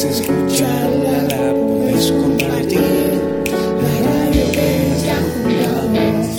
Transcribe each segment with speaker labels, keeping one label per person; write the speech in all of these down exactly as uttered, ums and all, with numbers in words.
Speaker 1: escucharla, la podés compartir. La radio que está junto a vos.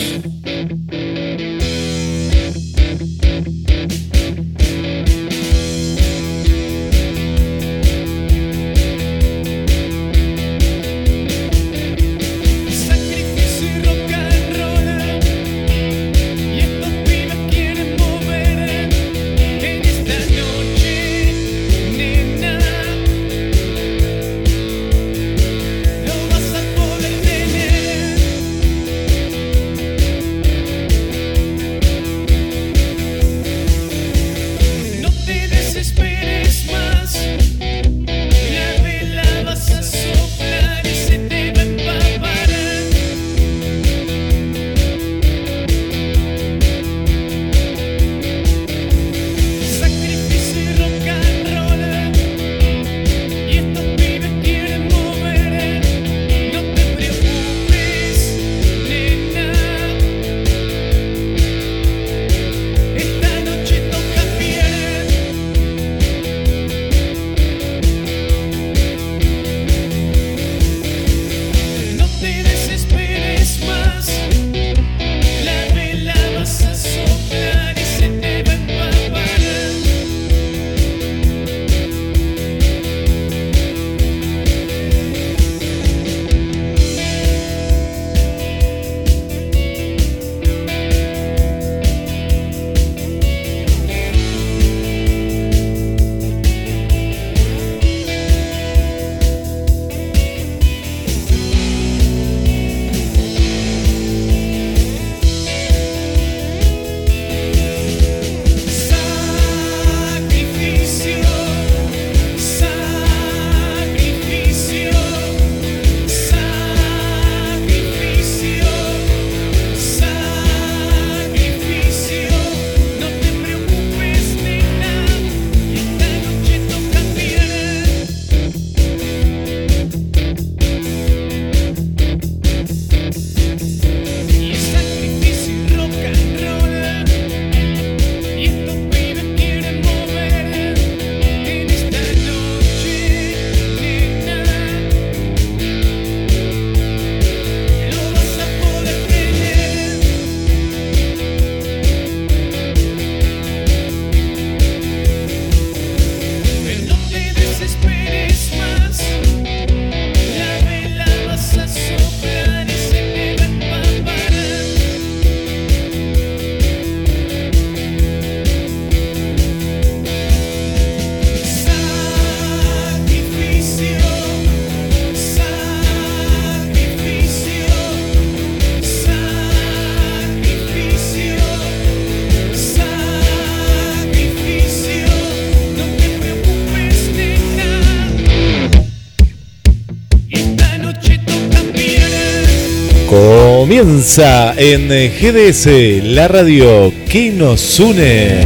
Speaker 2: Comienza en G D S, la radio que nos une.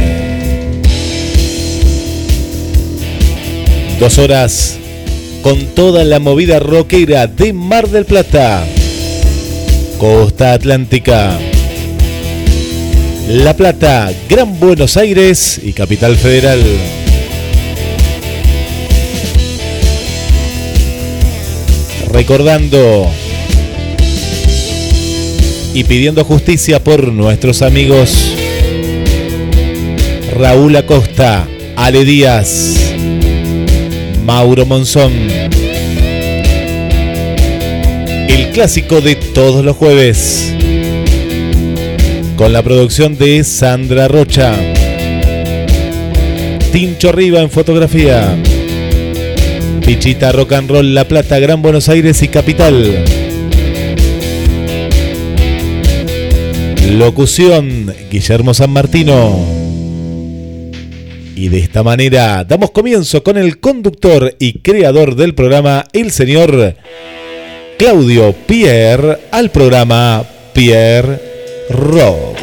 Speaker 2: Dos horas con toda la movida rockera de Mar del Plata, Costa Atlántica, La Plata, Gran Buenos Aires y Capital Federal. Recordando y pidiendo justicia por nuestros amigos Raúl Acosta, Ale Díaz, Mauro Monzón. El clásico de todos los jueves, con la producción de Sandra Rocha, Tincho Riva en fotografía, Pichita Rock and Roll, La Plata, Gran Buenos Aires y Capital. Locución, Guillermo San Martino. Y de esta manera damos comienzo con el conductor y creador del programa, el señor Claudio Pierre, al programa Pierre Rock.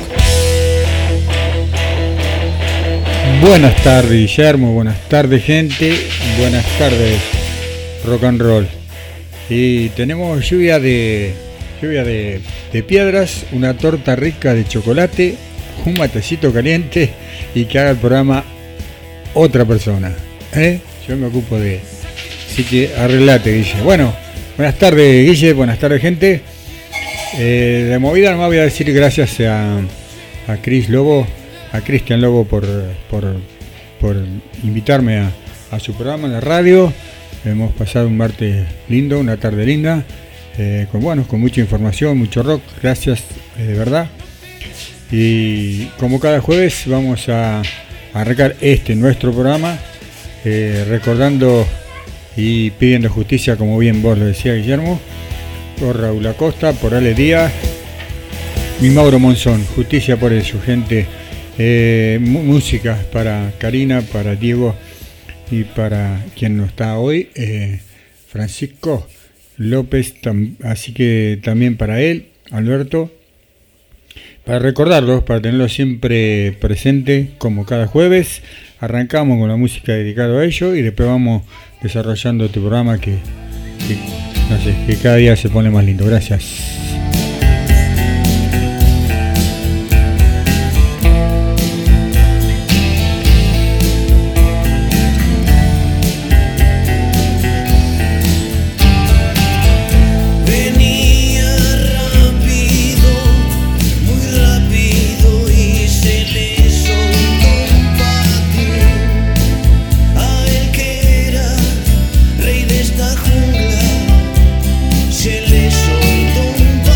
Speaker 3: Buenas tardes, Guillermo, buenas tardes, gente, buenas tardes, Rock and Roll. Y tenemos lluvia de lluvia de, de piedras, una torta rica de chocolate, un matecito caliente y que haga el programa otra persona, ¿eh? Yo me ocupo de Así que arreglate, Guille. Bueno, buenas tardes, Guille, buenas tardes, gente. Eh, de movida nomás voy a decir gracias a, a Cris Lobo, a Cristian Lobo por, por, por invitarme a, a su programa en la radio. Hemos pasado un martes lindo, una tarde linda, eh, con, bueno, con mucha información, mucho rock. Gracias, eh, de verdad. Y como cada jueves vamos a, a arrancar este nuestro programa eh, recordando y pidiendo justicia, como bien vos lo decía, Guillermo, por Raúl Acosta, por Ale Díaz y Mauro Monzón. Justicia por eso, gente. Eh, música para Karina, para Diego y para quien no está hoy, eh, Francisco López, tam, así que también para él, Alberto, para recordarlos, para tenerlos siempre presente como cada jueves. Arrancamos con la música dedicada a ellos y después vamos desarrollando este programa que, que, no sé, que cada día se pone más lindo. Gracias.
Speaker 1: Se le soltó un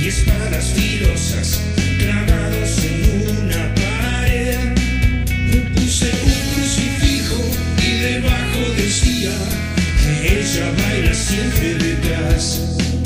Speaker 1: y espadas filosas clavados en una pared. Puse un crucifijo y debajo decía que ella baila siempre detrás.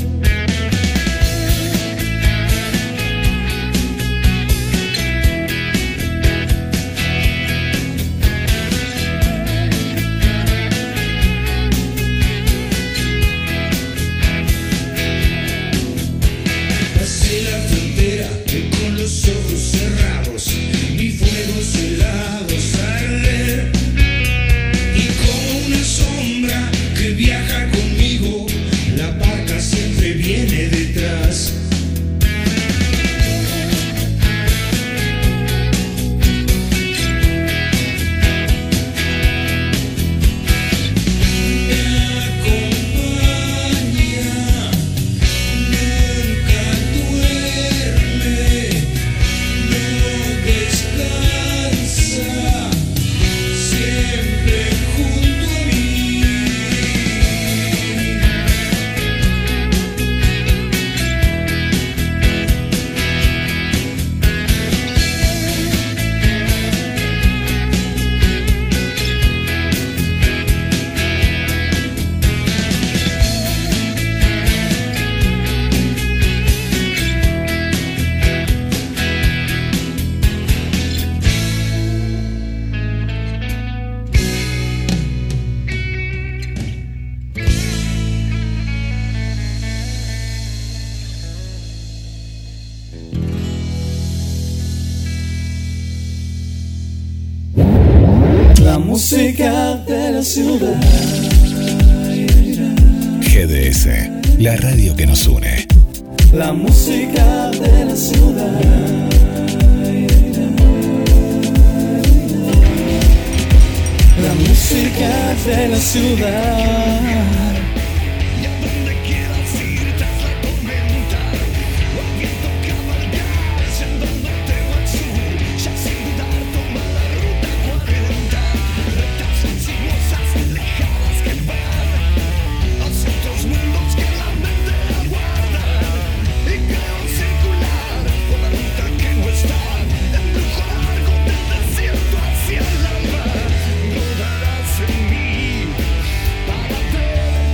Speaker 4: Música de la ciudad.
Speaker 5: G D S, la radio que nos une.
Speaker 4: La música de la ciudad. La música de la ciudad.
Speaker 1: Rodarás en mí para ver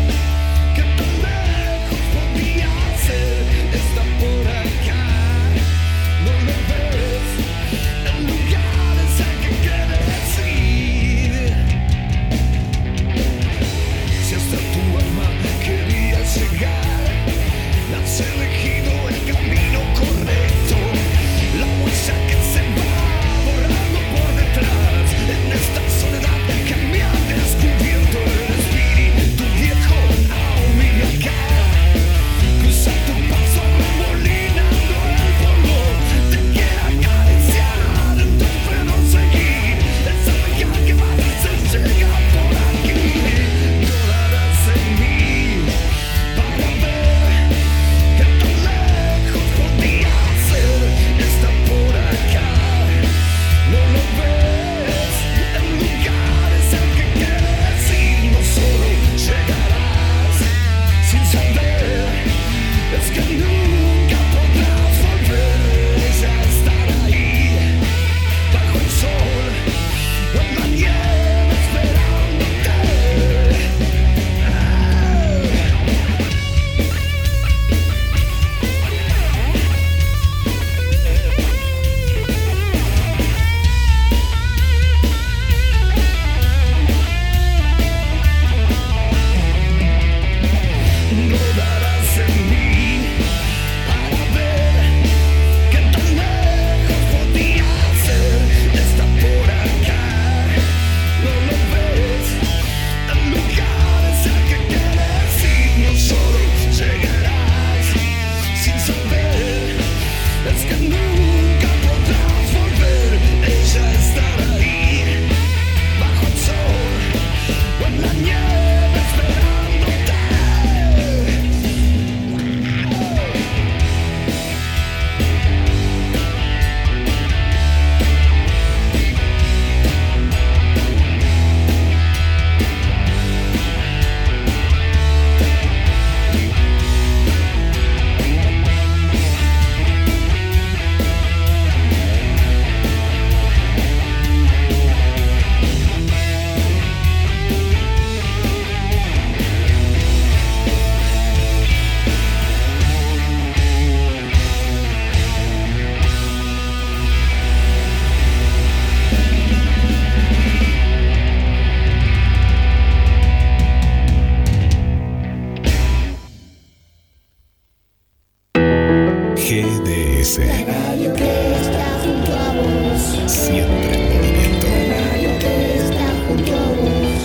Speaker 5: S.
Speaker 1: La radio que está junto a vos.
Speaker 5: Siempre en movimiento.
Speaker 1: La radio que está junto a vos.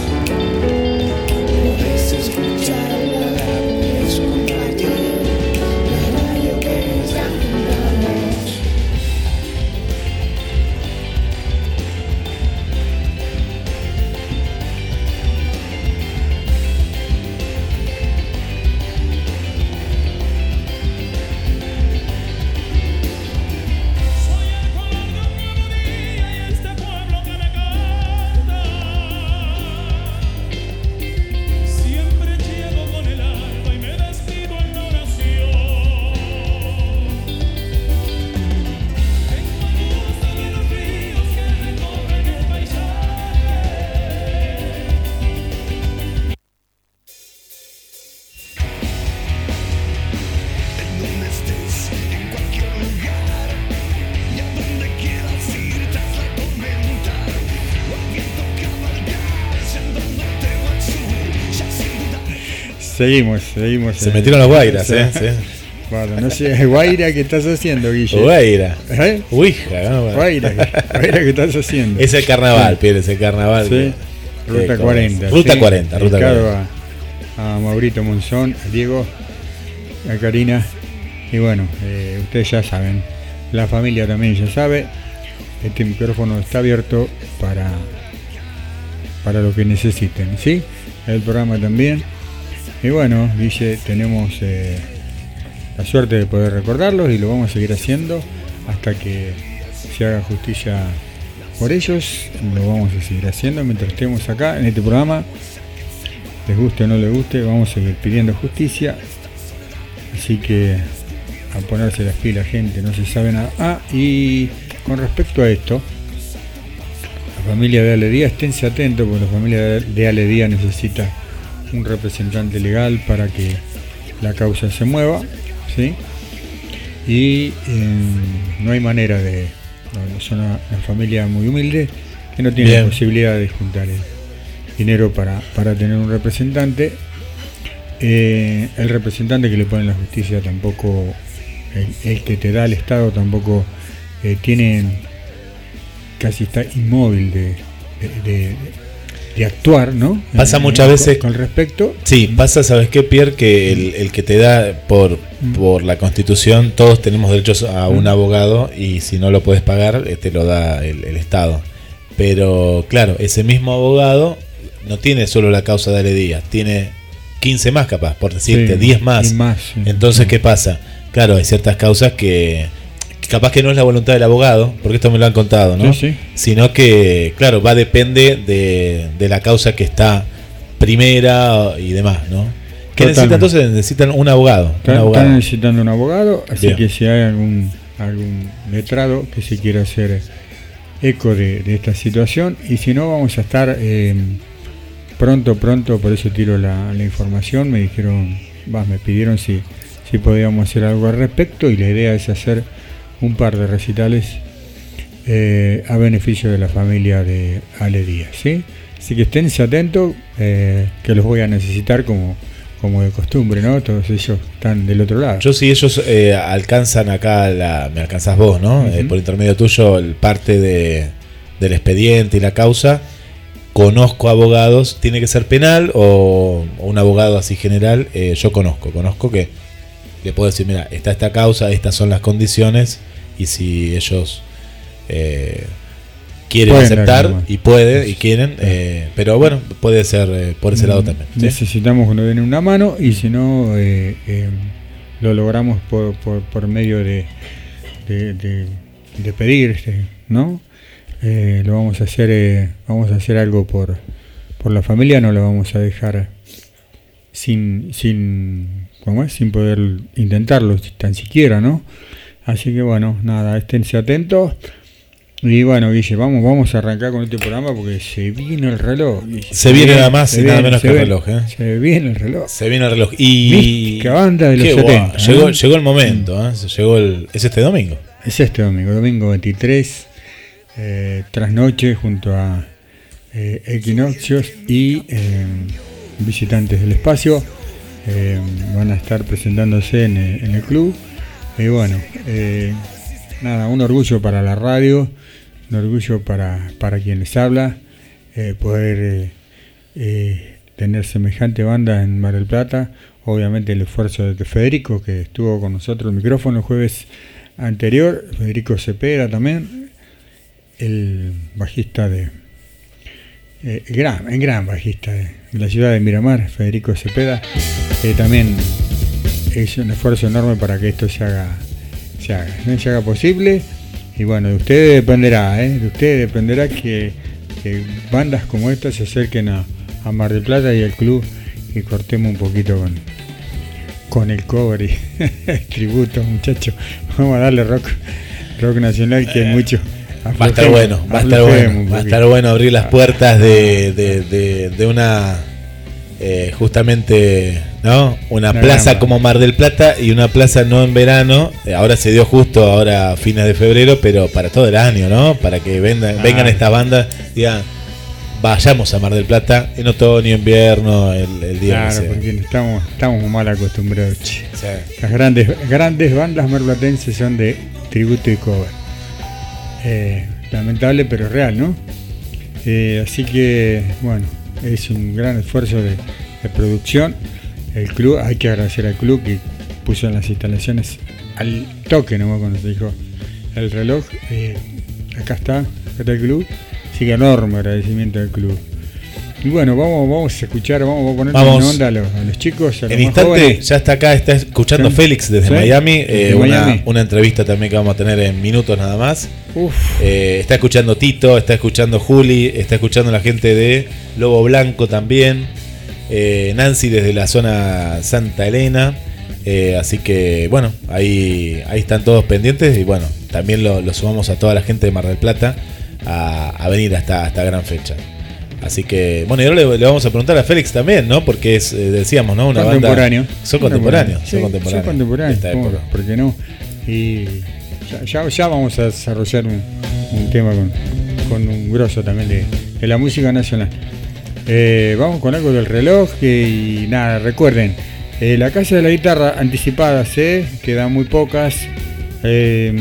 Speaker 1: Podés escucharla, podés compartir. La radio que está junto a vos.
Speaker 3: Seguimos, seguimos.
Speaker 2: Se
Speaker 3: eh,
Speaker 2: metieron las guairas, ¿eh? Sí.
Speaker 3: Bueno, no sé, Guaira, ¿qué estás haciendo, Guille?
Speaker 2: Guaira.
Speaker 3: ¿Eh?
Speaker 2: Ouija, ¿no?
Speaker 3: Guaira, Guaira, ¿qué estás haciendo?
Speaker 2: Es el carnaval, Pierre, es el carnaval.
Speaker 3: Sí.
Speaker 2: que-
Speaker 3: Ruta
Speaker 2: que-
Speaker 3: cuarenta.
Speaker 2: Ruta
Speaker 3: sí.
Speaker 2: cuarenta, ruta
Speaker 3: Dedicado
Speaker 2: cuarenta.
Speaker 3: A, a Maurito Monzón, a Diego, a Karina. Y bueno, eh, ustedes ya saben, la familia también ya sabe. Este micrófono está abierto para, para lo que necesiten, ¿sí? El programa también. Y bueno, Guille, tenemos eh, la suerte de poder recordarlos y lo vamos a seguir haciendo hasta que se haga justicia por ellos. Lo vamos a seguir haciendo mientras estemos acá en este programa. Les guste o no les guste, vamos a seguir pidiendo justicia. Así que a ponerse las pilas, gente, no se sabe nada. Ah, y con respecto a esto, la familia de Ale Díaz, esténse atentos porque la familia de Ale Díaz necesita un representante legal para que la causa se mueva, ¿sí? Y eh, no hay manera de... no, son una, una familia muy humilde que no tiene
Speaker 2: Bien.
Speaker 3: la posibilidad de juntar el dinero para, para tener un representante. Eh, el representante que le pone la justicia tampoco, el, el que te da el Estado tampoco eh, tiene, casi está inmóvil de, de, de, de actuar, ¿no?
Speaker 2: Pasa
Speaker 3: Eh,
Speaker 2: muchas
Speaker 3: con-
Speaker 2: veces-
Speaker 3: con respecto.
Speaker 2: Sí, pasa, ¿sabes qué, Pierre? Que el, el que te da por, por la Constitución, todos tenemos derechos a un abogado y si no lo puedes pagar, eh, te lo da el, el Estado. Pero claro, ese mismo abogado no tiene solo la causa de Ale Díaz, tiene quince más capaz, por decirte,
Speaker 3: Sí,
Speaker 2: diez más.
Speaker 3: y más, sí.
Speaker 2: Entonces,
Speaker 3: Sí.
Speaker 2: ¿qué pasa? Claro, hay ciertas causas que, que capaz que no es la voluntad del abogado, porque esto me lo han contado, ¿no?
Speaker 3: Sí, sí.
Speaker 2: Sino que, claro, va a depende de, de la causa que está primera y demás, ¿no? ¿Qué
Speaker 3: Totalmente.
Speaker 2: necesitan entonces? Necesitan un abogado. Un
Speaker 3: Están,
Speaker 2: abogado.
Speaker 3: están necesitando un abogado, así
Speaker 2: Bien.
Speaker 3: que si hay algún algún letrado que se quiera hacer eco de, de esta situación, y si no, vamos a estar eh, pronto, pronto, por eso tiro la, la información. Me dijeron, va, me pidieron si, si podíamos hacer algo al respecto, y la idea es hacer un par de recitales eh, a beneficio de la familia de Ale Díaz, ¿sí? Así que esténse atentos, eh, que los voy a necesitar como, como de costumbre, ¿no? Todos ellos están del otro lado.
Speaker 2: Yo, si ellos eh, alcanzan acá, la, me alcanzás vos, ¿no?
Speaker 3: Ujú.
Speaker 2: Eh, por intermedio tuyo, el parte de, del expediente y la causa. Conozco abogados, tiene que ser penal o, o un abogado así general. eh, yo conozco, conozco que le puedo decir, mira, está esta causa, estas son las condiciones, y si ellos eh, quieren
Speaker 3: Pueden
Speaker 2: aceptar,
Speaker 3: reclamar.
Speaker 2: y puede, y quieren, eh, pero bueno, puede ser eh, por ese lado también. ¿sí?
Speaker 3: Necesitamos que nos den una mano, y si no, eh, eh, lo logramos por, por, por medio de, de, de, de pedir, este, ¿no? Eh, lo vamos a hacer, eh, vamos a hacer algo por, por la familia, no lo vamos a dejar sin, sin, ¿cómo es? Sin poder intentarlo tan siquiera, ¿no? Así que bueno, nada, esténse atentos. Y bueno, Guille, vamos, vamos a arrancar con este programa porque se viene el reloj. Guille.
Speaker 2: Se viene nada más
Speaker 3: se
Speaker 2: y nada
Speaker 3: viene,
Speaker 2: menos
Speaker 3: se
Speaker 2: que el
Speaker 3: viene,
Speaker 2: reloj, ¿eh?
Speaker 3: Se viene el reloj.
Speaker 2: Se viene el reloj. Y
Speaker 3: Mística banda de los
Speaker 2: Qué guau,
Speaker 3: setenta,
Speaker 2: llegó,
Speaker 3: ¿eh?
Speaker 2: llegó el momento, ¿eh? Llegó el, ¿es este domingo?
Speaker 3: Es este domingo, domingo veintitrés, eh, trasnoche junto a eh, Equinoccios y eh, Visitantes del Espacio. Eh, van a estar presentándose en el, en el club Y bueno, eh, nada, un orgullo para la radio, un orgullo para, para quien les habla, eh, poder eh, eh, tener semejante banda en Mar del Plata. Obviamente el esfuerzo de Federico, que estuvo con nosotros el micrófono el jueves anterior, Federico Cepeda también, el bajista de eh, gran, el gran bajista de, de la ciudad de Miramar, Federico Cepeda, que también hizo un esfuerzo enorme para que esto se haga, se haga, ¿no? se haga posible. Y bueno, de ustedes dependerá, ¿eh? de ustedes dependerá que, que bandas como estas se acerquen a, a Mar del Plata y al club y cortemos un poquito con, con el cover y el tributo, muchachos. Vamos a darle rock, rock nacional, que hay mucho.
Speaker 2: Va a estar bueno, va a estar bueno, va a estar bueno abrir las puertas de, de, de, de una eh, justamente, ¿no? Una
Speaker 3: Una
Speaker 2: plaza
Speaker 3: gama.
Speaker 2: como Mar del Plata y una plaza no en verano. Eh, ahora se dio justo ahora a fines de febrero, pero para todo el año, ¿no? Para que vendan,
Speaker 3: Ah.
Speaker 2: vengan estas bandas, digan, vayamos a Mar del Plata en otoño, invierno, el, el día
Speaker 3: Claro,
Speaker 2: que sea.
Speaker 3: porque estamos, estamos mal acostumbrados, che.
Speaker 2: Sí.
Speaker 3: Las grandes, grandes bandas marplatenses son de tributo y cover. Eh, lamentable pero real, ¿no? Eh, así que, bueno, es un gran esfuerzo de, de producción. El club, hay que agradecer al club que puso en las instalaciones al toque, ¿no? Cuando se dijo el reloj. Eh, acá está, acá está el club. Así que enorme agradecimiento al club. Y bueno, vamos, vamos a escuchar, vamos a poner
Speaker 2: Vamos.
Speaker 3: en onda a los, a los chicos, a los
Speaker 2: En
Speaker 3: más
Speaker 2: instante,
Speaker 3: jóvenes.
Speaker 2: ya está acá, está escuchando
Speaker 3: Sí.
Speaker 2: Félix desde
Speaker 3: Sí.
Speaker 2: Miami,
Speaker 3: Desde
Speaker 2: eh, una,
Speaker 3: Miami.
Speaker 2: una entrevista también que vamos a tener en minutos nada más.
Speaker 3: Uf,
Speaker 2: Eh, está escuchando Tito, está escuchando Juli, está escuchando la gente de Lobo Blanco también, eh, Nancy desde la zona Santa Elena, eh, así que bueno, ahí, ahí están todos pendientes y bueno, también lo, lo sumamos a toda la gente de Mar del Plata a, a venir a esta, a esta gran fecha. Así que, bueno, y ahora le, le vamos a preguntar a Félix también, ¿no? Porque es, eh, decíamos, ¿no? Una
Speaker 3: contemporáneo.
Speaker 2: banda. Son contemporáneos.
Speaker 3: Sí,
Speaker 2: Son contemporáneos.
Speaker 3: Son contemporáneos.
Speaker 2: Esta
Speaker 3: ¿Cómo?
Speaker 2: época.
Speaker 3: ¿Por qué no? Y ya, ya, ya vamos a desarrollar un, un tema con, con un grosso también de, de la música nacional. Eh, vamos con algo del reloj que, y nada, recuerden, eh, la casa de la guitarra anticipadas, ¿eh? Quedan muy pocas. Eh,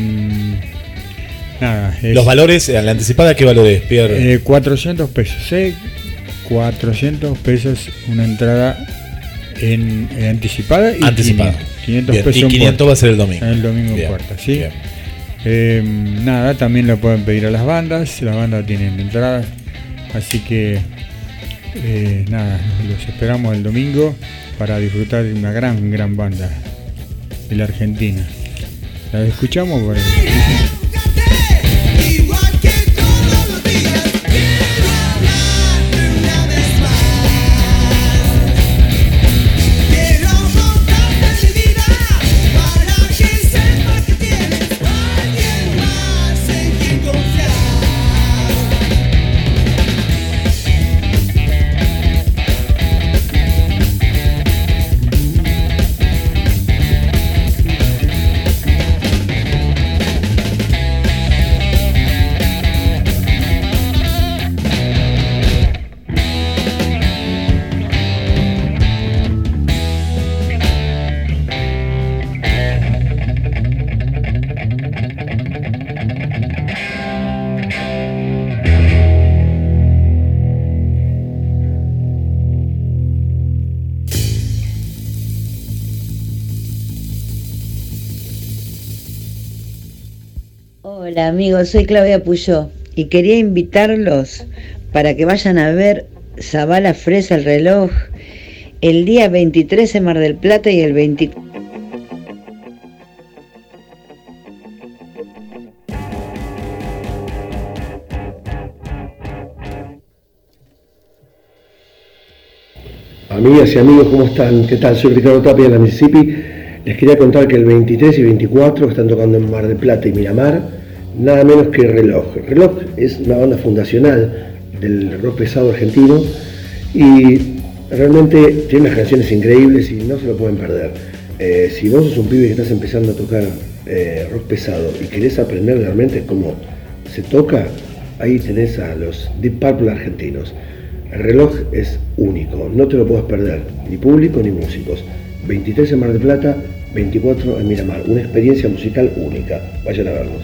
Speaker 3: nada, es-
Speaker 2: Los valores, en la anticipada, ¿qué valores, Pierre?
Speaker 3: eh, cuatrocientos pesos, ¿eh? cuatrocientos pesos una entrada en, en anticipada y
Speaker 2: Anticipada.
Speaker 3: quinientos, quinientos
Speaker 2: Bien,
Speaker 3: pesos
Speaker 2: y
Speaker 3: en
Speaker 2: quinientos va a ser el domingo.
Speaker 3: puerta. El domingo
Speaker 2: Bien,
Speaker 3: en puerta, ¿sí?
Speaker 2: bien.
Speaker 3: Eh, nada, también lo pueden pedir a las bandas, las bandas tienen entradas, así que eh, nada, los esperamos el domingo para disfrutar de una gran, gran banda de la Argentina. ¿La escuchamos? Bueno,
Speaker 1: Igual que todos los días, quiero hablarte una vez más. Quiero contarte mi vida para que sepas que tienes alguien más en quien confiar.
Speaker 6: Hola amigos, soy Claudia Puyó y quería invitarlos para que vayan a ver Zabala Fresa el reloj el día veintitrés en Mar del Plata y el veinticuatro.
Speaker 7: Amigas y amigos, ¿cómo están? ¿Qué tal? Soy Ricardo Tapia de la Mississippi. Les quería contar que el veintitrés y veinticuatro están tocando en Mar del Plata y Miramar, nada menos que Reloj. Reloj es una banda fundacional del rock pesado argentino y realmente tiene unas canciones increíbles y no se lo pueden perder. Eh, si vos sos un pibe que estás empezando a tocar eh, rock pesado y querés aprender realmente cómo se toca, ahí tenés a los Deep Purple argentinos. El reloj es único, no te lo puedes perder, ni público ni músicos. veintitrés en Mar del Plata, veinticuatro en Miramar. Una experiencia musical única. Vayan a verlos.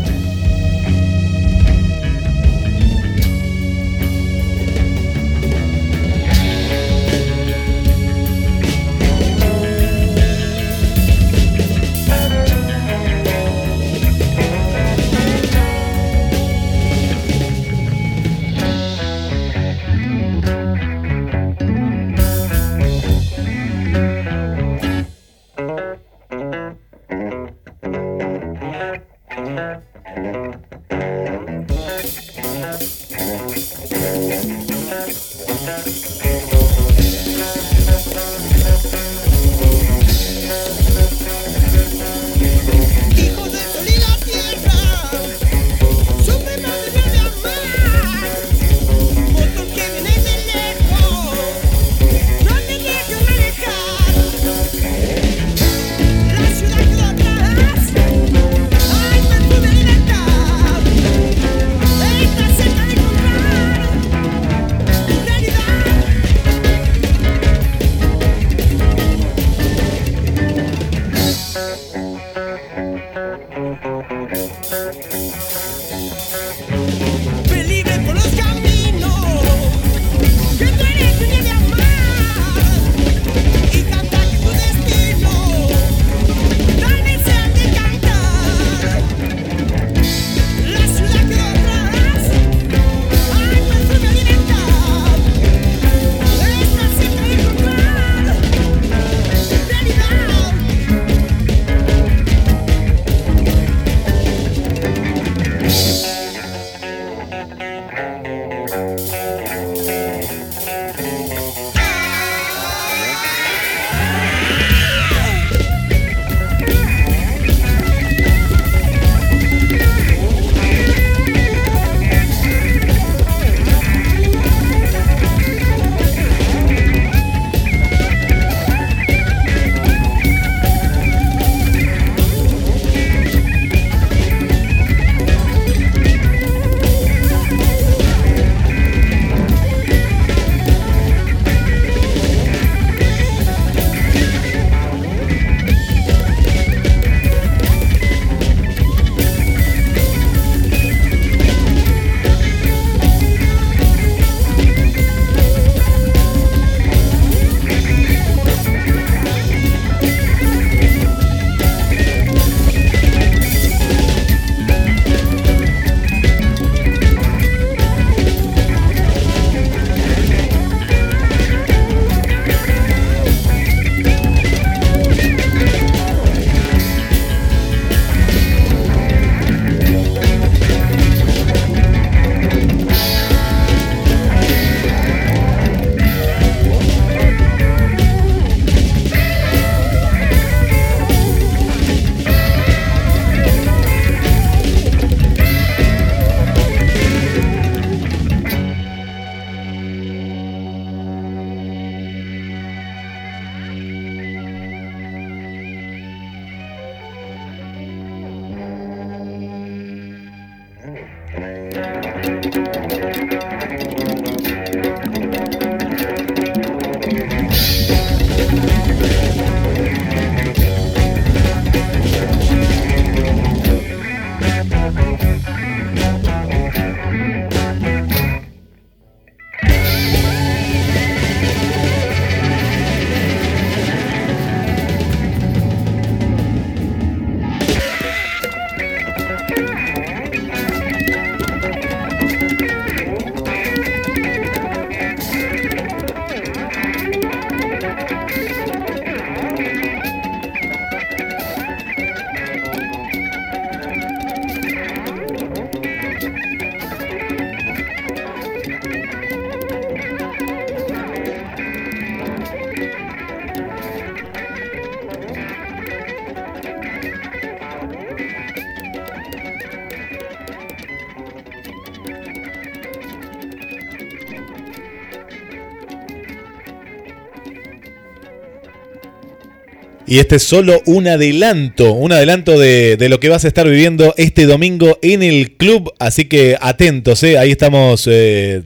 Speaker 2: Y este es solo un adelanto, un adelanto de, de lo que vas a estar viviendo este domingo en el club. Así que atentos, ¿eh? Ahí estamos eh,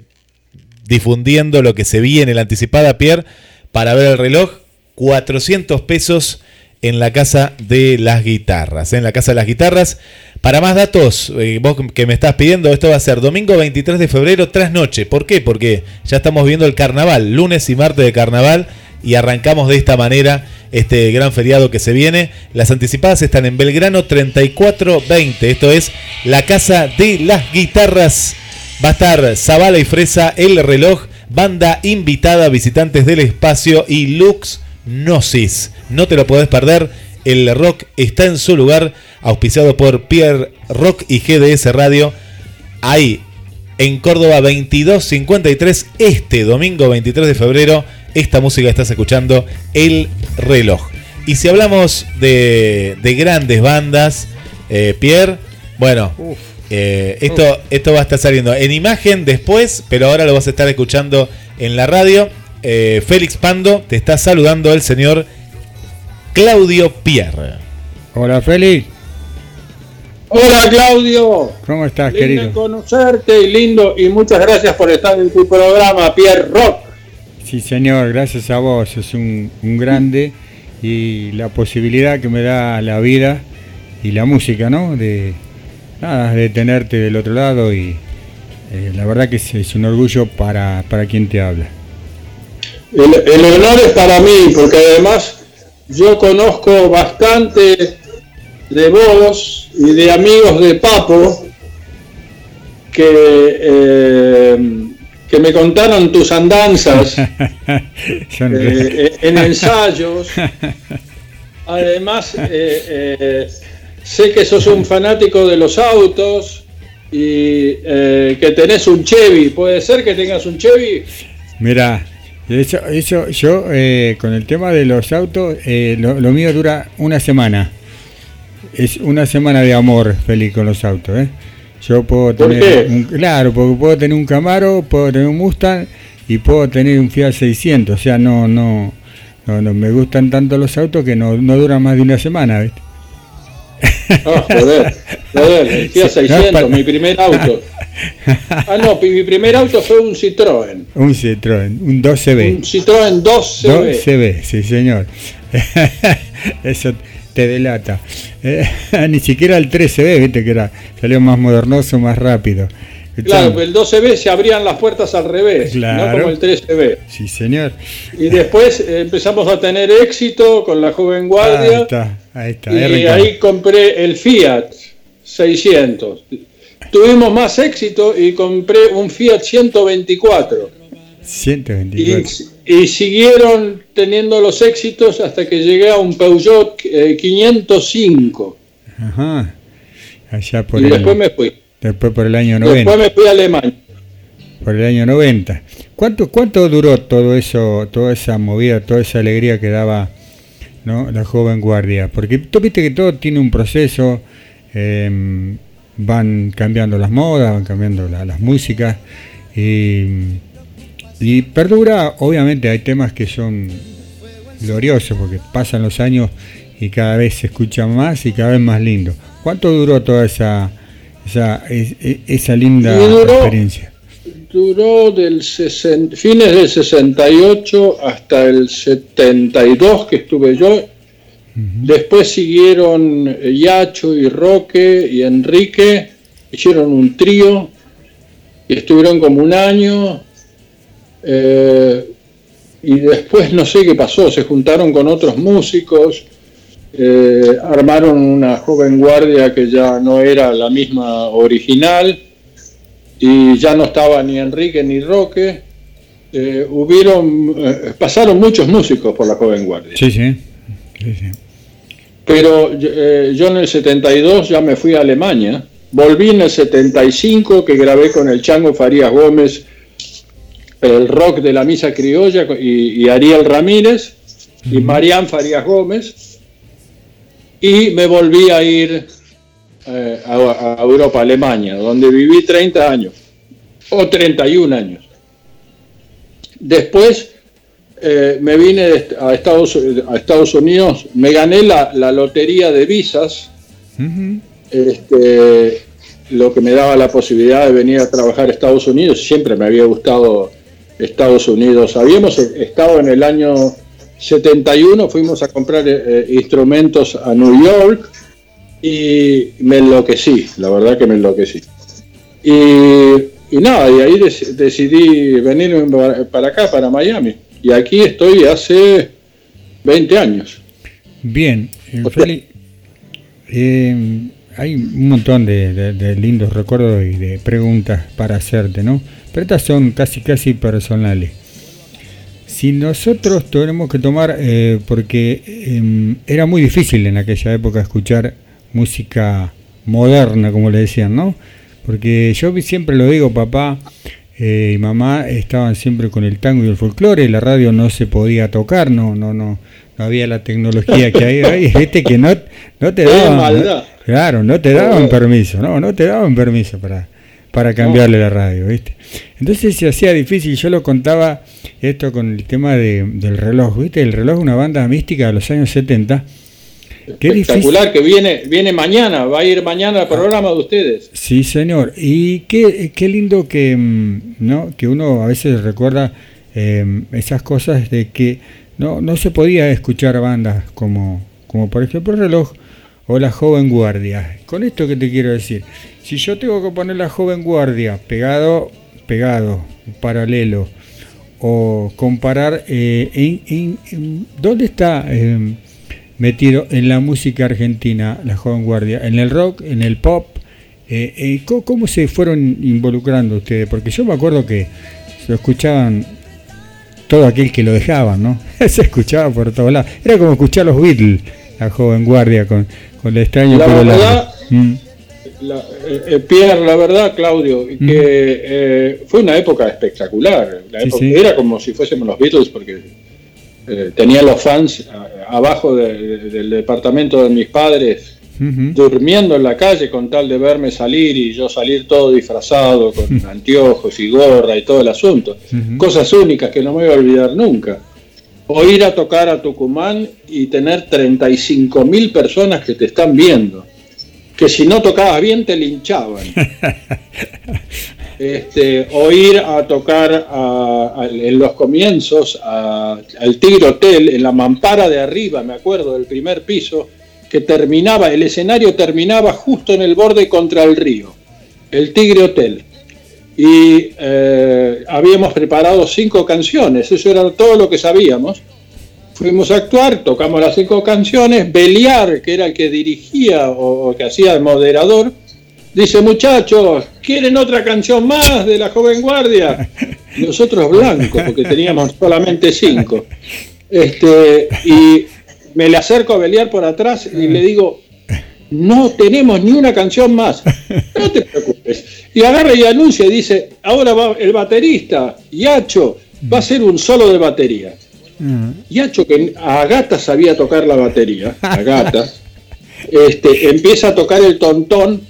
Speaker 2: difundiendo lo que se viene, la anticipada, Pierre, para ver el reloj. cuatrocientos pesos en la Casa de las Guitarras. En la Casa de las Guitarras. Para más datos, eh, vos que me estás pidiendo, esto va a ser domingo veintitrés de febrero, trasnoche. ¿Por qué? Porque ya estamos viendo el carnaval, lunes y martes de carnaval, y arrancamos de esta manera este gran feriado que se viene. Las anticipadas están en Belgrano treinta y cuatro veinte. Esto es la Casa de las Guitarras. Va a estar Zavala y Fresa, El Reloj, banda invitada, visitantes del espacio y Lux Gnosis. No te lo podés perder. El rock está en su lugar, auspiciado por Pierre Rock y G D S Radio. Ahí, en Córdoba veintidós cincuenta y tres, este domingo veintitrés de febrero, esta música estás escuchando, El Reloj. Y si hablamos de, de grandes bandas, eh, Pierre, bueno, eh, esto, esto va a estar saliendo en imagen después, pero ahora lo vas a estar escuchando en la radio. Eh, Félix Pando, te está saludando el señor Claudio Pierre.
Speaker 3: Hola, Félix.
Speaker 8: Hola, Claudio.
Speaker 3: ¿Cómo estás,
Speaker 8: lindo
Speaker 3: querido?
Speaker 8: Lindo conocerte y lindo, y muchas gracias por estar en tu programa, Pierre Rock.
Speaker 3: Sí, señor, gracias a vos, es un, un grande, y la posibilidad que me da la vida y la música, ¿no? De, nada, de tenerte del otro lado, y eh, la verdad que es, es un orgullo para, para quien te habla.
Speaker 8: El, el honor es para mí, porque además yo conozco bastante de vos y de amigos de Papo que, eh, que me contaron tus andanzas eh, en ensayos. Además, eh, eh, sé que sos un fanático de los autos y eh, que tenés un Chevy. ¿Puede ser que tengas un Chevy?
Speaker 3: Mira, eso, eso yo eh, con el tema de los autos, eh, lo, lo mío dura una semana. Es una semana de amor, Félix, con los autos, ¿eh? Yo puedo tener,
Speaker 8: ¿Por qué?
Speaker 3: un, claro, porque puedo tener un Camaro, puedo tener un Mustang y puedo tener un Fiat seiscientos. O sea, no, no, no, no me gustan tanto los autos que no, no duran más de una semana, ¿viste?
Speaker 8: Ah, joder, joder, el Fiat
Speaker 3: Sí,
Speaker 8: seiscientos,
Speaker 3: no, para-
Speaker 8: mi primer auto. Ah, no, mi primer auto fue un Citroën.
Speaker 3: Un Citroën, un doce B.
Speaker 8: Un Citroën dos C B.
Speaker 3: doce B, sí, señor. Eso te delata. Eh, ni siquiera el trece B, viste, que era, salió más modernoso, más rápido.
Speaker 8: Claro, pues el doce B se abrían las puertas al revés,
Speaker 3: Claro.
Speaker 8: no como el trece B.
Speaker 3: Sí, señor.
Speaker 8: Y después eh, empezamos a tener éxito con la Joven
Speaker 3: Ahí
Speaker 8: Guardia.
Speaker 3: está, ahí está.
Speaker 8: Y
Speaker 3: ahí
Speaker 8: ahí compré el Fiat seiscientos. Tuvimos más éxito y compré un Fiat ciento veinticuatro.
Speaker 3: ciento
Speaker 8: Y,
Speaker 3: veinticuatro.
Speaker 8: y siguieron teniendo los éxitos hasta que llegué a un Peugeot eh, quinientos cinco.
Speaker 3: Ajá. Allá por
Speaker 8: Y
Speaker 3: el,
Speaker 8: después me fui.
Speaker 3: después por el año noventa.
Speaker 8: Después me fui a Alemania.
Speaker 3: Por el año noventa. ¿Cuánto, cuánto duró todo eso, toda esa movida, toda esa alegría que daba, ¿no?, la Joven Guardia? Porque tú viste que todo tiene un proceso, eh, van cambiando las modas, van cambiando la- las músicas, y, y perdura. Obviamente hay temas que son gloriosos porque pasan los años y cada vez se escucha más y cada vez más lindo. ¿Cuánto duró toda esa, esa, es- es- esa linda
Speaker 8: Y duró-
Speaker 3: experiencia?
Speaker 8: Duró del sesenta, fines del sesenta y ocho hasta el setenta y dos que estuve yo. Después siguieron eh, Yacho y Roque y Enrique, hicieron un trío y estuvieron como un año. eh, y después no sé qué pasó, se juntaron con otros músicos, eh, armaron una Joven Guardia que ya no era la misma original. Y ya no estaba ni Enrique ni Roque. Eh, hubieron, eh, pasaron muchos músicos por la Joven Guardia.
Speaker 3: Sí, sí. Sí, sí.
Speaker 8: Pero eh, yo en el setenta y dos ya me fui a Alemania. Volví en el setenta y cinco, que grabé con el Chango Farías Gómez el rock de la Misa Criolla y, y Ariel Ramírez y Marián Farías Gómez. Y me volví a ir eh, a, a Europa, Alemania, donde viví treinta años, o treinta y un años. Después eh, me vine de- a Estados, a Estados Unidos, me gané la, la lotería de visas,
Speaker 3: Ujú.
Speaker 8: este, lo que me daba la posibilidad de venir a trabajar a Estados Unidos. Siempre me había gustado Estados Unidos. Habíamos estado en el año setenta y uno fuimos a comprar eh, instrumentos a New York y me enloquecí, la verdad que me enloquecí. Y, y nada, y ahí des, decidí venirme para acá, para Miami. Y aquí estoy hace veinte años.
Speaker 3: Bien, eh, Feli, eh, hay un montón de, de, de lindos recuerdos y de preguntas para hacerte, ¿no? Pero estas son casi casi personales. Si nosotros tenemos que tomar, eh, porque eh, era muy difícil en aquella época escuchar música moderna, como le decían, ¿no? Porque yo siempre lo digo, papá eh, y mamá estaban siempre con el tango y el folclore, la radio no se podía tocar, no, no, no, no había la tecnología que hay hoy, viste que no, no te daban, no, claro, no te daban permiso, no, no te daban permiso para, para cambiarle la radio, viste. Entonces se hacía difícil. Yo lo contaba esto con el tema de, del reloj, viste, el reloj, una banda mística de los años setenta. Qué
Speaker 8: espectacular, difícil. Que viene viene mañana, va a ir mañana al programa de ustedes.
Speaker 3: Sí, señor. Y qué, qué lindo que, ¿no? que uno a veces recuerda eh, esas cosas de que no, no se podía escuchar bandas como, como por ejemplo el reloj o la Joven Guardia. Con esto que te quiero decir, si yo tengo que poner la Joven Guardia pegado, pegado, paralelo, o comparar eh, en, en, en dónde está eh, metido en la música argentina la Joven Guardia, en el rock, en el pop, eh, eh, ¿cómo, ¿cómo se fueron involucrando ustedes? Porque yo me acuerdo que se escuchaban todo aquel que lo dejaban, ¿no? Se escuchaba por todos lados. Era como escuchar los Beatles, la Joven Guardia con, con el extraño
Speaker 8: la
Speaker 3: pelo
Speaker 8: verdad,
Speaker 3: largo. Mm.
Speaker 8: La, eh, Pierre, la verdad, Claudio, que mm. eh, fue una época espectacular. La época, sí, sí. Era como si fuésemos los Beatles, porque eh, tenía los fans a, abajo de, de, del departamento de mis padres, uh-huh. durmiendo en la calle con tal de verme salir y yo salir todo disfrazado con uh-huh. anteojos y gorra y todo el asunto. Uh-huh. Cosas únicas que no me voy a olvidar nunca. O ir a tocar a Tucumán y tener treinta y cinco mil personas que te están viendo, que si no tocabas bien te linchaban. Este, o ir a tocar a, a, en los comienzos a, al Tigre Hotel, en la mampara de arriba, me acuerdo, del primer piso, que terminaba, el escenario terminaba justo en el borde contra el río, el Tigre Hotel. Y eh, habíamos preparado cinco canciones, eso era todo lo que sabíamos. Fuimos a actuar, tocamos las cinco canciones. Beliar, que era el que dirigía o, o que hacía el moderador, dice: muchachos, ¿quieren otra canción más de la Joven Guardia? Y nosotros blancos, porque teníamos solamente cinco. Este, y me le acerco a Beliar por atrás y le digo: no tenemos ni una canción más, no te preocupes. Y agarra y anuncia y dice: ahora va el baterista, Yacho, va a hacer un solo de batería. Yacho, que a Gata sabía tocar la batería, a Gata, este, empieza a tocar el tontón,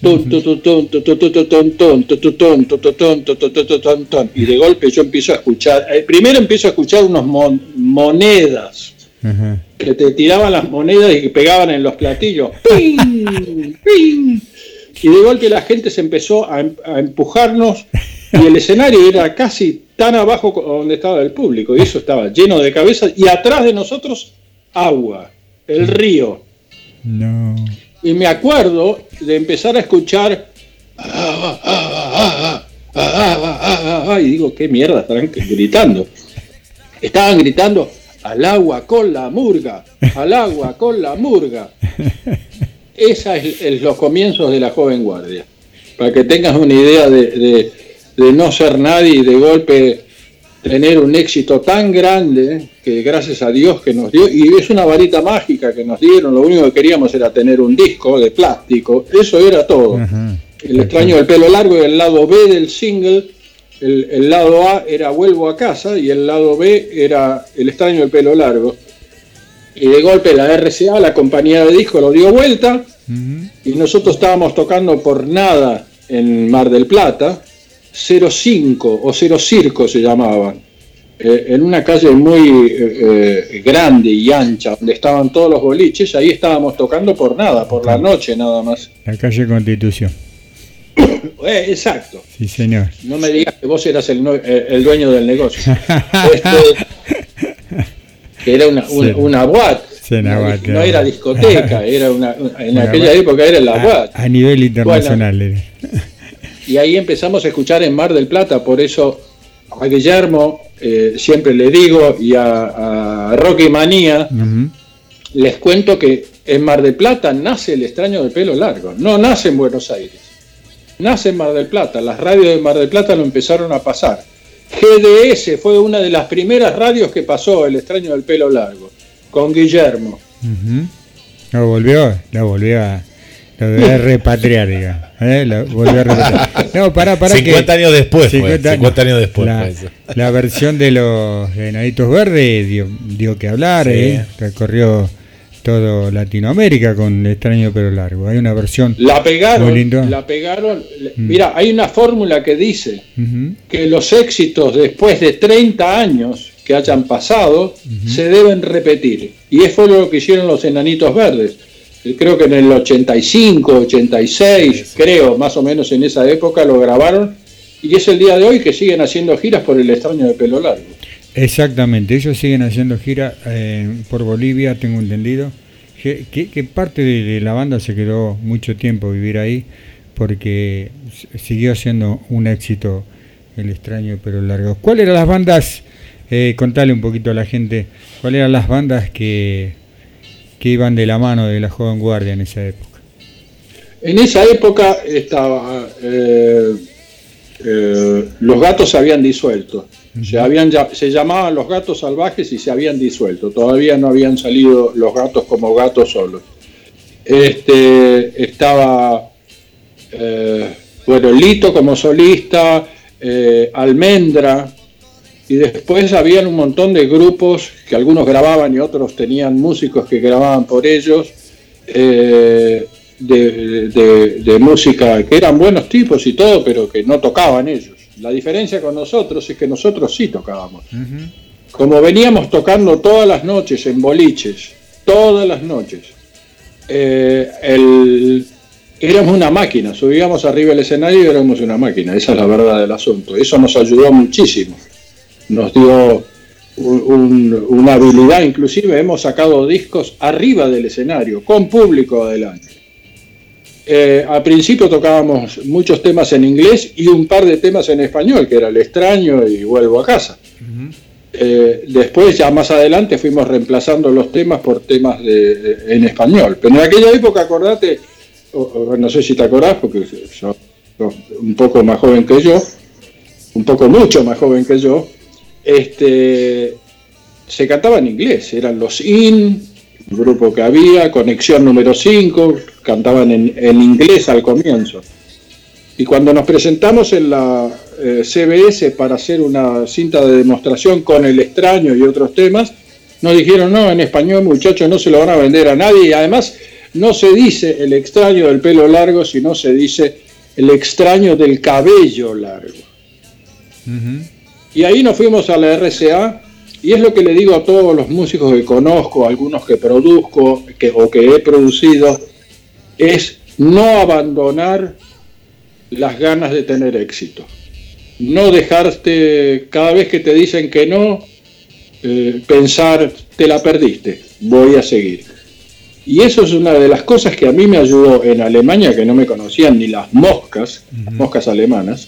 Speaker 8: y de golpe yo empiezo a escuchar, primero empiezo a escuchar unos mon- monedas, uh-huh. que te tiraban las monedas y que pegaban en los platillos, ¡ping! ¡ping! Y de golpe la gente se empezó a, a empujarnos y el escenario era casi tan abajo donde estaba el público, y eso estaba lleno de cabezas, y atrás de nosotros agua, el río.
Speaker 3: No.
Speaker 8: Y me acuerdo de empezar a escuchar ah, ah, ah, ah, ah, ah, ah, y digo, qué mierda estarán gritando. Estaban gritando: al agua con la murga, al agua con la murga. Esa es, es los comienzos de la Joven Guardia, para que tengas una idea de, de, de no ser nadie y de golpe tener un éxito tan grande que gracias a Dios que nos dio, y es una varita mágica que nos dieron. Lo único que queríamos era tener un disco de plástico, eso era todo. Uh-huh. El extraño del pelo largo, y el lado B del single, el, el lado A era Vuelvo a casa y el lado B era El extraño del pelo largo. Y de golpe la R C A, la compañía de disco, lo dio vuelta, uh-huh. y nosotros estábamos tocando por nada en Mar del Plata, cero cinco o Cero Circo se llamaban, eh, en una calle muy eh, eh, grande y ancha, donde estaban todos los boliches. Ahí estábamos tocando por nada, por la noche nada más.
Speaker 3: La calle Constitución.
Speaker 8: Eh, exacto.
Speaker 3: Sí, señor.
Speaker 8: No me digas que vos eras el, no, eh, el dueño del negocio. este, que era una, una, una boate. Una, no era discoteca, era una, en una aquella época era la boate.
Speaker 3: A, a nivel internacional. Bueno,
Speaker 8: y ahí empezamos a escuchar en Mar del Plata, por eso a Guillermo eh, siempre le digo, y a, a Rocky Manía, uh-huh. les cuento que en Mar del Plata nace El extraño del pelo largo, no nace en Buenos Aires, nace en Mar del Plata, las radios de Mar del Plata lo empezaron a pasar. G D S fue una de las primeras radios que pasó El extraño del pelo largo, con Guillermo.
Speaker 3: Uh-huh. Lo volvió, lo volvió a... Lo debe repatriar, digamos. ¿eh? Lo volvió a repatriar. No, pará, pará.
Speaker 2: cincuenta
Speaker 3: que,
Speaker 2: años después,
Speaker 3: cincuenta,
Speaker 2: fue, cincuenta años después.
Speaker 3: La, la versión de los Enanitos Verdes dio, dio que hablar, sí. ¿eh? Recorrió todo Latinoamérica con El extraño pero largo. Hay una versión.
Speaker 8: La pegaron, la pegaron. Mm. Mira, hay una fórmula que dice uh-huh. que los éxitos después de treinta años que hayan pasado uh-huh. se deben repetir. Y eso fue lo que hicieron los Enanitos Verdes. Creo que en el ochenta y cinco, ochenta y seis, sí, sí. creo, más o menos en esa época lo grabaron, y es el día de hoy que siguen haciendo giras por El extraño de pelo largo.
Speaker 3: Exactamente, ellos siguen haciendo giras eh, por Bolivia, tengo entendido, que, que, que parte de, de la banda se quedó mucho tiempo vivir ahí, porque siguió siendo un éxito El extraño de pelo largo. ¿Cuáles eran las bandas, eh, contale un poquito a la gente, cuáles eran las bandas que... que iban de la mano de la Joven Guardia en esa época?
Speaker 8: En esa época estaba eh, eh, los Gatos se habían disuelto, uh-huh. se, habían, se llamaban Los Gatos Salvajes y se habían disuelto, todavía no habían salido los Gatos como gatos solos. Este, estaba eh, bueno, Lito como solista, eh, Almendra, y después habían un montón de grupos que algunos grababan y otros tenían músicos que grababan por ellos, eh, de, de, de música que eran buenos tipos y todo, pero que no tocaban ellos. La diferencia con nosotros es que nosotros sí tocábamos. Uh-huh. Como veníamos tocando todas las noches en boliches, todas las noches, eh, el, éramos una máquina, subíamos arriba del escenario y éramos una máquina, esa es la verdad del asunto. Eso nos ayudó muchísimo. Nos dio un, un, una habilidad, inclusive hemos sacado discos arriba del escenario, con público adelante. Eh, al principio tocábamos muchos temas en inglés y un par de temas en español, que era El extraño y Vuelvo a casa. Uh-huh. Eh, después, ya más adelante, fuimos reemplazando los temas por temas de, de, en español. Pero en aquella época, acordate, o, o, no sé si te acordás, porque sos un poco más joven que yo, un poco mucho más joven que yo, Este, se cantaba en inglés, eran los In, un grupo que había, Conexión número cinco, cantaban en, en inglés al comienzo. Y cuando nos presentamos en la eh, C B S para hacer una cinta de demostración con El extraño y otros temas, nos dijeron, no, en español muchachos no se lo van a vender a nadie, y además no se dice El extraño del pelo largo, sino se dice El extraño del cabello largo. Uh-huh. Y ahí nos fuimos a la R C A, y es lo que le digo a todos los músicos que conozco, algunos que produzco que, o que he producido, es no abandonar las ganas de tener éxito. No dejarte, cada vez que te dicen que no, eh, pensar, te la perdiste, voy a seguir. Y eso es una de las cosas que a mí me ayudó en Alemania, que no me conocían ni las moscas, uh-huh. moscas alemanas,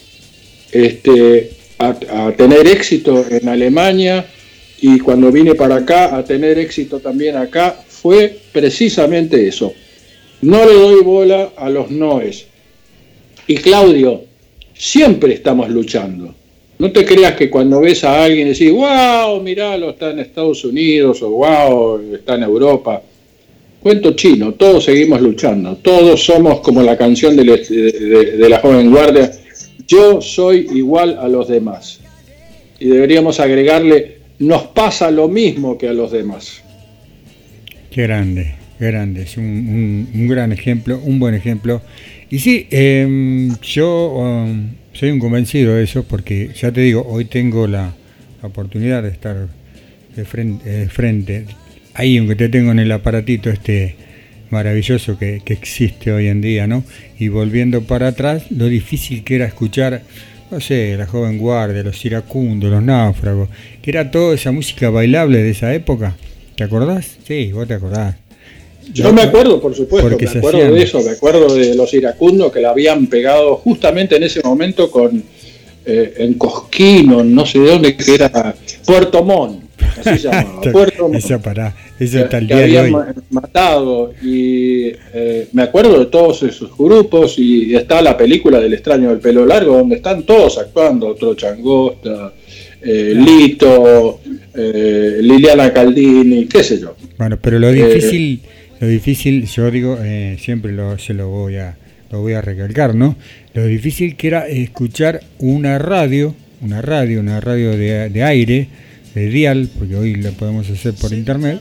Speaker 8: este... A, a tener éxito en Alemania, y cuando vine para acá a tener éxito también acá, fue precisamente eso. No le doy bola a los noes. Y Claudio, siempre estamos luchando. No te creas que cuando ves a alguien decís, wow, miralo, está en Estados Unidos, o wow, está en Europa. Cuento chino, todos seguimos luchando, todos somos como la canción de, de, de, de la Joven Guardia, yo soy igual a los demás. Y deberíamos agregarle, nos pasa lo mismo que a los demás.
Speaker 3: Qué grande, qué grande, es un, un, un gran ejemplo, un buen ejemplo. Y sí, eh, yo um, soy un convencido de eso, porque ya te digo, hoy tengo la, la oportunidad de estar de frente, de frente, ahí aunque te tengo en el aparatito este maravilloso que, que existe hoy en día, ¿no? Y volviendo para atrás, lo difícil que era escuchar no sé, La Joven Guardia, Los Iracundos, Los Náufragos, que era toda esa música bailable de esa época. ¿Te acordás? Sí, vos te acordás.
Speaker 8: Yo me acuerdo, por supuesto,
Speaker 3: Porque
Speaker 8: me
Speaker 3: se
Speaker 8: acuerdo
Speaker 3: hacían-
Speaker 8: de eso, me acuerdo de Los Iracundos que la habían pegado justamente en ese momento con eh, en Cosquino, no sé de dónde, que era Puerto Montt, así se llamaba, Puerto Montt.
Speaker 3: Esa pará, eso
Speaker 8: que,
Speaker 3: hasta el
Speaker 8: que
Speaker 3: día de
Speaker 8: habían
Speaker 3: hoy.
Speaker 8: ma- matado y eh, me acuerdo de todos esos grupos y está la película del extraño del pelo largo donde están todos actuando, Trocha Angosta, eh, Lito, eh, Liliana Caldini, qué sé yo.
Speaker 3: Bueno, pero lo
Speaker 8: Eh,
Speaker 3: difícil, lo difícil, yo digo, eh, siempre lo, se lo voy a, lo voy a recalcar, ¿no? Lo difícil que era escuchar una radio, una radio, una radio de, de aire, de dial, porque hoy lo podemos hacer por internet,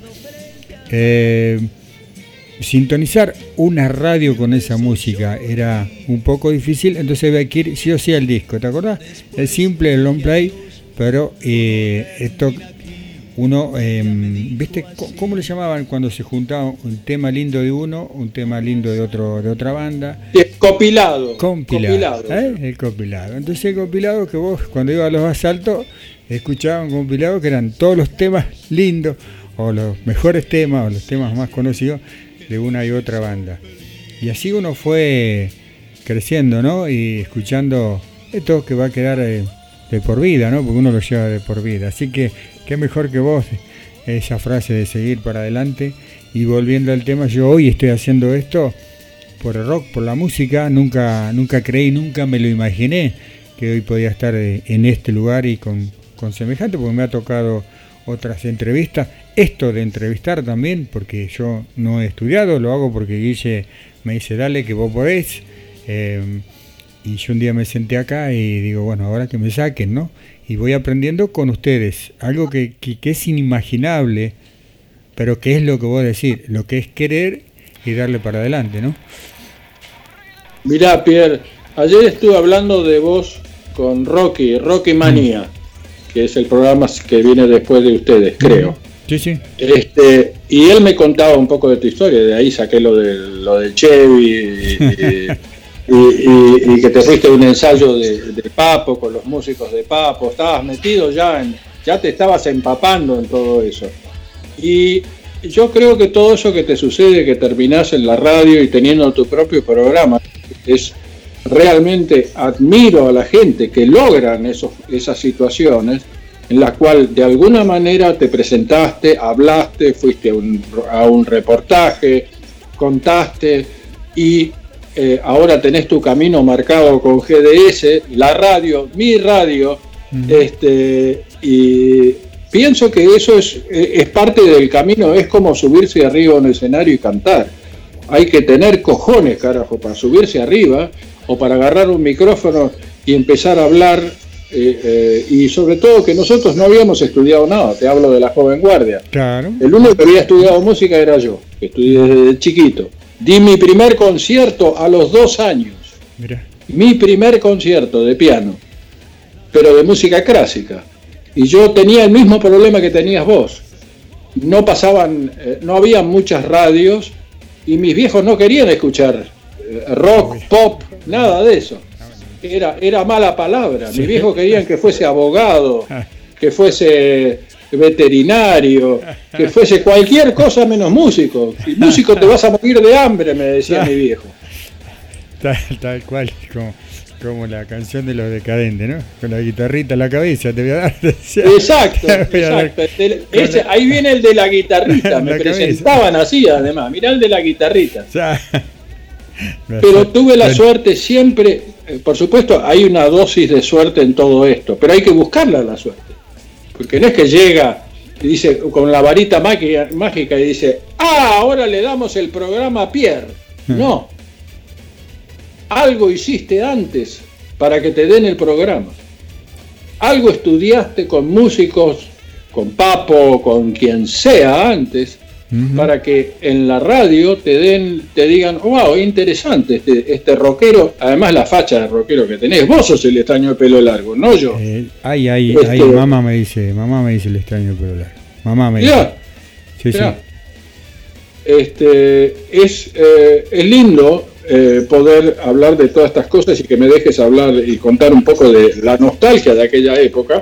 Speaker 3: eh, sintonizar una radio con esa música era un poco difícil, entonces había que ir sí o sí al disco, ¿te acordás? Es simple, el long play, pero eh, esto uno, eh, ¿viste co- cómo le llamaban cuando se juntaba un tema lindo de uno, un tema lindo de otro, de otra banda?
Speaker 8: Sí, Copilado.
Speaker 3: Compilado,
Speaker 8: Copilado.
Speaker 3: ¿eh? El compilado. Entonces el compilado que vos cuando ibas a los asaltos escuchabas un compilado que eran todos los temas lindos o los mejores temas o los temas más conocidos de una y otra banda. Y así uno fue creciendo, ¿no? Y escuchando esto que va a quedar eh, de por vida, ¿no? Porque uno lo lleva de por vida. Así que qué mejor que vos esa frase de seguir para adelante. Y volviendo al tema, yo hoy estoy haciendo esto por el rock, por la música. Nunca, nunca creí, nunca me lo imaginé que hoy podía estar eh, en este lugar y con, con semejante, porque me ha tocado otras entrevistas. Esto de entrevistar también, porque yo no he estudiado, lo hago porque Guille me dice, dale que vos podés. Eh, y yo un día me senté acá y digo, bueno, ahora que me saquen, ¿no? Y voy aprendiendo con ustedes, algo que, que, que es inimaginable, pero que es lo que vos decís, lo que es querer y darle para adelante, ¿no?
Speaker 8: Mirá, Pierre, ayer estuve hablando de vos con Rocky, Rocky Manía, que es el programa que viene después de ustedes, creo.
Speaker 3: Sí, sí.
Speaker 8: Este, y él me contaba un poco de tu historia, de ahí saqué lo del, lo del Chevy y, y, y- y que te fuiste a un ensayo de, de Papo con los músicos de Papo, estabas metido ya en, ya te estabas empapando en todo eso. Y yo creo que todo eso que te sucede, que terminás en la radio y teniendo tu propio programa, es realmente admiro a la gente que logran esos, esas situaciones en la cual de alguna manera te presentaste, hablaste, fuiste a un, a un reportaje, contaste y eh, ahora tenés tu camino marcado con G D S, la radio, mi radio,
Speaker 3: Ujú.
Speaker 8: este, y pienso que eso es, es parte del camino, es como subirse arriba a un escenario y cantar. Hay que tener cojones, carajo, para subirse arriba o para agarrar un micrófono y empezar a hablar. Eh, eh, y sobre todo que nosotros no habíamos estudiado nada, te hablo de La Joven Guardia.
Speaker 3: Claro.
Speaker 8: El único que había estudiado música era yo, que estudié desde chiquito. Di mi primer concierto a los dos años,
Speaker 3: Mirá.
Speaker 8: mi primer concierto de piano, pero de música clásica. Y yo tenía el mismo problema que tenías vos. No pasaban, eh, no había muchas radios y mis viejos no querían escuchar eh, rock, pop, nada de eso. Era, era mala palabra. Mis viejos querían que fuese abogado, que fuese veterinario, que fuese cualquier cosa menos músico. Si músico te vas a morir de hambre, me decía mi viejo.
Speaker 3: Tal, tal cual, como, como la canción de los decadentes, ¿no? Con la guitarrita en la cabeza te voy a dar. decía.
Speaker 8: Exacto,
Speaker 3: Te voy a dar-
Speaker 8: exacto. El- ese- ahí viene el de la guitarrita. Me
Speaker 3: La cabeza.
Speaker 8: presentaban así, además. Mirá el de la guitarrita.
Speaker 3: Ya.
Speaker 8: Pero tuve la
Speaker 3: Bueno,
Speaker 8: suerte siempre, eh, por supuesto hay una dosis de suerte en todo esto, pero hay que buscarla la suerte. Porque no es que llega y dice con la varita mágica, mágica y dice, ah, ahora le damos el programa a Pierre. No. Algo hiciste antes para que te den el programa. Algo estudiaste con músicos, con Papo, con quien sea antes,
Speaker 3: ujú.
Speaker 8: para que en la radio te den, te digan, wow, interesante este, este rockero, además la facha de rockero que tenés, vos sos el extraño de pelo largo, no yo.
Speaker 3: Eh, ay, ay,
Speaker 8: Este-
Speaker 3: ay, mamá me dice, mamá me dice el extraño pero largo. Mamá me dice.
Speaker 8: Mirá,
Speaker 3: Sí, sí.
Speaker 8: mirá. Este, es, eh, es lindo eh, poder hablar de todas estas cosas y que me dejes hablar y contar un poco de la nostalgia de aquella época.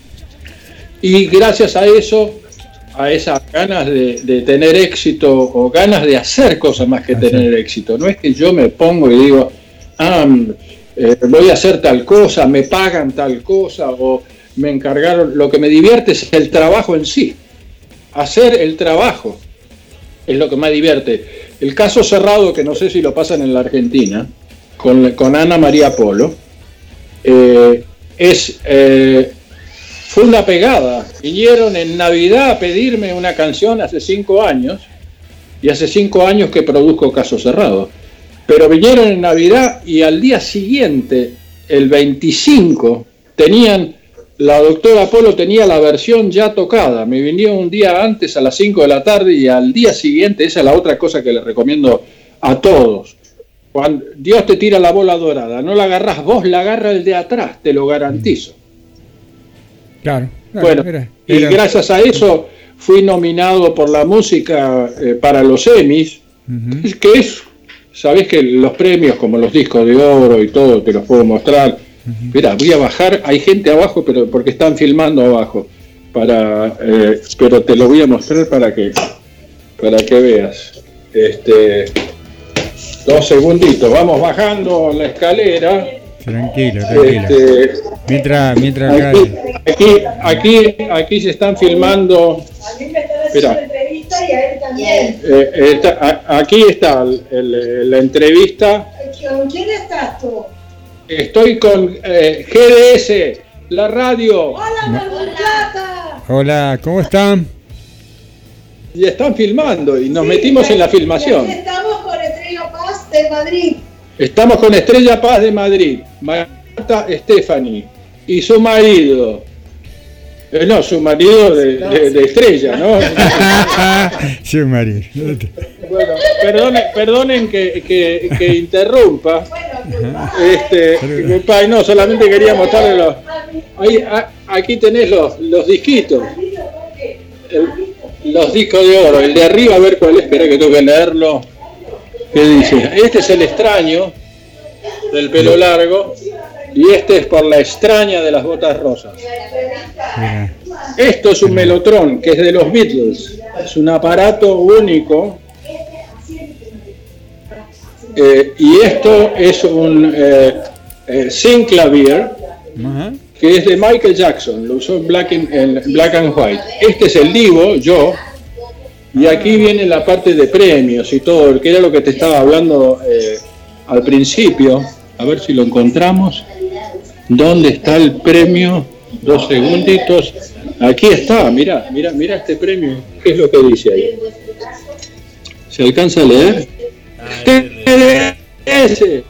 Speaker 8: Y gracias a eso, a esas ganas de, de tener éxito o ganas de hacer cosas más que tener éxito. No es que yo me pongo y digo, ah, eh, voy a hacer tal cosa, me pagan tal cosa o me encargaron. Lo que me divierte es el trabajo en sí. Hacer el trabajo es lo que más divierte. El caso cerrado, que no sé si lo pasan en la Argentina, con, con Ana María Polo, eh, es... Eh, Fue una pegada. Vinieron en Navidad a pedirme una canción hace cinco años, y hace cinco años que produzco Caso Cerrado. Pero vinieron en Navidad y al día siguiente, el veinticinco, tenían, la doctora Polo tenía la versión ya tocada. Me vinieron un día antes a las cinco de la tarde y al día siguiente, esa es la otra cosa que les recomiendo a todos. Cuando Dios te tira la bola dorada, no la agarrás vos, la agarra el de atrás, te lo garantizo.
Speaker 3: Claro, claro.
Speaker 8: Bueno,
Speaker 3: era,
Speaker 8: y
Speaker 3: era...
Speaker 8: gracias a eso fui nominado por la música eh, para los Emmys, uh-huh. que es, sabés que los premios como los discos de oro y todo, te los puedo mostrar. Uh-huh. Mira, voy a bajar, hay gente abajo, pero porque están filmando abajo, para, eh, pero te lo voy a mostrar para que, para que veas. Este, dos segunditos, vamos bajando la escalera.
Speaker 3: Tranquilo, tranquilo. Este, mientras, mientras
Speaker 8: aquí, aquí, aquí, aquí se están filmando.
Speaker 9: A mí me están haciendo una entrevista y a él también.
Speaker 8: Eh, está, a, aquí está el, el, la entrevista.
Speaker 9: ¿Con quién estás tú?
Speaker 8: Estoy con eh, G D S, la radio.
Speaker 9: Hola, Mar del Plata.
Speaker 3: Hola, ¿cómo están?
Speaker 8: Y están filmando y nos sí, metimos en la filmación.
Speaker 9: Y estamos con Estrella Paz de Madrid.
Speaker 8: Estamos con Estrella Paz de Madrid, Marta Stephanie y su marido. Eh, no, su marido de, de, de Estrella, ¿no?
Speaker 3: Su marido.
Speaker 8: Bueno, perdonen, perdonen que, que, que interrumpa. Este, Pero... no, solamente quería mostrarle los. Ahí, a, aquí tenés los, los disquitos. El, los discos de oro. El de arriba, a ver cuál es, espera que tengo que leerlo. ¿Qué dice? Este es el extraño del pelo largo y este es por la extraña de las botas rosas. Esto es un Mellotron, que es de los Beatles. Es un aparato único. Eh, y esto es un eh, eh, Synclavier, que es de Michael Jackson. Lo usó en Black, in, en Black and White. Este es el Divo, yo. Y aquí viene la parte de premios y todo, que era lo que te estaba hablando eh, al principio. A ver si lo encontramos. ¿Dónde está el premio? Dos segunditos. Aquí está, mira, mira, mira este premio. ¿Qué es lo que dice ahí? ¿Se alcanza a leer? G D S.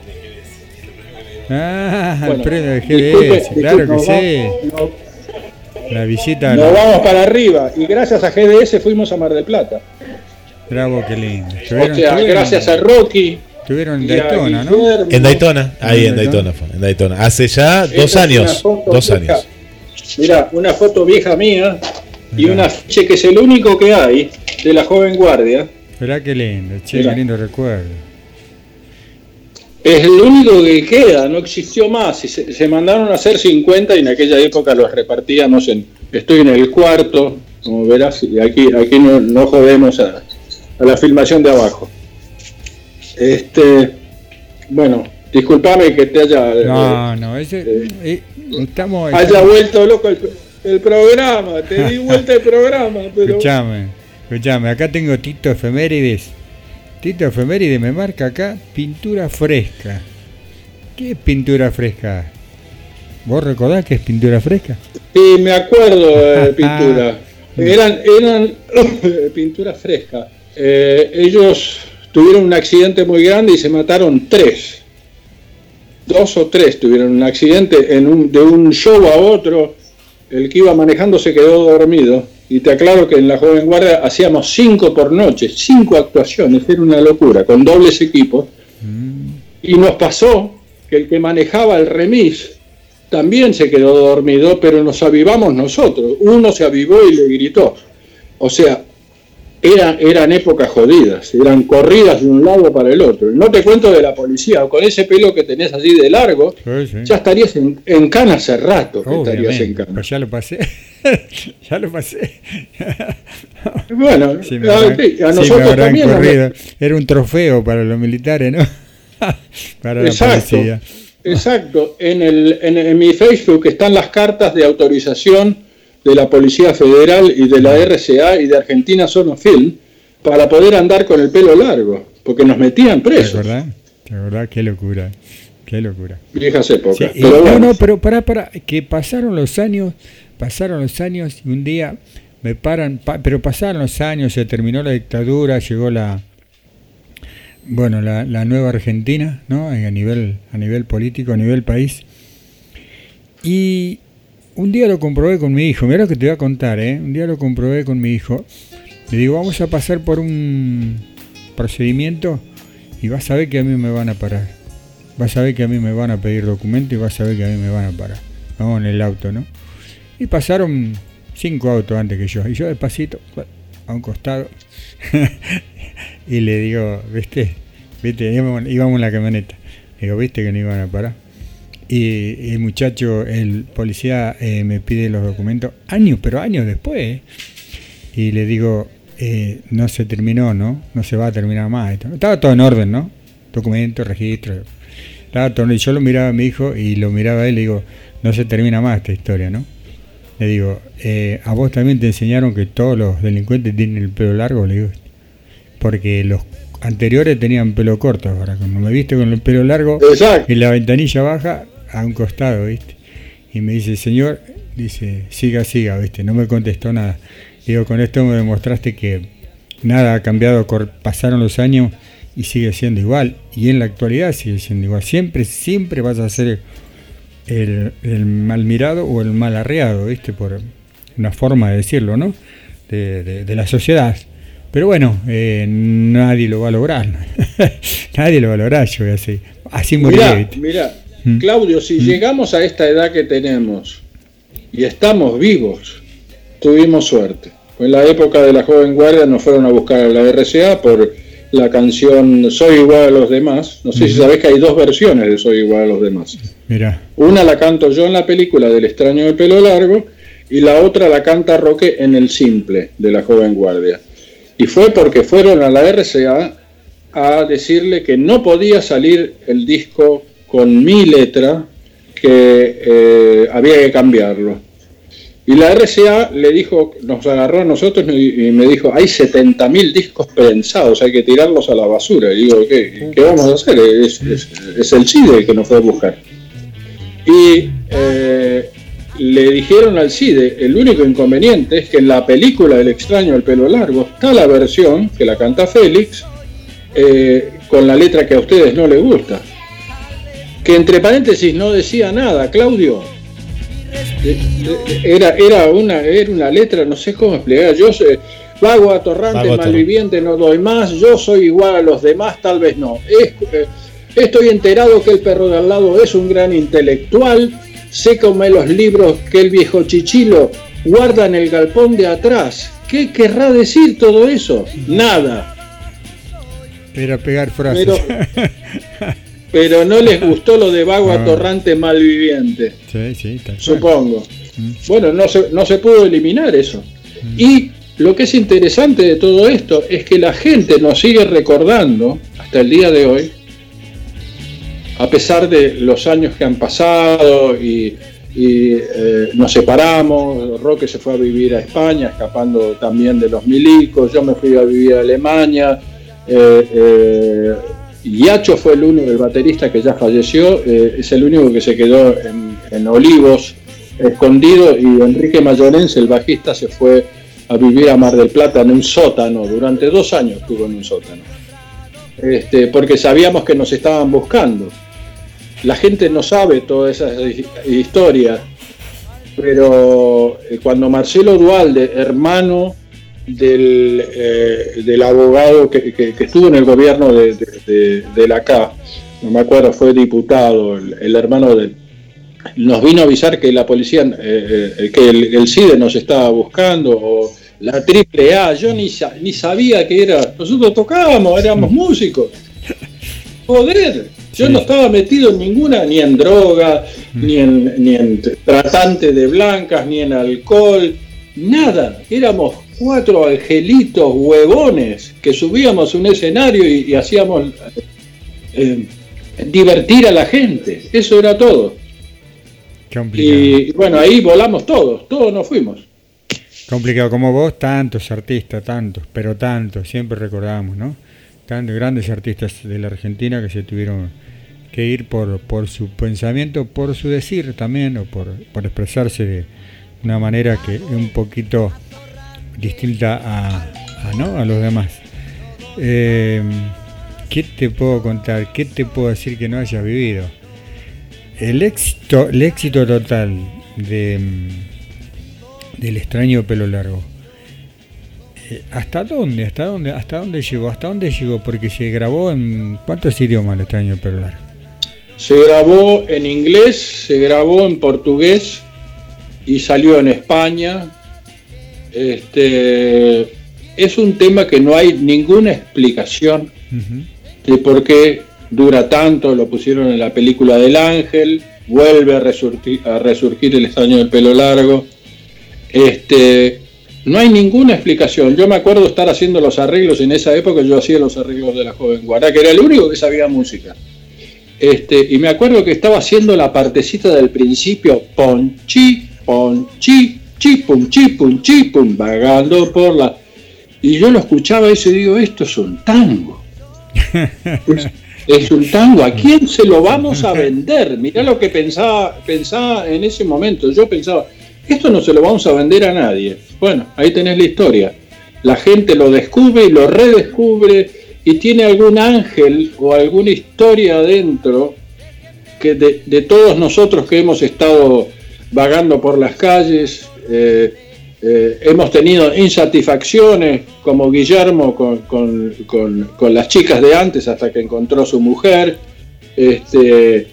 Speaker 3: Ah,
Speaker 8: bueno,
Speaker 3: el premio de G D S,
Speaker 8: disculpe,
Speaker 3: claro
Speaker 8: disculpe,
Speaker 3: que sí.
Speaker 8: No, no,
Speaker 3: La visita.
Speaker 8: Nos vamos para arriba y gracias a G D S fuimos a Mar del Plata.
Speaker 3: Bravo, qué lindo.
Speaker 8: O sea, gracias a Rocky.
Speaker 3: Estuvieron en Daytona, ¿no?
Speaker 2: En Daytona, ahí en Daytona fue, en Daytona. Hace ya dos
Speaker 8: Esta
Speaker 2: años, dos
Speaker 8: vieja.
Speaker 2: años.
Speaker 8: Mira, una foto vieja mía y un afiche que es el único que hay de la joven guardia.
Speaker 3: Mirá qué lindo, che,
Speaker 8: Mirá.
Speaker 3: qué lindo recuerdo.
Speaker 8: Es el único que queda, no existió más. Y se, se mandaron a hacer cincuenta y en aquella época los repartíamos en. Estoy en el cuarto, como verás, y aquí, aquí no, no jodemos a, a la filmación de abajo. Este, bueno, discúlpame que te haya.
Speaker 3: No,
Speaker 8: eh,
Speaker 3: no, ese,
Speaker 8: eh,
Speaker 3: eh, estamos.
Speaker 8: haya
Speaker 3: estamos...
Speaker 8: vuelto loco el, el programa, te di vuelta el programa, pero.
Speaker 3: Escuchame, escuchame, acá tengo Tito Efemérides. Tito Efemérides me marca acá pintura fresca. ¿Qué es pintura fresca? ¿Vos recordás que es pintura fresca?
Speaker 8: Sí, me acuerdo de pintura. Eran, eran pintura fresca. Eh, ellos tuvieron un accidente muy grande y se mataron tres. Dos o tres tuvieron un accidente en un, de un show a otro. El que iba manejando se quedó dormido. Y te aclaro que en la Joven Guardia hacíamos cinco por noche, cinco actuaciones, era una locura, con dobles equipos. Mm. Y nos pasó que el que manejaba el remis también se quedó dormido, pero nos avivamos nosotros. Uno se avivó y le gritó. O sea, Era, eran épocas jodidas, eran corridas de un lado para el otro. No te cuento de la policía, con ese pelo que tenés así de largo, sí, sí. ya estarías en, en cana hace rato. Que estarías en cana.
Speaker 3: Pues ya lo pasé, ya lo pasé.
Speaker 8: Bueno,
Speaker 3: sí, me habrán,
Speaker 8: a, a nosotros
Speaker 3: sí,
Speaker 8: también.
Speaker 3: Corrido. Era un trofeo para los militares, ¿no? Para la
Speaker 8: exacto,
Speaker 3: policía.
Speaker 8: Exacto. En, el, en, en mi Facebook están las cartas de autorización de la Policía Federal y de la R C A y de Argentina Sonofilm para poder andar con el pelo largo, porque nos metían presos.
Speaker 3: ¿De verdad? ¿De verdad? Qué locura, qué locura.
Speaker 8: Viejas épocas.
Speaker 3: Sí, pero bueno. No, no, pero para, para, que pasaron los años, pasaron los años y un día me paran, pa, pero pasaron los años, se terminó la dictadura, llegó la, bueno, la, la nueva Argentina, ¿no? A nivel, a nivel político, a nivel país. Y un día lo comprobé con mi hijo, mirá lo que te voy a contar, ¿eh? Un día lo comprobé con mi hijo. Le digo, vamos a pasar por un procedimiento y vas a ver que a mí me van a parar. Vas a ver que a mí me van a pedir documento y vas a ver que a mí me van a parar. Vamos en el auto, ¿no? Y pasaron cinco autos antes que yo. Y yo despacito, a un costado. Y le digo, ¿viste? ¿Viste? Íbamos, íbamos en la camioneta. Le digo, ¿viste que no iban a parar? Y el muchacho, el policía, eh, me pide los documentos años, pero años después. ¿eh? Y le digo, eh, no se terminó, ¿no? No se va a terminar más esto. Estaba todo en orden, ¿no? Documentos, registro. Estaba todo en orden. Yo lo miraba a mi hijo y lo miraba a él y le digo, no se termina más esta historia, ¿no? Le digo, eh, ¿a vos también te enseñaron que todos los delincuentes tienen el pelo largo? Le digo, porque los anteriores tenían pelo corto. Ahora, cuando me viste con el pelo largo
Speaker 8: Exacto.
Speaker 3: y la ventanilla baja, a un costado, ¿viste? Y me dice, señor, dice, siga, siga, ¿viste? No me contestó nada. Digo, con esto me demostraste que nada ha cambiado, pasaron los años y sigue siendo igual. Y en la actualidad sigue siendo igual. Siempre, siempre vas a ser el, el mal mirado o el mal arreado, ¿viste? Por una forma de decirlo, ¿no? De, de, de la sociedad. Pero bueno, eh, nadie lo va a lograr. Nadie lo va a lograr, yo voy a decir. Así moriré, ¿viste?
Speaker 8: Mirá. Claudio, si mm. llegamos a esta edad que tenemos y estamos vivos, tuvimos suerte. En la época de la joven guardia nos fueron a buscar a la R C A por la canción Soy igual a los demás. No sé mm. si sabés que hay dos versiones de Soy igual a los demás.
Speaker 3: Mirá.
Speaker 8: Una la canto yo en la película del extraño de pelo largo y la otra la canta Roque en el simple de la joven guardia. Y fue porque fueron a la R C A a decirle que no podía salir el disco con mi letra, que eh, había que cambiarlo. Y la R C A le dijo, nos agarró a nosotros y, y me dijo, hay setenta mil discos prensados, hay que tirarlos a la basura. Y digo, ¿qué, ¿qué vamos a hacer? Es, es, es el C I D E que nos fue a buscar. Y eh, le dijeron al C I D E, el único inconveniente es que en la película El extraño del pelo largo está la versión que la canta Félix, eh, con la letra que a ustedes no les gusta. Que entre paréntesis no decía nada, Claudio. Era, era, una, era una letra, no sé cómo explicar. Yo soy vago, atorrante, vago, malviviente, no doy más. Yo soy igual a los demás, tal vez no. Es, eh, estoy enterado que el perro de al lado es un gran intelectual. Sé come los libros que el viejo chichilo guarda en el galpón de atrás. ¿Qué querrá decir todo eso? Nada.
Speaker 3: Era pegar frases.
Speaker 8: Pero, pero no les gustó lo de vago,
Speaker 3: no.
Speaker 8: atorrante, malviviente.
Speaker 3: Sí, sí, tal
Speaker 8: supongo.
Speaker 3: Mm.
Speaker 8: Bueno, no se, no se pudo eliminar eso. Mm. Y lo que es interesante de todo esto es que la gente nos sigue recordando hasta el día de hoy, a pesar de los años que han pasado y, y eh, nos separamos. Roque se fue a vivir a España, escapando también de los milicos. Yo me fui a vivir a Alemania. Eh, eh, Yacho fue el único, el baterista que ya falleció, eh, es el único que se quedó en, en Olivos, escondido, y Enrique Mayorense, el bajista, se fue a vivir a Mar del Plata en un sótano. Durante dos años estuvo en un sótano, este, porque sabíamos que nos estaban buscando. La gente no sabe todas esas historias, pero cuando Marcelo Duhalde, hermano del, eh, del abogado que, que, que estuvo en el gobierno de, de, de, de la C A, no me acuerdo, fue diputado, el, el hermano de, nos vino a avisar que la policía, eh, eh, que el, el C I D E nos estaba buscando, o la triple A, yo ni, ni sabía que era. Nosotros tocábamos, éramos músicos. Joder, yo sí. no estaba metido en ninguna, ni en droga, mm. ni en, ni en tratante de blancas, ni en alcohol, nada. Éramos cuatro angelitos huevones que subíamos a un escenario y, y hacíamos eh, divertir a la gente. Eso era todo. Y bueno, ahí volamos todos, todos nos fuimos.
Speaker 3: Complicado, como vos, tantos artistas, tantos, pero tantos, siempre recordamos, ¿no? Tantos grandes artistas de la Argentina que se tuvieron que ir por, por su pensamiento, por su decir también, o por, por expresarse de una manera que es un poquito distinta a, a, ¿no? a los demás. Eh, ¿Qué te puedo contar? ¿Qué te puedo decir que no hayas vivido? El éxito, el éxito total de del extraño pelo largo. ¿Hasta dónde? ¿Hasta dónde? ¿Hasta dónde llegó? ¿Hasta dónde llegó? Porque se grabó en ¿cuántos idiomas el extraño pelo largo?
Speaker 8: Se grabó en inglés, se grabó en portugués y salió en España. Este es un tema que no hay ninguna explicación uh-huh. de por qué dura tanto. Lo pusieron en la película del Ángel, vuelve a resurgir, a resurgir el extraño del pelo largo. Este, no hay ninguna explicación. Yo me acuerdo estar haciendo los arreglos en esa época. Yo hacía los arreglos de La Joven Guará, que era el único que sabía música. Este, y me acuerdo que estaba haciendo la partecita del principio, pon chi, pon chi, chi pum chi pum chi pum, vagando por la. Y yo lo escuchaba eso y digo, esto es un tango. es, es un tango. ¿A quién se lo vamos a vender? Mirá lo que pensaba, pensaba en ese momento. Yo pensaba, esto no se lo vamos a vender a nadie. Bueno, ahí tenés la historia. La gente lo descubre y lo redescubre y tiene algún ángel o alguna historia adentro que de, de todos nosotros que hemos estado vagando por las calles, eh, eh, hemos tenido insatisfacciones como Guillermo con, con, con, con las chicas de antes hasta que encontró su mujer. Este,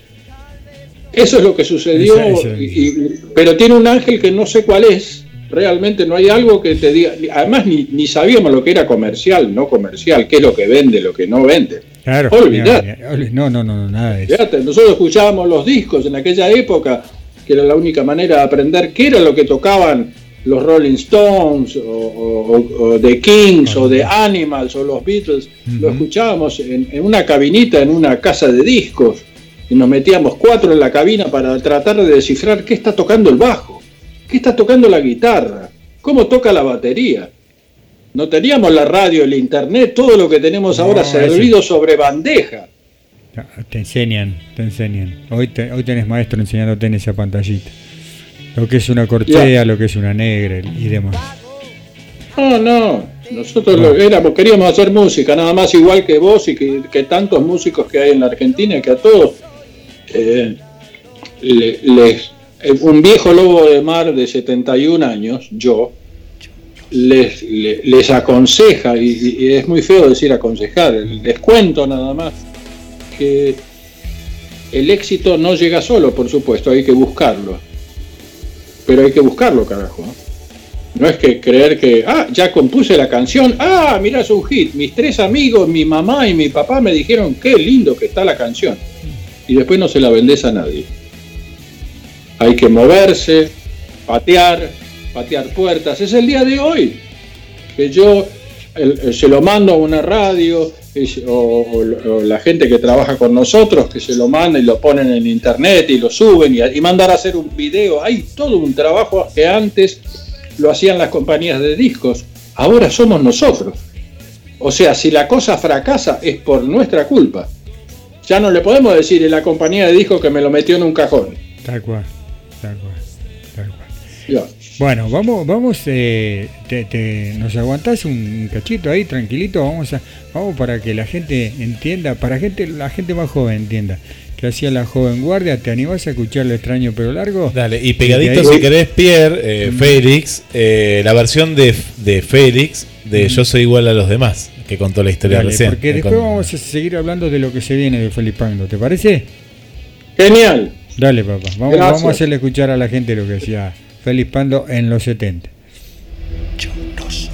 Speaker 8: Eso es lo que sucedió, y, y, pero tiene un ángel que no sé cuál es, realmente no hay algo que te diga, además ni, ni sabíamos lo que era comercial, no comercial, qué es lo que vende, lo que no vende.
Speaker 3: Claro,
Speaker 8: olvidate.
Speaker 3: No, no, no, nada de eso.
Speaker 8: Olvidate. Nosotros escuchábamos los discos en aquella época, que era la única manera de aprender qué era lo que tocaban los Rolling Stones, o, o, o The Kings, oh, o The Animals, o los Beatles, uh-huh. Lo escuchábamos en, en una cabinita, en una casa de discos, y nos metíamos cuatro en la cabina para tratar de descifrar qué está tocando el bajo, qué está tocando la guitarra, cómo toca la batería. No teníamos la radio, el internet, todo lo que tenemos no, ahora servido eso. Sobre bandeja.
Speaker 3: Te enseñan, te enseñan. Hoy, te, hoy tenés maestro enseñándote en esa pantallita. Lo que es una corchea, yeah. Lo que es una negra y demás.
Speaker 8: No, no. Nosotros no. Lo éramos, queríamos hacer música, nada más igual que vos y que, que tantos músicos que hay en la Argentina, que a todos eh, le, les, un viejo lobo de mar de setenta y un años, yo, les, les, les aconseja, y, y es muy feo decir aconsejar, les cuento nada más, que el éxito no llega solo, por supuesto, hay que buscarlo. Pero hay que buscarlo, carajo, ¿no? No es que creer que, ah, ya compuse la canción, ah, mira, es un hit. Mis tres amigos, mi mamá y mi papá me dijeron qué lindo que está la canción. Y después no se la vendés a nadie. Hay que moverse, patear, patear puertas. Es el día de hoy que yo el, el, se lo mando a una radio es, o, o, o la gente que trabaja con nosotros que se lo manda y lo ponen en internet y lo suben y, y mandar a hacer un video. Hay todo un trabajo que antes lo hacían las compañías de discos, ahora somos nosotros. O sea, si la cosa fracasa es por nuestra culpa. Ya no le podemos decir a la compañía de discos que me lo metió en un cajón.
Speaker 3: Tal cual, tal cual, tal cual. Ya. Bueno, vamos, vamos, eh, te, te, nos aguantás un cachito ahí, tranquilito, vamos a, vamos para que la gente entienda, para gente, la gente más joven entienda. Que hacía La Joven Guardia, ¿te animás a escuchar El Extraño Pelo Largo?
Speaker 2: Dale, y pegadito ahí, si querés, Pierre, eh, mm. Félix, eh, la versión de, de Félix, de mm. Yo Soy Igual a los Demás, que contó la historia
Speaker 3: Dale,
Speaker 2: recién.
Speaker 3: Porque después con... vamos a seguir hablando de lo que se viene de Félix Pando, ¿te parece?
Speaker 8: Genial.
Speaker 3: Dale, papá, vamos, vamos a hacerle escuchar a la gente lo que hacía Félix Pando en los setenta.
Speaker 5: Yo no soy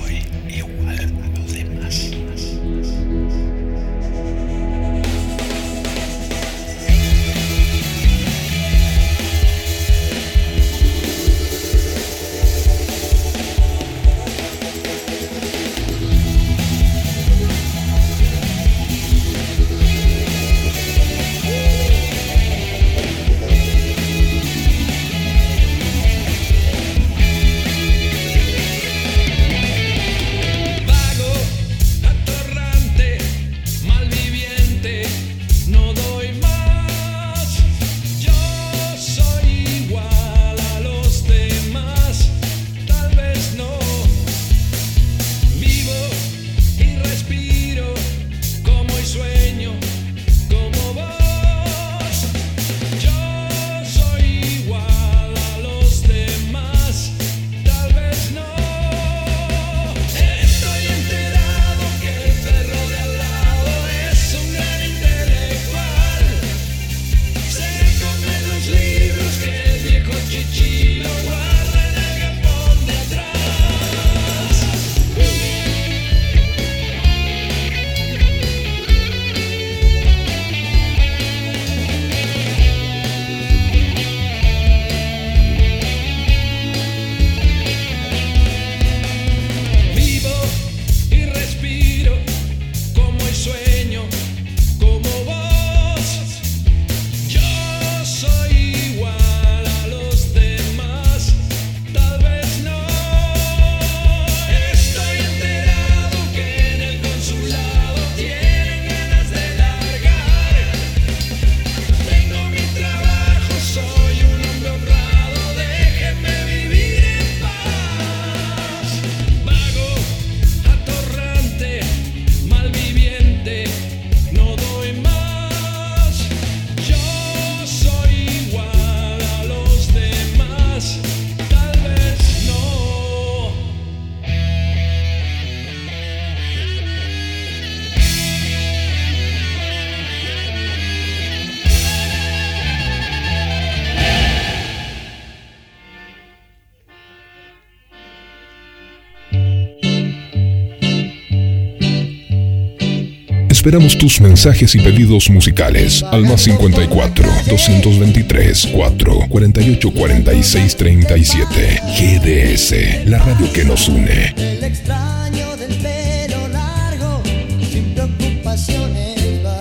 Speaker 5: Esperamos tus mensajes y pedidos musicales al más cincuenta y cuatro, doscientos veintitrés, cuatro, cuarenta y ocho, cuarenta y seis, treinta y siete. G D S, la radio que nos une.
Speaker 1: El extraño del pelo largo, sin preocupaciones va.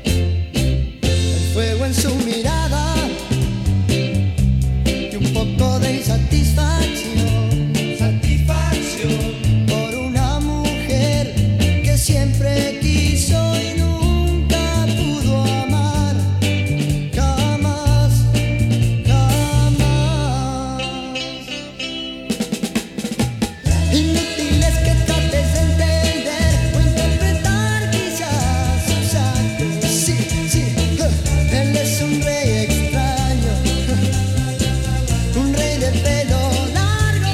Speaker 1: El fuego en su mirada y un poco de insatisfacción. Satisfacción por una mujer que siempre quiso y nunca pudo amar. Jamás, jamás. Inútil es que trates de entender o interpretar quizás sus actos. Sí, sí, él es un rey extraño, un rey de pelo largo.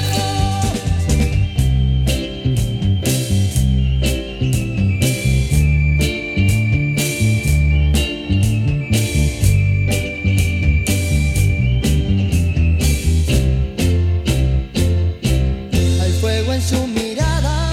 Speaker 1: Hay fuego en su mirada,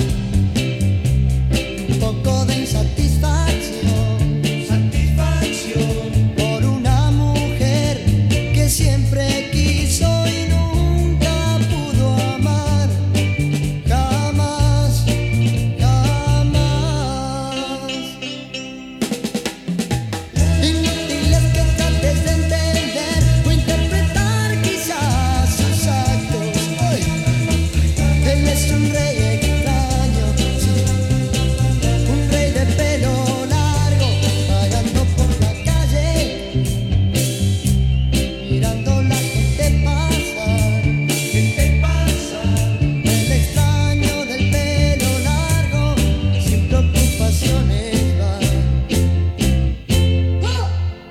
Speaker 1: un poco de insatisfacción, satisfacción por una mujer que siempre quiso y nunca pudo amar. Jamás, jamás. Inútil es que trates de entender o interpretar quizás sus actos. Hoy él es un rey extraño, sí, un rey de pelo largo, vagando por la calle, mirando la gente pasar, gente pasar. El extraño del pelo largo, sin preocupaciones va. ¡Oh!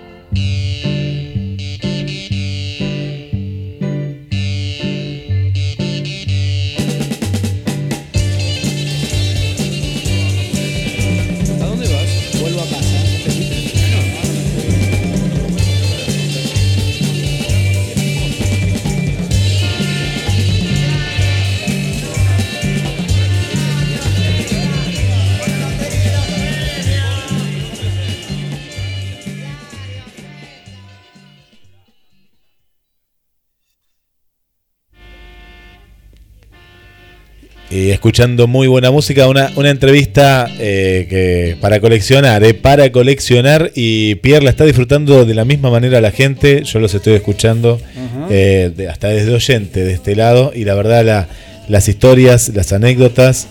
Speaker 10: ¿A dónde vas? Vuelvo a casa.
Speaker 2: Y escuchando muy buena música, una, una entrevista eh, que para coleccionar, eh, para coleccionar, y Pierre la está disfrutando de la misma manera la gente. Yo los estoy escuchando eh, de- hasta desde oyente de este lado, y la verdad la, las historias, las anécdotas,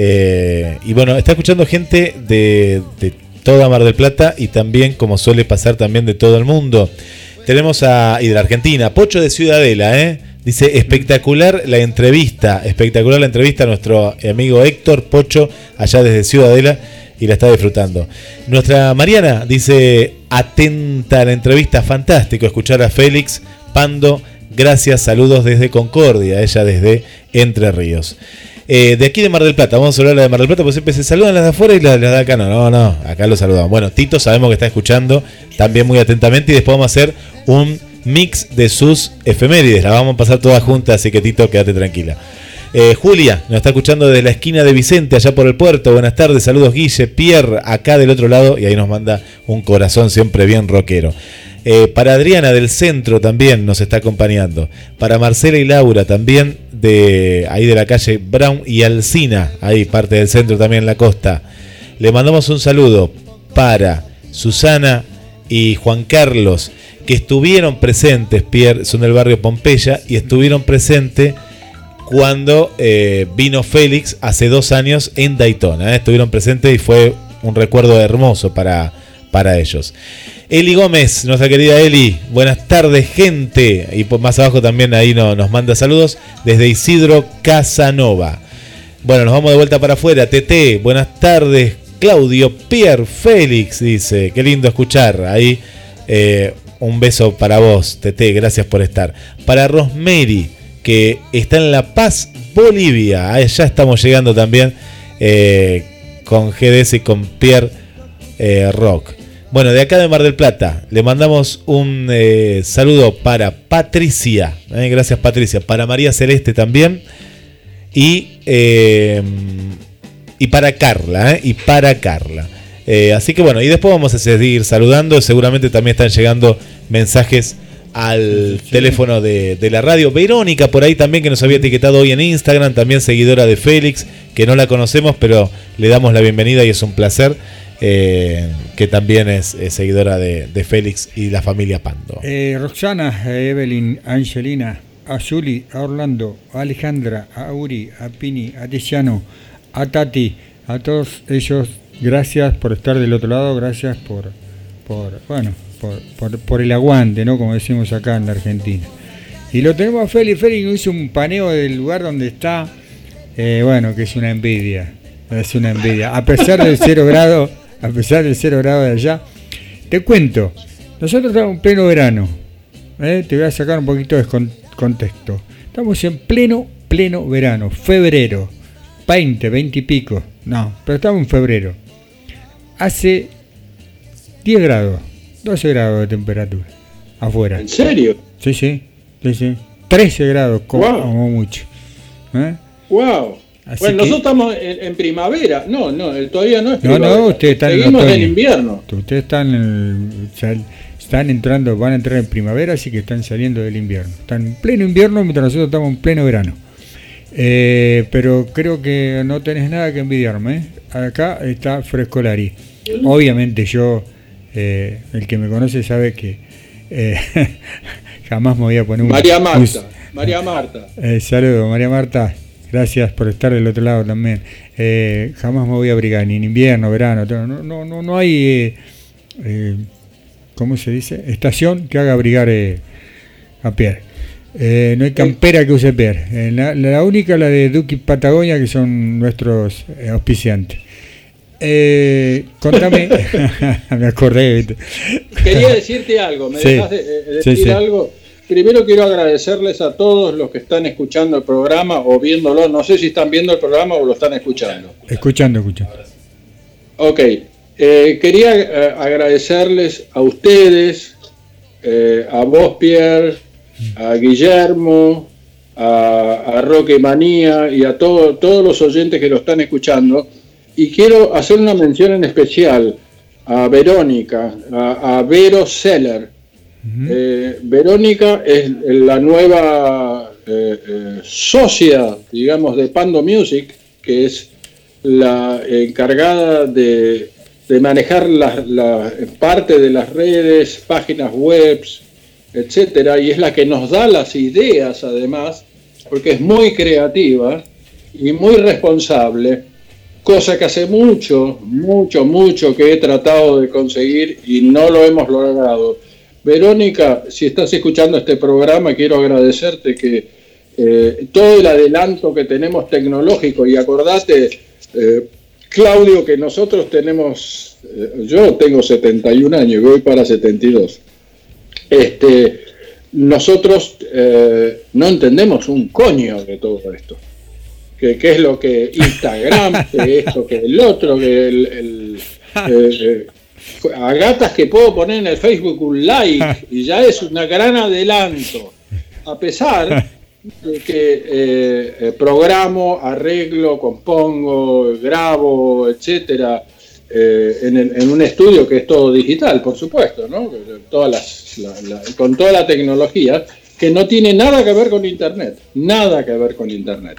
Speaker 2: eh, y bueno, está escuchando gente de, de toda Mar del Plata y también, como suele pasar, también de todo el mundo. Tenemos a, y de la Argentina, Pocho de Ciudadela, ¿eh? Dice, espectacular la entrevista, espectacular la entrevista a nuestro amigo Héctor Pocho, allá desde Ciudadela, y la está disfrutando. Nuestra Mariana dice, atenta a la entrevista, fantástico escuchar a Félix Pando, gracias, saludos desde Concordia, ella desde Entre Ríos. Eh, de aquí de Mar del Plata, vamos a hablar de Mar del Plata, porque siempre se saludan las de afuera y las, las de acá no, no, no, acá lo saludamos. Bueno, Tito sabemos que está escuchando también muy atentamente, y después vamos a hacer un mix de sus efemérides, la vamos a pasar todas juntas, así que Tito, quédate tranquila. Eh, Julia nos está escuchando desde la esquina de Vicente, allá por el puerto. Buenas tardes, saludos Guille, Pierre, acá del otro lado, y ahí nos manda un corazón siempre bien rockero. Eh, para Adriana del centro también nos está acompañando. Para Marcela y Laura también, de ahí de la calle Brown y Alsina, ahí parte del centro también en la costa. Le mandamos un saludo para Susana y Juan Carlos, que estuvieron presentes, Pierre, son del barrio Pompeya, y estuvieron presentes cuando eh, vino Félix hace dos años en Daytona. ¿eh? Estuvieron presentes y fue un recuerdo hermoso para, para ellos. Eli Gómez, nuestra querida Eli, buenas tardes, gente. Y por más abajo también ahí no, nos manda saludos desde Isidro Casanova. Bueno, nos vamos de vuelta para afuera. Tete, buenas tardes. Claudio, Pierre, Félix, dice. Qué lindo escuchar. Ahí eh, un beso para vos, Tete, gracias por estar. Para Rosemary, que está en La Paz, Bolivia. Allá estamos llegando también eh, con G D S y con Pierre eh, Rock. Bueno, de acá de Mar del Plata, le mandamos un eh, saludo para Patricia. Eh, gracias, Patricia. Para María Celeste también. Y, eh, y para Carla. Eh, y para Carla. Eh, así que bueno, y después vamos a seguir saludando. Seguramente también están llegando mensajes al sí. teléfono de, de la radio. Verónica por ahí también, que nos había etiquetado hoy en Instagram, también seguidora de Félix, que no la conocemos, pero le damos la bienvenida y es un placer. Eh, que también es, es seguidora de, de Félix y la familia Pando.
Speaker 3: Eh, Roxana, a Evelyn, a Angelina, a Juli, a Orlando, a Alejandra, a Uri, a Pini, a Tiziano, a Tati, a todos ellos, gracias por estar del otro lado, gracias por, por bueno, por, por, por el aguante, ¿no? Como decimos acá en la Argentina. Y lo tenemos a Félix. Félix nos hizo un paneo del lugar donde está, eh, bueno, que es una envidia, es una envidia. A pesar del cero grado, a pesar del cero grado de allá, te cuento, nosotros estamos en pleno verano, ¿eh? Te voy a sacar un poquito de contexto. Estamos en pleno, pleno verano, febrero, veinte, veinte y pico, no, pero estamos en febrero. Hace diez grados, doce grados de temperatura afuera.
Speaker 8: ¿En serio?
Speaker 3: Sí, sí, sí, sí. trece grados como, wow. como mucho. ¿Eh?
Speaker 8: Wow. Así bueno, que, nosotros estamos en, en primavera. No, no, todavía no es primavera.
Speaker 3: No, no, ustedes están
Speaker 8: Seguimos
Speaker 3: en,
Speaker 8: en invierno.
Speaker 3: Ustedes están, en el, están entrando, van a entrar en primavera, así que están saliendo del invierno. Están en pleno invierno mientras nosotros estamos en pleno verano. Eh, pero creo que no tenés nada que envidiarme, ¿eh? Acá está Frescolari. Obviamente yo, eh, el que me conoce sabe que eh, jamás me voy a poner un...
Speaker 8: María Marta, un, María Marta.
Speaker 3: Eh, saludo, María Marta. Gracias por estar del otro lado también. Eh, jamás me voy a abrigar, ni en invierno, verano. No, no, no, no hay, eh, eh, ¿cómo se dice? Estación que haga abrigar eh, a Pierre. Eh, no hay campera que use Pierre. Eh, la, la única, la de Duque y Patagonia, que son nuestros eh, auspiciantes. Eh, contame, me acordé.
Speaker 8: Quería decirte algo, ¿me sí, dejas de, de decir sí, sí. algo? Primero quiero agradecerles a todos los que están escuchando el programa o viéndolo. No sé si están viendo el programa o lo están escuchando.
Speaker 3: Escuchando, escuchando.
Speaker 8: Ok. Eh, quería eh, agradecerles a ustedes, eh, a vos, Pierre, a Guillermo, a, a Roque Manía y a todo, todos los oyentes que lo están escuchando. Y quiero hacer una mención en especial a Verónica, a, a Vero Seller. Eh, Verónica es la nueva eh, eh, socia, digamos, de Pando Music, que es la encargada de, de manejar la, la parte de las redes, páginas web, etcétera, y es la que nos da las ideas, además, porque es muy creativa y muy responsable, cosa que hace mucho, mucho, mucho que he tratado de conseguir y no lo hemos logrado. Verónica, si estás escuchando este programa, quiero agradecerte que eh, todo el adelanto que tenemos tecnológico, y acordate, eh, Claudio, que nosotros tenemos, eh, yo tengo setenta y un años y voy para setenta y dos. Este, nosotros eh, no entendemos un coño de todo esto. Que, que es lo que Instagram, que esto, que el otro, que el... el eh, a gatas que puedo poner en el Facebook un like y ya es un gran adelanto, a pesar de que eh, eh, programo, arreglo, compongo, grabo, etcétera, eh, en, el, en un estudio que es todo digital, por supuesto, ¿no? Todas las, la, la, con toda la tecnología que no tiene nada que ver con internet, nada que ver con internet.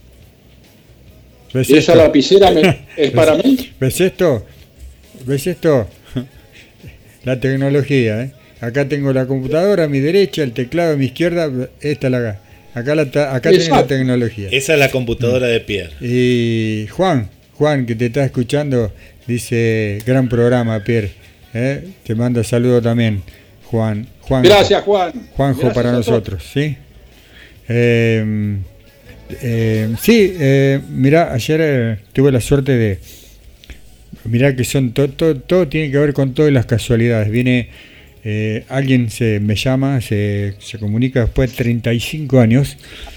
Speaker 3: ¿Ves
Speaker 8: esa
Speaker 3: esto?
Speaker 8: Lapicera me, es para
Speaker 3: ¿Ves,
Speaker 8: mí.
Speaker 3: ¿Ves esto? ¿Ves esto? La tecnología, ¿eh? Acá tengo la computadora a mi derecha, el teclado a mi izquierda, esta la acá la acá tengo la tecnología.
Speaker 2: Esa es la computadora de Pierre.
Speaker 3: Y Juan, Juan que te está escuchando, dice gran programa, Pierre. ¿eh? Te mando saludo también, Juan. Juan
Speaker 8: Gracias, Juan.
Speaker 3: Juanjo
Speaker 8: Gracias
Speaker 3: para nosotros, ¿sí? Eh, eh, sí, eh, mirá, ayer eh, tuve la suerte de mirá que son todo, todo, todo tiene que ver con todas las casualidades. Viene eh, alguien se me llama, se, se comunica después de treinta y cinco años,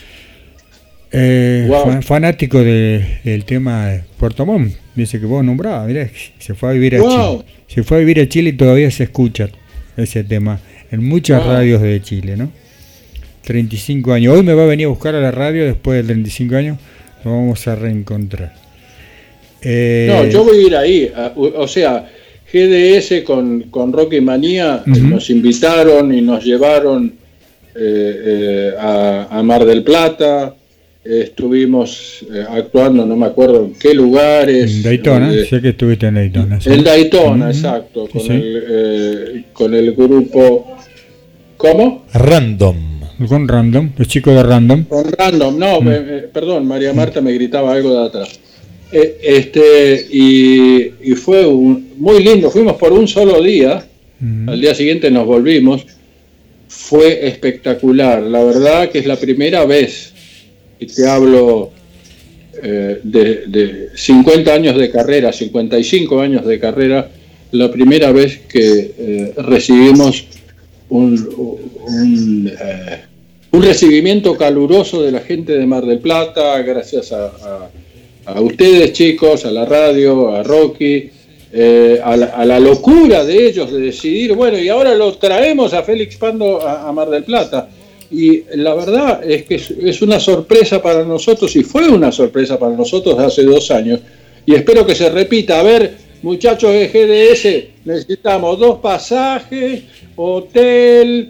Speaker 3: eh, wow. fanático de, del tema de Puerto Montt, dice que vos nombrabas, mirá, se fue a vivir a wow. Chile, se fue a vivir a Chile y todavía se escucha ese tema en muchas wow. radios de Chile, ¿no? treinta y cinco años, hoy me va a venir a buscar a la radio después de treinta y cinco años, nos vamos a reencontrar. Eh,
Speaker 8: No, yo voy a ir ahí. a- o o sea, G D S con, con Rocky Manía eh,
Speaker 3: Ujú.
Speaker 8: nos invitaron y nos llevaron eh, eh, a, a Mar del Plata. Eh, estuvimos eh, actuando, no me acuerdo en qué lugares.
Speaker 3: en Daytona,
Speaker 8: eh,
Speaker 3: sé que estuviste en Daytona. sí.
Speaker 8: en Daytona,
Speaker 3: Ujú.
Speaker 8: exacto, con,
Speaker 3: Sí, sí.
Speaker 8: El, eh, con el grupo. ¿Cómo?
Speaker 2: Random.
Speaker 3: Con Random, los chicos de Random.
Speaker 8: Con Random, no,
Speaker 3: Mm.
Speaker 8: eh, eh, perdón, María Marta me gritaba algo de atrás. Eh, este, y, y fue un- muy lindo, fuimos por un solo día,
Speaker 3: Ujú.
Speaker 8: al día siguiente nos volvimos, fue espectacular, la verdad que es la primera vez, y te hablo eh, de, de cincuenta años de carrera, cincuenta y cinco años de carrera, la primera vez que eh, recibimos un, un, eh, un recibimiento caluroso de la gente de Mar del Plata, gracias a, a- a ustedes chicos, a la radio, a Rocky, eh, a, la, a la locura de ellos de decidir, bueno, y ahora lo traemos a Félix Pando a, a Mar del Plata. Y la verdad es que es, es una sorpresa para nosotros, y fue una sorpresa para nosotros hace dos años, y espero que se repita. A ver, muchachos de G D S, necesitamos dos pasajes, hotel,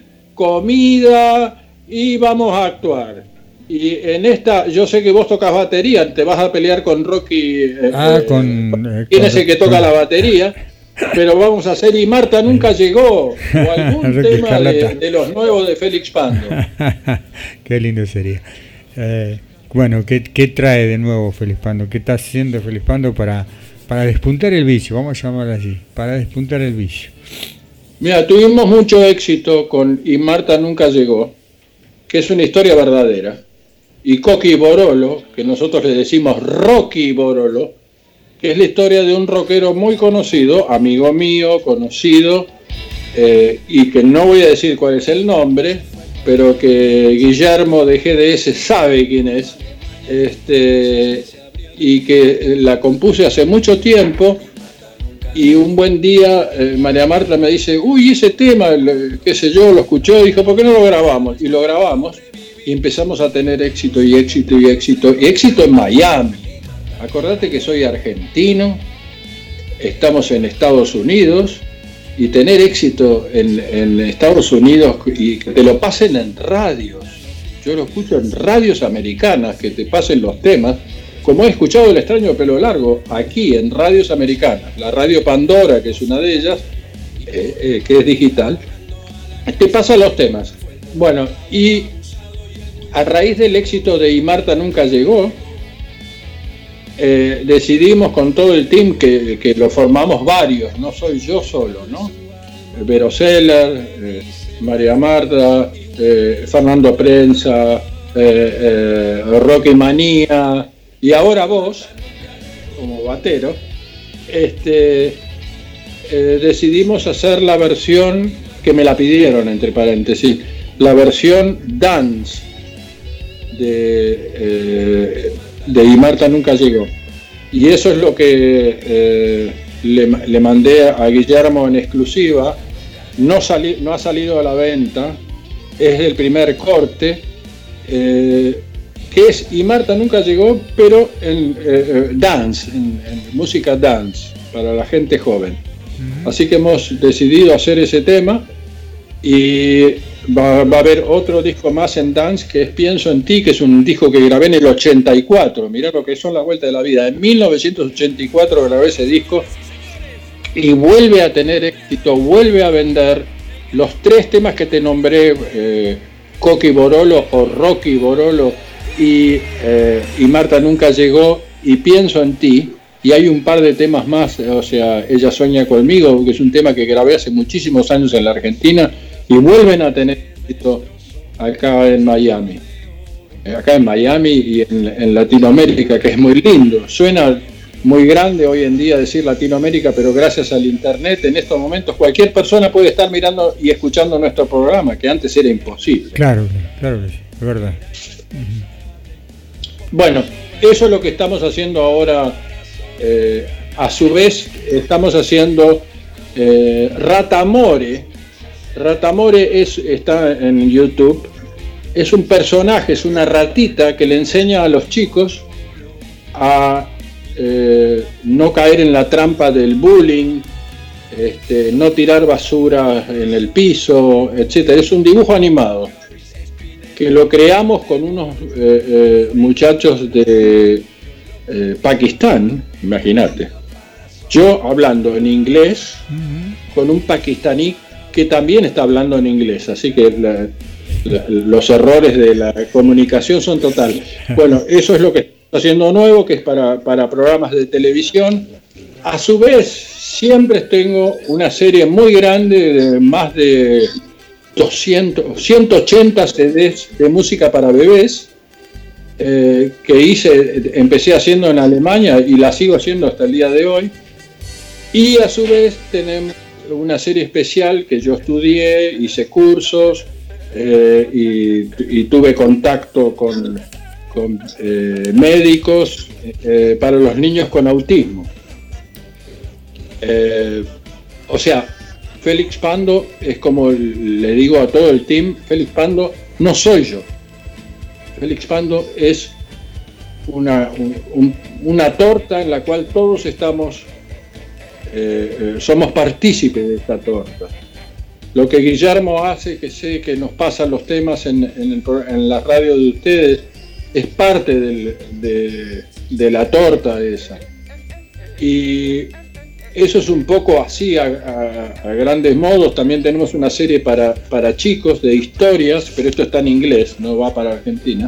Speaker 8: comida, y vamos a actuar. Y en esta, yo sé que vos tocas batería, te vas a pelear con Rocky. eh,
Speaker 3: Ah,
Speaker 8: eh,
Speaker 3: con. eh,
Speaker 8: ¿Quién
Speaker 3: con-
Speaker 8: es el que toca
Speaker 3: con-
Speaker 8: la batería? Pero vamos a hacer, y Marta nunca llegó, o algún
Speaker 3: Rocky
Speaker 8: tema de,
Speaker 3: Escarlata.
Speaker 8: de los nuevos de Félix Pando.
Speaker 3: Qué lindo sería. Eh, bueno, ¿qué, ¿qué trae de nuevo Félix Pando? ¿Qué está haciendo Félix Pando para, para despuntar el vicio? Vamos a llamarlo así, para despuntar el vicio.
Speaker 8: Mira, tuvimos mucho éxito con Y Marta nunca llegó, que es una historia verdadera. Y Coqui Borolo, que nosotros le decimos Rocky Borolo, que es la historia de un rockero muy conocido, amigo mío, conocido, eh, y que no voy a decir cuál es el nombre, pero que Guillermo de G D S sabe quién es, este, y que la compuse hace mucho tiempo. Y un buen día eh, María Marta me dice, uy, ese tema, el- qué sé yo, lo escuchó, dijo, ¿por qué no lo grabamos? Y lo grabamos, y empezamos a tener éxito y éxito y éxito, y éxito en Miami. Acordate que soy argentino, estamos en Estados Unidos, y tener éxito en, en Estados Unidos y que te lo pasen en radios. Yo lo escucho en radios americanas, que te pasen los temas, como he escuchado El extraño pelo largo, aquí en radios americanas. La radio Pandora, que es una de ellas, eh, eh, que es digital, te pasa los temas. Bueno, y a raíz del éxito de Y Marta nunca llegó, eh, decidimos con todo el team, que, que lo formamos varios, no soy yo solo, ¿no? Vero Seller, eh, María Marta, eh, Fernando Prensa, eh, eh, Rocky Manía, y ahora vos, como batero, este, eh, decidimos hacer la versión que me la pidieron, entre paréntesis, la versión dance de, eh, de Y Marta nunca llegó. Y eso es lo que eh, le, le mandé a Guillermo en exclusiva. No, sali, no ha salido a la venta, es el primer corte, eh, que es Y Marta nunca llegó, pero en eh, dance, en, en música dance, para la gente joven. Así que hemos decidido hacer ese tema, y va, va a haber otro disco más en dance, que es Pienso en ti, que es un disco que grabé en el ochenta y cuatro. Mirá lo que son las vueltas de la vida. En mil novecientos ochenta y cuatro grabé ese disco, y vuelve a tener éxito, vuelve a vender. Los tres temas que te nombré, eh, Coqui Borolo o Rocky Borolo, y, eh, y Marta nunca llegó, y Pienso en ti, y hay un par de temas más, o sea, Ella sueña conmigo, que es un tema que grabé hace muchísimos años en la Argentina, y vuelven a tener éxito acá en Miami, acá en Miami y en, en Latinoamérica, que es muy lindo. Suena muy grande hoy en día decir Latinoamérica, pero gracias al internet en estos momentos cualquier persona puede estar mirando y escuchando nuestro programa, que antes era imposible.
Speaker 3: Claro, claro que sí, es verdad.
Speaker 8: Bueno, eso es lo que estamos haciendo ahora. Eh, a su vez estamos haciendo eh, Ratamore. Ratamore es, está en YouTube. Es un personaje, es una ratita que le enseña a los chicos a eh, no caer en la trampa del bullying, este, no tirar basura en el piso, etcétera. Es un dibujo animado que lo creamos con unos eh, eh, muchachos de eh, Pakistán, imagínate. Yo hablando en inglés con un pakistaní que también está hablando en inglés, así que la, la, los errores de la comunicación son totales. Bueno, eso es lo que está haciendo nuevo, que es para, para programas de televisión. A su vez, siempre tengo una serie muy grande de más de doscientos, ciento ochenta C Ds de música para bebés, eh, que hice, empecé haciendo en Alemania y la sigo haciendo hasta el día de hoy. Y a su vez tenemos una serie especial que yo estudié, hice cursos eh, y, y tuve contacto con, con eh, médicos eh, para los niños con autismo. Eh, o sea, Félix Pando es como le digo a todo el team, Félix Pando no soy yo. Félix Pando es una, un, un, una torta en la cual todos estamos, eh, eh, somos partícipes de esta torta. Lo que Guillermo hace, que sé que nos pasan los temas en, en, el, en la radio de ustedes, es parte del, de, de la torta esa. Y eso es un poco así a, a, a grandes modos. También tenemos una serie para, para chicos de historias, pero esto está en inglés, no va para Argentina,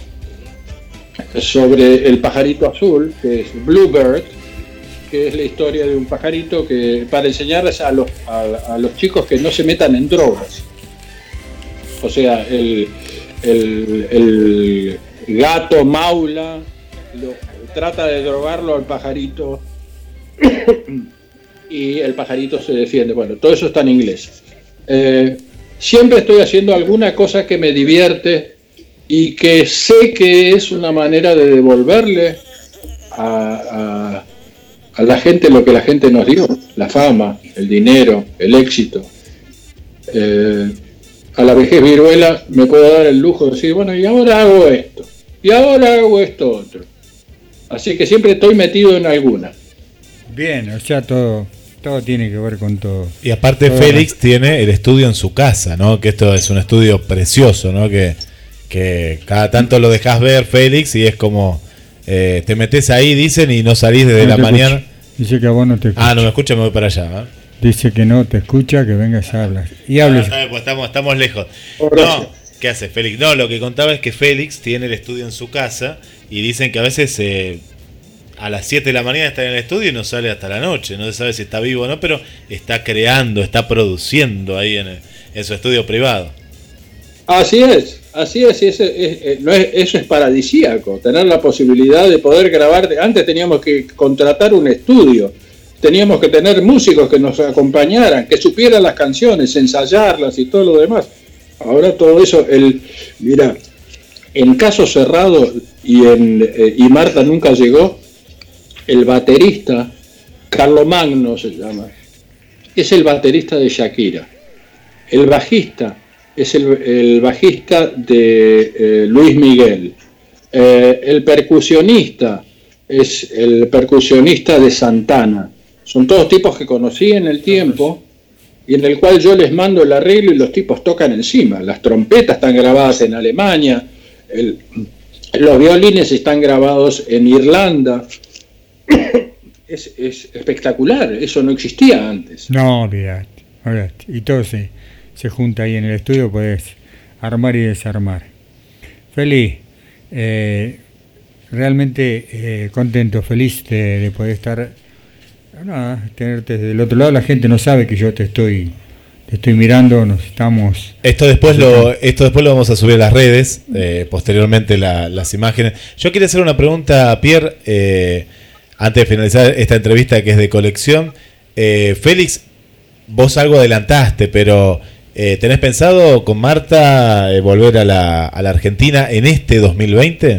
Speaker 8: sobre el pajarito azul, que es Bluebird, que es la historia de un pajarito que para enseñarles a los, a, a los chicos que no se metan en drogas. O sea, el, el, el gato maula lo, trata de drogarlo al pajarito y el pajarito se defiende. Bueno, todo eso está en inglés. Eh, siempre estoy haciendo alguna cosa que me divierte y que sé que es una manera de devolverle a, a, a la gente lo que la gente nos dio, la fama, el dinero, el éxito. Eh, a la vejez viruela me puedo dar el lujo de decir, bueno, y ahora hago esto, y ahora hago esto otro. Así que siempre estoy metido en alguna.
Speaker 3: Bien, o sea, todo, todo tiene que ver con todo.
Speaker 2: Y aparte todo Félix no. tiene el estudio en su casa, ¿no? Que esto es un estudio precioso, ¿no? Que, que cada tanto lo dejas ver, Félix, y es como eh, te metes ahí, dicen, y no salís desde no la mañana.
Speaker 3: Escucha. Dice que a vos no te escucha.
Speaker 2: Ah, no me escucha, me voy para allá, ¿eh?
Speaker 3: Dice que no te escucha, que vengas a hablar. Y hables.
Speaker 2: Ah, pues estamos, estamos lejos. No, ¿qué hace Félix? No, lo que contaba es que Félix tiene el estudio en su casa y dicen que a veces eh, a las siete de la mañana está en el estudio y no sale hasta la noche. No se sabe si está vivo o no, pero está creando, está produciendo ahí en, el, en su estudio privado.
Speaker 8: Así es, así es, y es, es, es, no es, eso es paradisíaco, tener la posibilidad de poder grabar. Antes teníamos que contratar un estudio, teníamos que tener músicos que nos acompañaran, que supieran las canciones, ensayarlas y todo lo demás. Ahora todo eso, el mira, en Caso Cerrado y, en, eh, y Marta Nunca Llegó, el baterista, Carlomagno se llama, es el baterista de Shakira. El bajista es el, el bajista de eh, Luis Miguel. Eh, el percusionista es el percusionista de Santana. Son todos tipos que conocí en el tiempo y en el cual yo les mando el arreglo y los tipos tocan encima. Las trompetas están grabadas en Alemania, el, los violines están grabados en Irlanda. Es, es espectacular, eso no existía antes.
Speaker 3: No, olvidate, olvidate. Y todo se, se junta ahí en el estudio, podés armar y desarmar. Feliz, eh, realmente eh, contento, feliz de, de poder estar, nada, tenerte del otro lado. La gente no sabe que yo te estoy te estoy mirando, nos estamos...
Speaker 2: Esto después lo esto después lo vamos a subir a las redes, eh, posteriormente la, las imágenes. Yo quería hacer una pregunta a Pierre, eh, antes de finalizar esta entrevista que es de colección. Eh, Félix, vos algo adelantaste, pero eh, ¿tenés pensado con Marta eh, volver a la, a la Argentina en este dos mil veinte?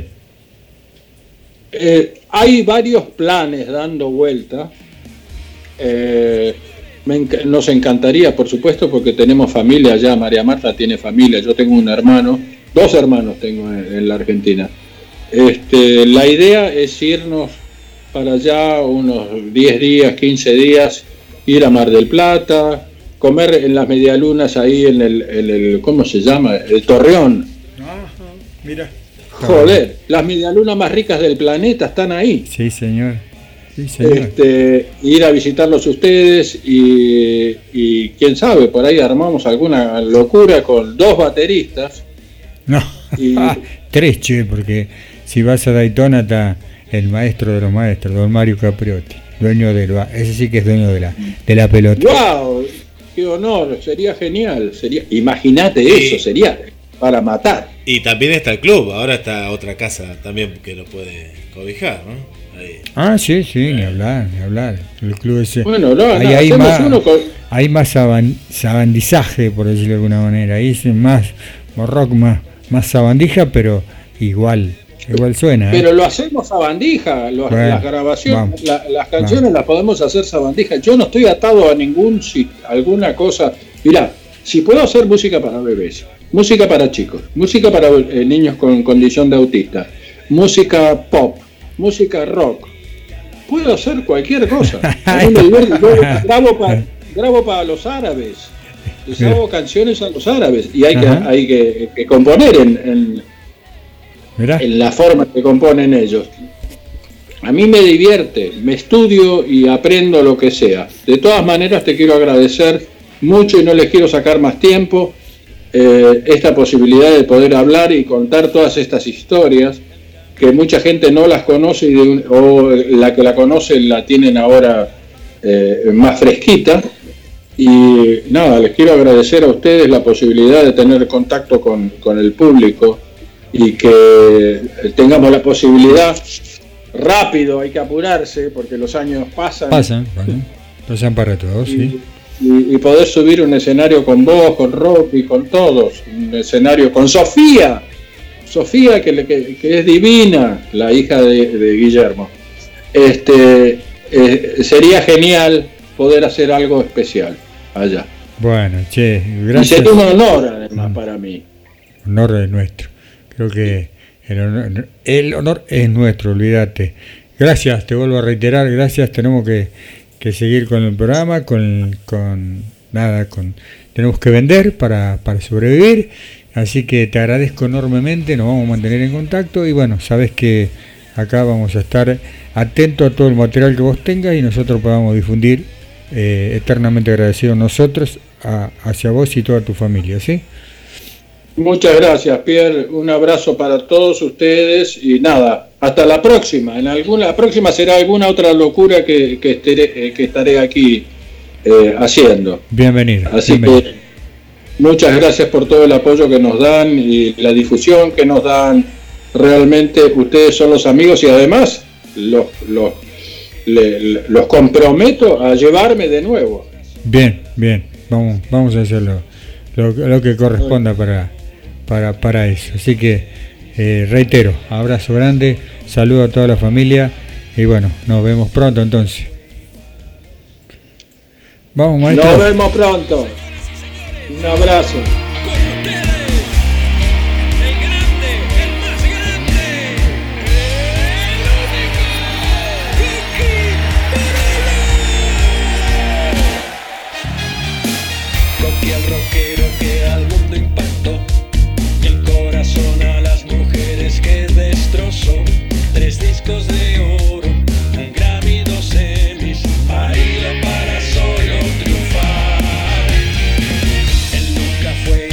Speaker 8: Eh, hay varios planes dando vuelta. Eh, me enc- nos encantaría, por supuesto, porque tenemos familia allá. María Marta tiene familia, yo tengo un hermano, dos hermanos tengo en, en la Argentina. Este, la idea es irnos para allá unos diez días, quince días, ir a Mar del Plata, comer en las medialunas ahí en el, en el ¿cómo se llama? El Torreón.
Speaker 3: Ajá, mira.
Speaker 8: Joder, las medialunas más ricas del planeta están ahí.
Speaker 3: Sí, señor. Sí, señor.
Speaker 8: Este, ir a visitarlos ustedes y, y quién sabe, por ahí armamos alguna locura con dos bateristas.
Speaker 3: No,
Speaker 8: y,
Speaker 3: tres, che, porque si vas a Daytona está el maestro de los maestros, don Mario Capriotti, dueño del ba- ese sí que es dueño de la, de la pelota.
Speaker 8: ¡Wow! ¡Qué honor! Sería genial. Sería, imagínate
Speaker 2: Sí.
Speaker 8: eso, sería para matar.
Speaker 2: Y también está el club, ahora está otra casa también que lo puede cobijar, ¿no? Ahí.
Speaker 3: Ah, sí, sí, ni hablar, ni hablar. El club ese.
Speaker 8: Bueno, no,
Speaker 3: ahí
Speaker 8: no,
Speaker 3: hay
Speaker 8: hacemos
Speaker 3: más,
Speaker 8: uno con...
Speaker 3: hay más saban- sabandizaje, por decirlo de alguna manera. Ahí es más, más rock, más, más sabandija, pero igual, igual suena. ¿eh?
Speaker 8: Pero lo hacemos sabandija, lo-
Speaker 3: Bueno,
Speaker 8: las grabaciones,
Speaker 3: vamos,
Speaker 8: la- las canciones
Speaker 3: vamos.
Speaker 8: las podemos hacer sabandija. Yo no estoy atado a ningún si- alguna cosa. Mirá, si puedo hacer música para bebés, música para chicos, música para eh, niños con condición de autista, música pop, música rock, puedo hacer cualquier cosa. A mí me divierte. Yo grabo, pa- grabo para los árabes, les hago canciones a los árabes y hay que,
Speaker 3: Ajá.
Speaker 8: hay que, que componer en, en,
Speaker 3: Mirá.
Speaker 8: en la forma que componen ellos. A mí me divierte, me estudio y aprendo lo que sea. De todas maneras te quiero agradecer mucho y no les quiero sacar más tiempo eh, esta posibilidad de poder hablar y contar todas estas historias que mucha gente no las conoce y de un- o la que la conoce la tienen ahora eh, más fresquita. Y nada, les quiero agradecer a ustedes la posibilidad de tener contacto con, con el público y que tengamos la posibilidad, rápido, hay que apurarse porque los años pasan,
Speaker 3: Pasan, pasan, pasan para todos, sí.
Speaker 8: y, y poder subir un escenario con vos, con Rocky, con todos, un escenario con Sofía, Sofía que, le- que, que es divina, la hija de, de Guillermo. Este, eh, sería genial poder hacer algo especial allá.
Speaker 3: Bueno, che,
Speaker 8: Y
Speaker 3: gracias.
Speaker 8: sería un honor además para mí.
Speaker 3: Honor es nuestro. Creo que el honor, el honor es nuestro, olvídate. Gracias, te vuelvo a reiterar, gracias. Tenemos que, que seguir con el programa, con, con nada, con tenemos que vender para, para sobrevivir. Así que te agradezco enormemente, nos vamos a mantener en contacto y bueno, sabes que acá vamos a estar atentos a todo el material que vos tengas y nosotros podamos difundir, eh, eternamente agradecidos nosotros a, hacia vos y toda tu familia, ¿sí?
Speaker 8: Muchas gracias, Pierre. Un abrazo para todos ustedes y nada, hasta la próxima. En alguna, la próxima será alguna otra locura que, que, estaré, eh, que estaré aquí eh, haciendo.
Speaker 3: Bienvenido.
Speaker 8: Así
Speaker 3: bienvenido.
Speaker 8: que muchas gracias por todo el apoyo que nos dan y la difusión que nos dan. Realmente ustedes son los amigos y además los, los, le- los comprometo a llevarme de nuevo.
Speaker 3: Bien, bien, vamos, vamos a hacerlo lo, lo que corresponda para, para, para eso. Así que eh, reitero, abrazo grande, saludo a toda la familia y bueno, nos vemos pronto entonces. Vamos, maestro.
Speaker 8: Nos vemos pronto. Un abrazo.
Speaker 4: Rocky el rockero que al mundo impactó, y el corazón a las mujeres que destrozó. Tres discos de oro, un Grammy, dos Emmys, baila para solo triunfar. Él nunca fue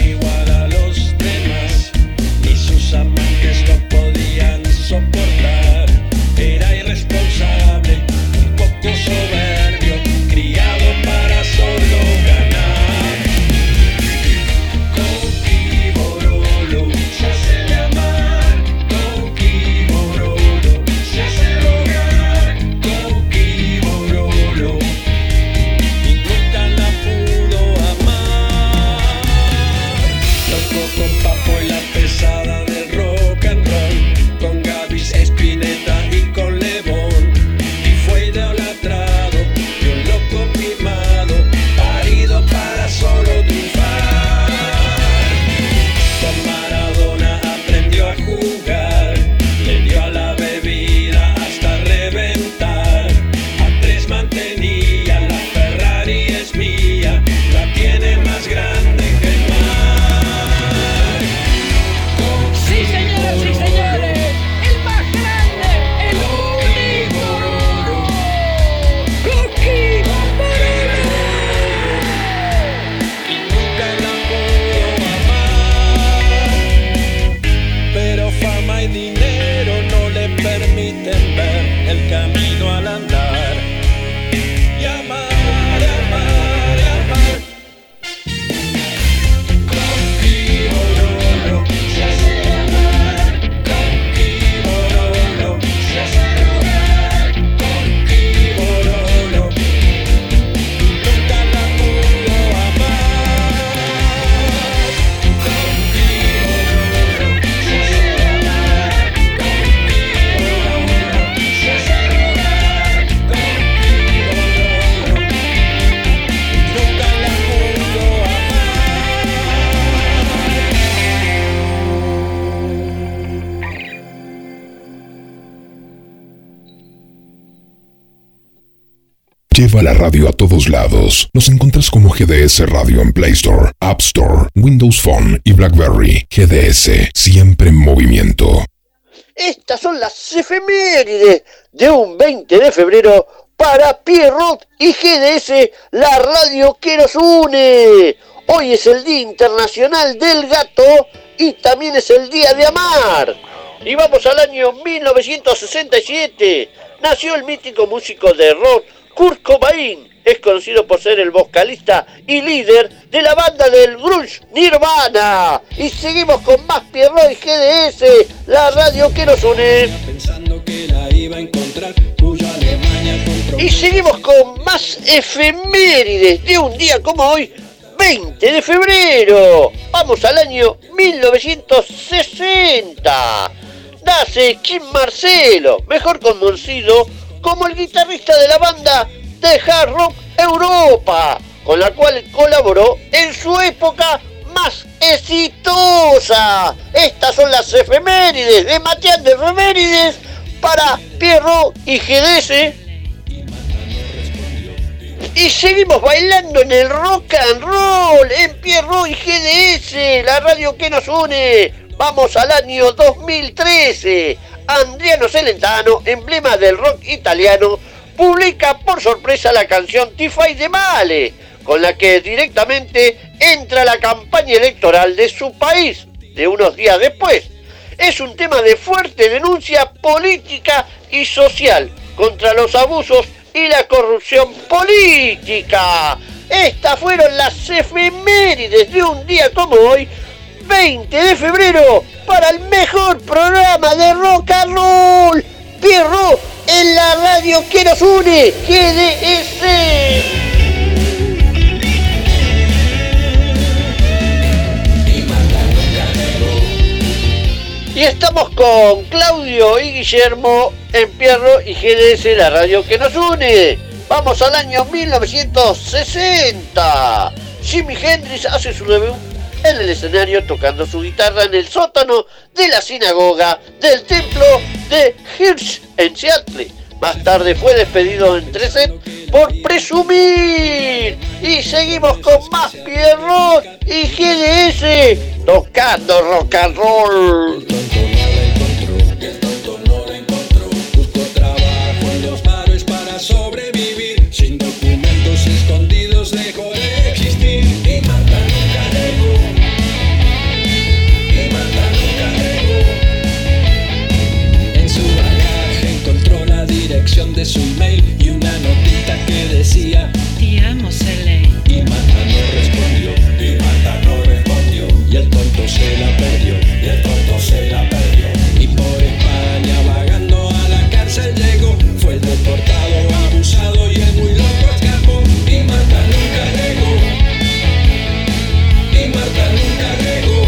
Speaker 5: Lleva la radio a todos lados. Nos encontrás como G D S Radio en Play Store, App Store, Windows Phone y BlackBerry. G D S, siempre en movimiento.
Speaker 10: Estas son las efemérides de un veinte de febrero para Pierrot y G D S, la radio que nos une. Hoy es el Día Internacional del Gato y también es el Día de Amar. Y vamos al año mil novecientos sesenta y siete. Nació el mítico músico de rock Kurt Cobain. Es conocido por ser el vocalista y líder de la banda del grunge Nirvana. Y seguimos con más Pierrot y G D S, la radio que nos une.
Speaker 4: Pensando que la iba a encontrar, cuya Alemania compró.
Speaker 10: Y seguimos con más efemérides de un día como hoy, veinte de febrero. Vamos al año mil novecientos sesenta. Nace Kim Marcello, mejor conocido como el guitarrista de la banda de hard rock Europa, con la cual colaboró en su época más exitosa. Estas son las efemérides de Matías de Efemérides para Pierrot y G D S. Y seguimos bailando en el rock and roll en Pierrot y G D S, la radio que nos une. Vamos al año dos mil trece. Adriano Celentano, emblema del rock italiano, publica por sorpresa la canción Ti fai de male, con la que directamente entra a la campaña electoral de su país de unos días después. Es un tema de fuerte denuncia política y social contra los abusos y la corrupción política. Estas fueron las efemérides de un día como hoy, veinte de febrero, para el mejor programa de rock and roll, Pierrot, en la radio que nos une, G D S. Y estamos con Claudio y Guillermo en Pierrot y G D S, la radio que nos une. Vamos al año mil novecientos sesenta. Jimi Hendrix hace su debut en el escenario tocando su guitarra en el sótano de la sinagoga del templo de Hirsch en Seattle. Más tarde fue despedido en tres sets por presumir. Y seguimos con más Pierrot y G D S tocando rock and roll.
Speaker 4: El tonto no la encontró, buscó trabajo en los bares para sobrevivir. Sin documentos escondidos dejó de existir. Y Marta nunca llegó. Y Marta nunca llegó. En su bagaje encontró la dirección de su mail y una notita que decía:
Speaker 11: Te amo, Selene.
Speaker 4: Y Marta no respondió. Y Marta no respondió. Y el tonto se la perdió. Y el tonto se la perdió. Y por España vagando a la cárcel llegó. Fue deportado, abusado y el muy loco escapó. Y Marta nunca llegó. Y Marta nunca llegó.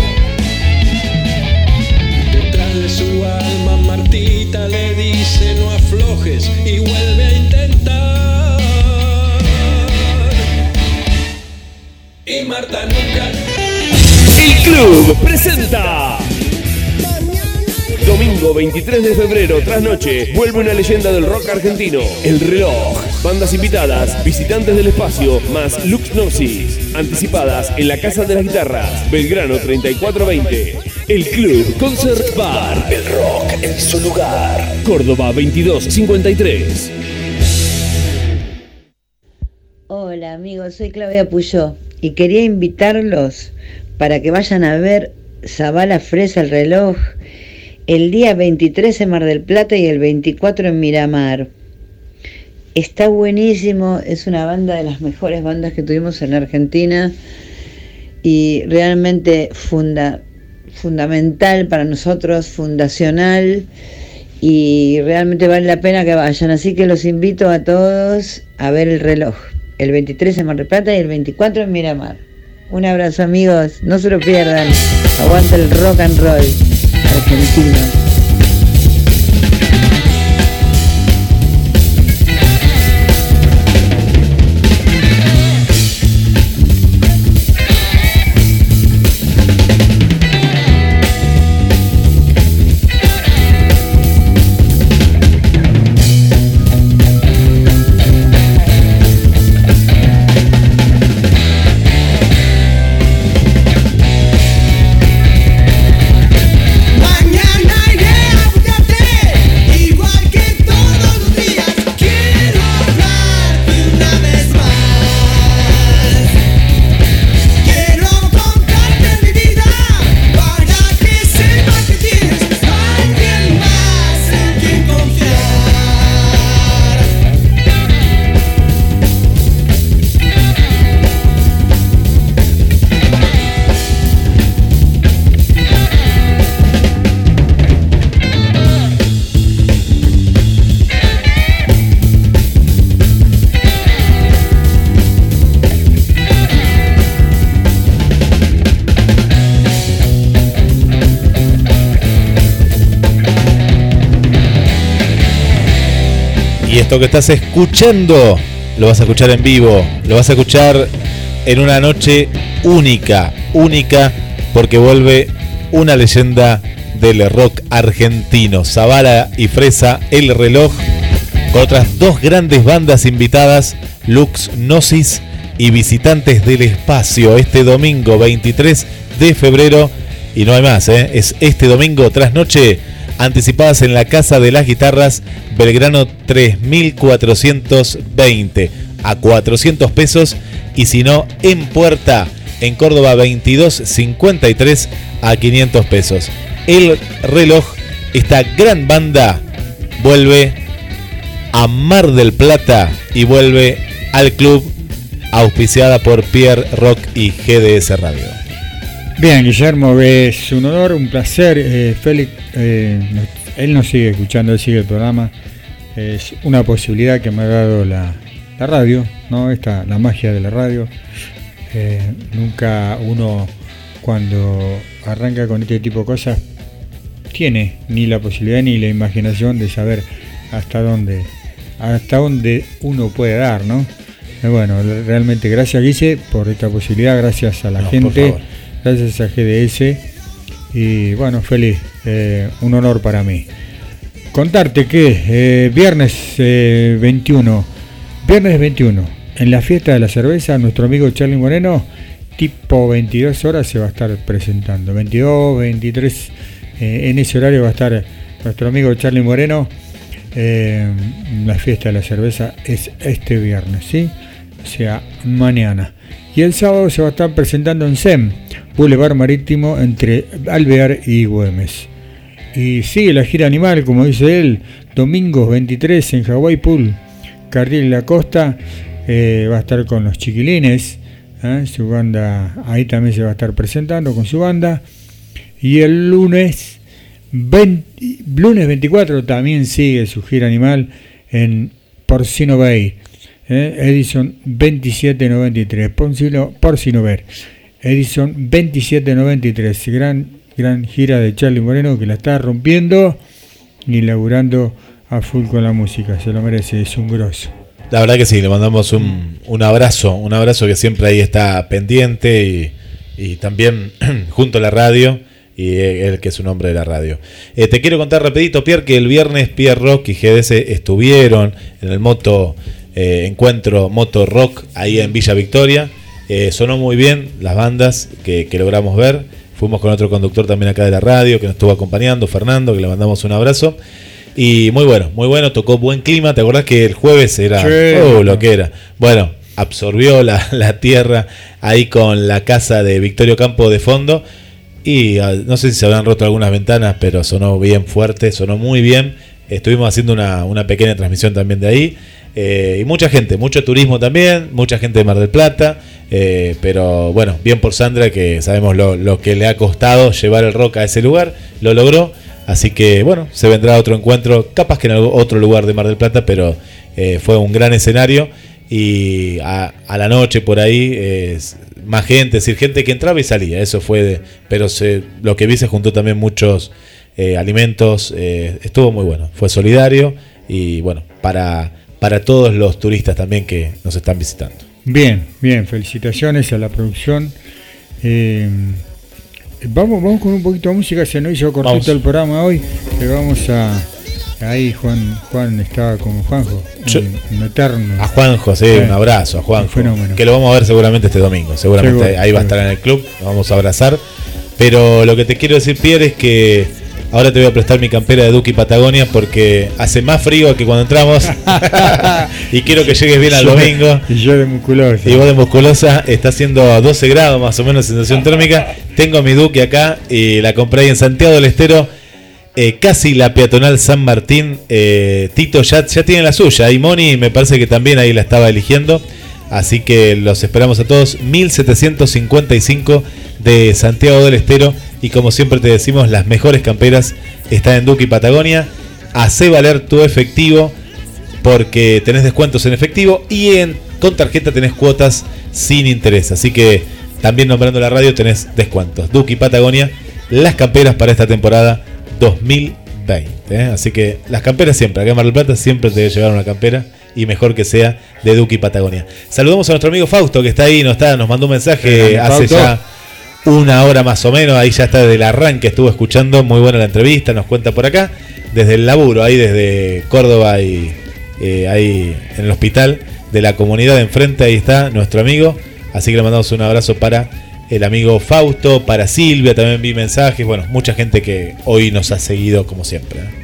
Speaker 4: Detrás de su alma Martita le dice: no aflojes y vuelve a intentar. Y Marta nunca.
Speaker 12: El Club presenta domingo veintitrés de febrero, trasnoche, vuelve una leyenda del rock argentino, El Reloj. Bandas invitadas, Visitantes del Espacio, más Lux Gnosis. Anticipadas en la Casa de las Guitarras, Belgrano treinta y cuatro veinte. El Club Concert Bar, el rock en su lugar. Córdoba veintidós cincuenta y tres.
Speaker 6: Hola amigos, soy Claudia Puyó y quería invitarlos para que vayan a ver Zabala Fresa El Reloj el día veintitrés en Mar del Plata y el veinticuatro en Miramar. Está buenísimo, es una banda de las mejores bandas que tuvimos en la Argentina y realmente funda, fundamental para nosotros, fundacional, y realmente vale la pena que vayan. Así que los invito a todos a ver El Reloj el veintitrés en Mar del Plata y el veinticuatro en Miramar. Un abrazo amigos, no se lo pierdan. Aguanta el rock and roll argentino.
Speaker 2: Y esto que estás escuchando, lo vas a escuchar en vivo, lo vas a escuchar en una noche única, única, porque vuelve una leyenda del rock argentino, Zavala y Fresa, El Reloj, con otras dos grandes bandas invitadas, Lux Gnosis y Visitantes del Espacio, este domingo veintitrés de febrero, y no hay más, ¿eh? Es este domingo tras noche, anticipadas en la Casa de las Guitarras, Belgrano tres mil cuatrocientos veinte, a cuatrocientos pesos, y si no, en Puerta, en Córdoba veintidós cincuenta y tres, a quinientos pesos. El Reloj, esta gran banda, vuelve a Mar del Plata y vuelve al club, auspiciada por Pierre Rock y G D S Radio.
Speaker 3: Bien, Guillermo, es un honor, un placer. Eh, Félix, eh, él nos sigue escuchando, él sigue el programa. Es una posibilidad que me ha dado la, la radio, ¿no? Esta, la magia de la radio. Eh, nunca uno, cuando arranca con este tipo de cosas, tiene ni la posibilidad ni la imaginación de saber hasta dónde, hasta dónde uno puede dar, ¿no? Eh, bueno, realmente gracias, Guille, por esta posibilidad, gracias a la no, gente. Gracias a G D S y bueno, feliz, eh, un honor para mí. Contarte que eh, viernes eh, veintiuno, viernes veintiuno, en la fiesta de la cerveza, nuestro amigo Charlie Moreno, tipo veintidós horas se va a estar presentando. veintidós, veintitrés, eh, en ese horario va a estar nuestro amigo Charlie Moreno. Eh, la fiesta de la cerveza es este viernes, ¿sí? O sea, mañana. Y el sábado se va a estar presentando en S E M, Boulevard Marítimo, entre Alvear y Güemes. Y sigue la gira animal, como dice él, domingos veintitrés en Hawaii Pool, Carril La Costa, eh, va a estar con los Chiquilines, ¿eh? Su banda, ahí también se va a estar presentando con su banda. Y el lunes, veinte, lunes veinticuatro también sigue su gira animal en Porcino Bay. Eh, Edison veintisiete noventa y tres, Porcino, Porcino Ver, Edison veintisiete noventa y tres, gran, gran gira de Charlie Moreno que la está rompiendo y laburando a full con la música, se lo merece, es un grosso.
Speaker 2: La verdad que sí, le mandamos un, un abrazo, un abrazo que siempre ahí está pendiente y, y también junto a la radio, y él que es un hombre de la radio. Eh, te quiero contar rapidito, Pierre, que el viernes Pierre Rock y G D S estuvieron en el moto Eh, encuentro Moto Rock ahí en Villa Victoria. Eh, sonó muy bien las bandas que, que logramos ver. Fuimos con otro conductor también acá de la radio que nos estuvo acompañando, Fernando, que le mandamos un abrazo. Y muy bueno, muy bueno, tocó buen clima. ¿Te acordás que el jueves era sí, oh, lo que era? Bueno, absorbió la, la tierra ahí con la casa de Victorio Campo de fondo. Y uh, no sé si se habrán roto algunas ventanas, pero sonó bien fuerte, sonó muy bien. Estuvimos haciendo una, una pequeña transmisión también de ahí. Eh, y mucha gente, mucho turismo también, mucha gente de Mar del Plata, eh, pero bueno, bien por Sandra, que sabemos lo, lo que le ha costado llevar el rock a ese lugar, lo logró, así que bueno, se vendrá otro encuentro, capaz que en otro lugar de Mar del Plata, pero eh, fue un gran escenario y a, a la noche por ahí eh, más gente, es decir, gente que entraba y salía, eso fue, de, pero se, lo que vi se juntó también muchos eh, alimentos, eh, estuvo muy bueno, fue solidario y bueno, para... para todos los turistas también que nos están visitando.
Speaker 3: Bien, bien, felicitaciones a la producción. Eh, vamos, vamos con un poquito de música, se nos hizo cortito el programa hoy, que vamos a... Ahí Juan Juan estaba con Juanjo,
Speaker 2: Yo,
Speaker 3: un, un eterno.
Speaker 2: A Juanjo, sí, eh, un abrazo a Juanjo, que lo vamos a ver seguramente este domingo, seguramente seguro, ahí va a estar en el club, lo vamos a abrazar. Pero lo que te quiero decir, Pierre, es que ahora te voy a prestar mi campera de Duki Patagonia porque hace más frío que cuando entramos y quiero que llegues bien al domingo.
Speaker 3: Y yo de musculosa.
Speaker 2: Y vos de musculosa, está haciendo doce grados más o menos sensación térmica. Tengo mi Duki acá y la compré ahí en Santiago del Estero, eh, casi la peatonal San Martín. eh, Tito ya, ya tiene la suya y Moni me parece que también ahí la estaba eligiendo. Así que los esperamos a todos. mil setecientos cincuenta y cinco de Santiago del Estero. Y como siempre te decimos, las mejores camperas están en Duki Patagonia. Hacé valer tu efectivo porque tenés descuentos en efectivo y en, con tarjeta tenés cuotas sin interés. Así que también nombrando la radio tenés descuentos. Duki Patagonia, las camperas para esta temporada dos mil veinte. ¿eh? Así que las camperas siempre, acá en Mar del Plata siempre te debe llevar una campera y mejor que sea de Duki Patagonia. Saludamos a nuestro amigo Fausto que está ahí, nos, está, nos mandó un mensaje
Speaker 3: sí,
Speaker 2: hace
Speaker 3: Fausto.
Speaker 2: ya una hora más o menos, ahí ya está desde el arranque, estuvo escuchando, muy buena la entrevista, nos cuenta por acá, desde el laburo, ahí desde Córdoba y eh, ahí en el hospital de la comunidad de enfrente, ahí está nuestro amigo, así que le mandamos un abrazo para el amigo Fausto, para Silvia, también vi mensajes, bueno, mucha gente que hoy nos ha seguido como siempre, ¿eh?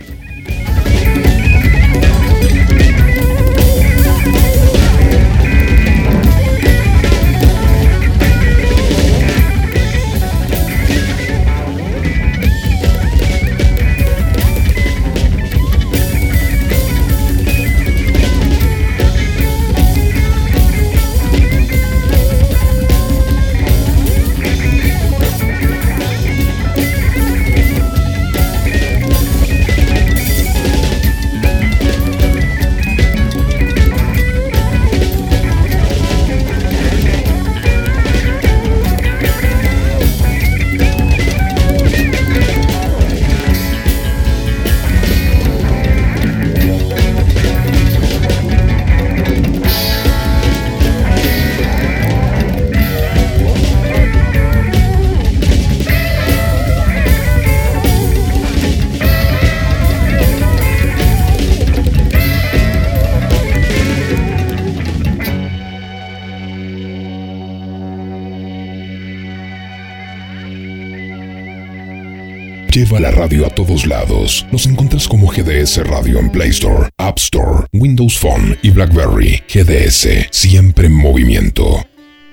Speaker 5: Lleva la radio a todos lados. Nos encuentras como G D S Radio en Play Store, App Store, Windows Phone y BlackBerry. G D S, siempre en movimiento.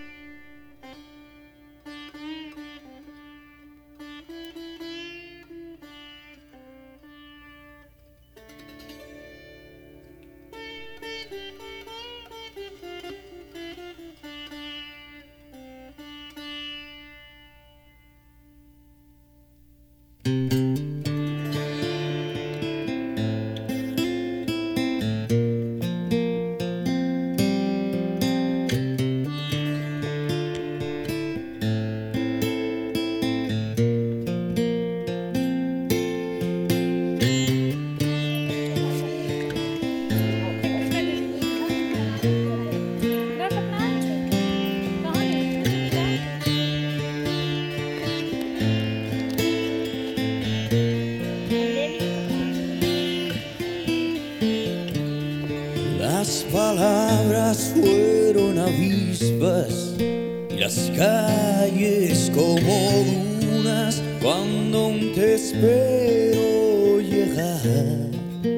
Speaker 1: Las palabras fueron avispas y las calles como dunas cuando aún te espero llegar.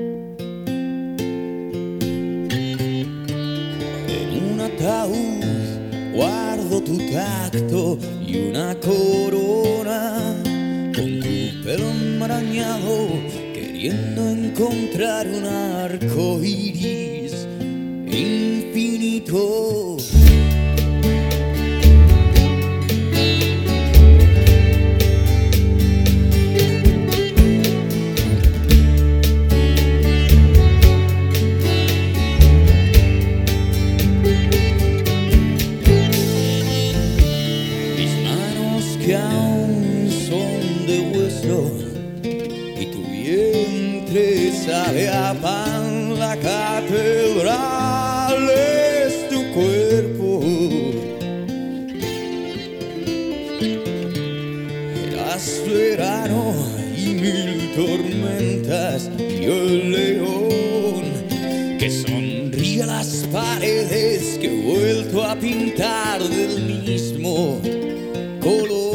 Speaker 1: En un ataúd guardo tu tacto y una corona con tu pelo enmarañado, queriendo encontrar un arco iris infinito. Mis manos que aún son de hueso y tu vientre sabe a pan, la catedral es tu cuerpo. Eras verano y mil tormentas y el león que sonríe a las paredes que he vuelto a pintar del mismo color.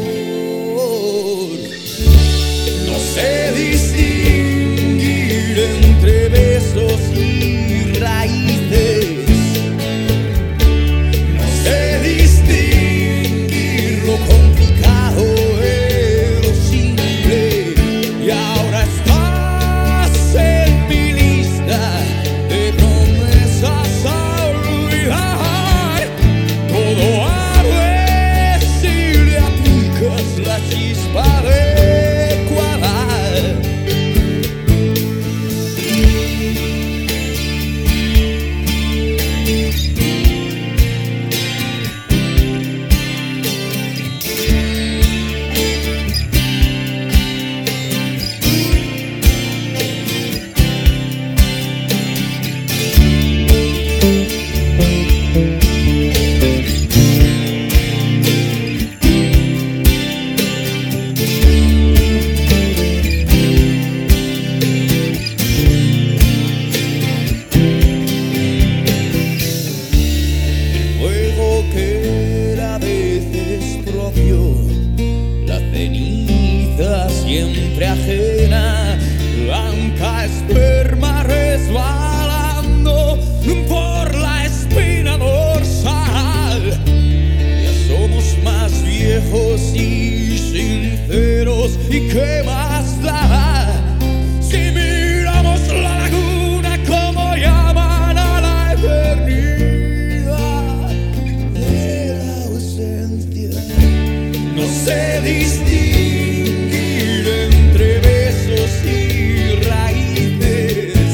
Speaker 1: No sé distinguir entre besos y raíces. No sé distinguir lo complicado de lo simple. Y ahora estás en mi lista de promesas a olvidar. Todo arde
Speaker 11: siempre ajena, blanca esperma resbalando por la espina dorsal. Ya somos más viejos y sinceros, ¿y qué más da? Si miramos la laguna como llaman a la eternidad de la ausencia, no sé distinguir entre besos y raíces,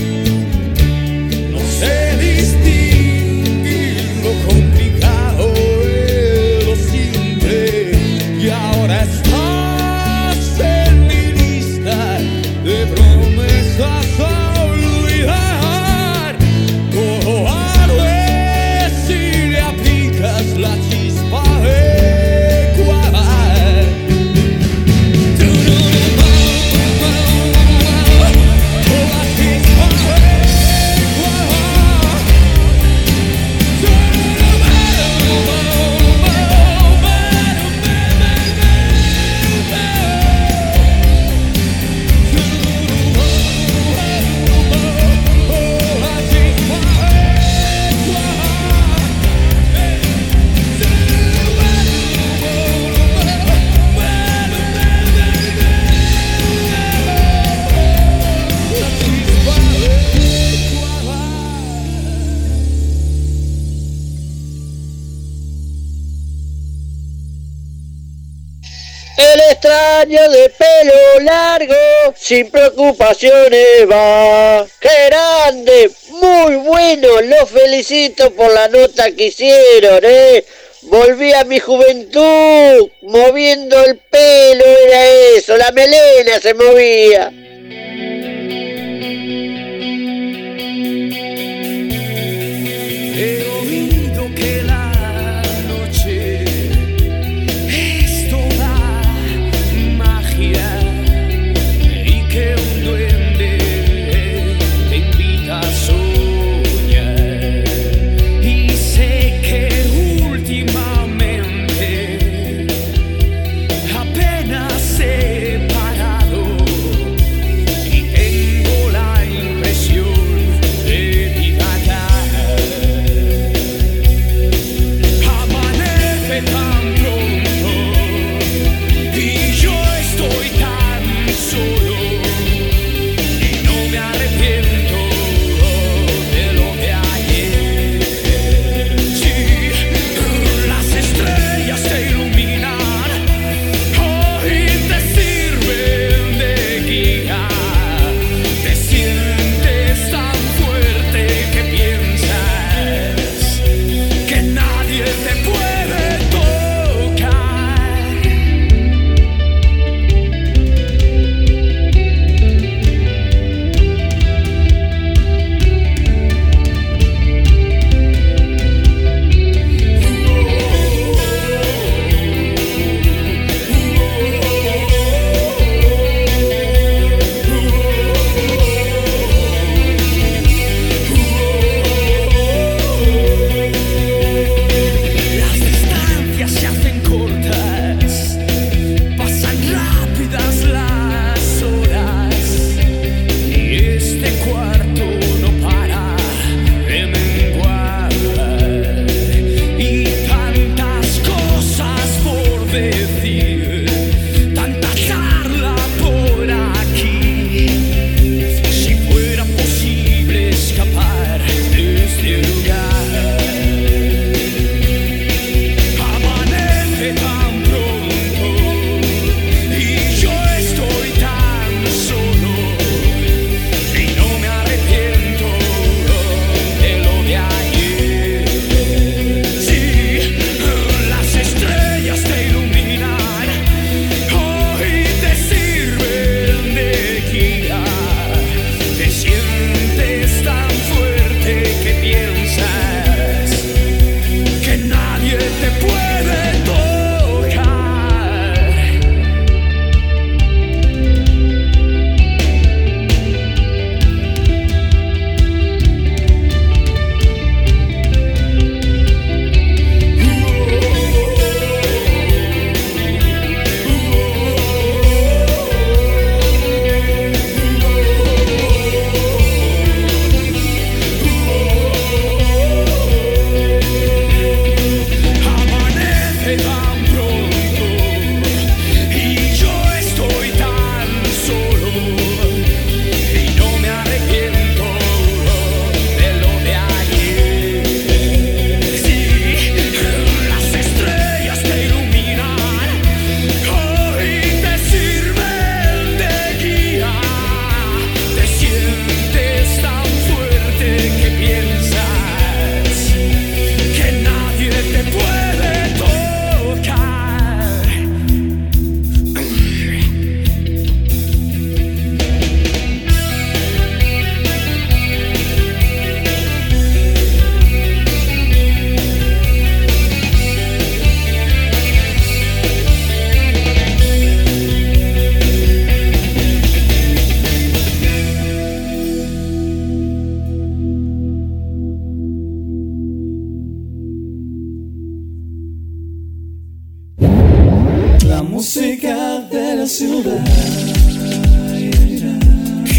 Speaker 11: no sé distinguir lo complicado de lo simple, y ahora estás en mi lista de promesas a olvidar. Como arde si le aplicas la chispa adecuada.
Speaker 10: El extraño de pelo largo, sin preocupaciones va. ¡Qué grande! Muy bueno, los felicito por la nota que hicieron, ¿eh? Volví a mi juventud, moviendo el pelo, era eso, la melena se movía.
Speaker 11: He oído que la noche es toda magia y que un duende te invita a soñar. Y sé que últimamente apenas he parado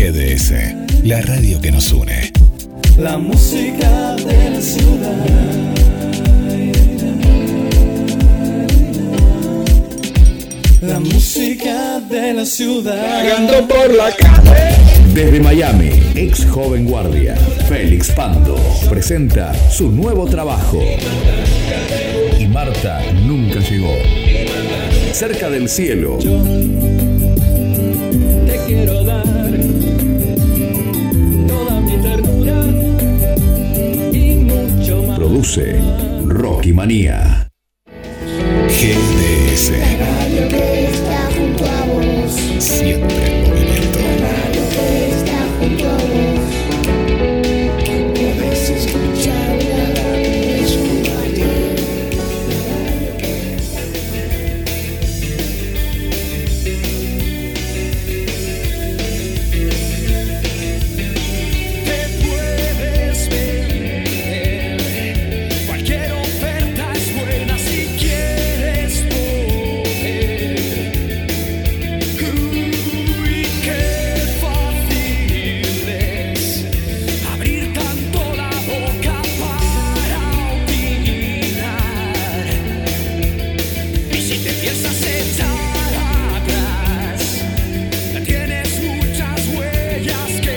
Speaker 5: G D S, la radio que nos une.
Speaker 11: La música de la ciudad. La música de la ciudad.
Speaker 12: Vagando por la calle. Desde Miami, ex joven guardia, Félix Pando presenta su nuevo trabajo. Y Marta nunca llegó. Cerca del cielo.
Speaker 11: Yo te quiero dar toda mi ternura y mucho más.
Speaker 12: Produce Rocky Manía.
Speaker 5: G D S.
Speaker 11: Radio que está junto a vos.
Speaker 5: Siempre en movimiento.
Speaker 11: Radio que está junto a vos. Podés escuchar la radio es compartir. Te puedes ver. Cualquier oferta es buena si quieres poder. Uy, qué fácil es abrir tanto la boca para opinar. Y si te piensas echar atrás, tienes muchas huellas que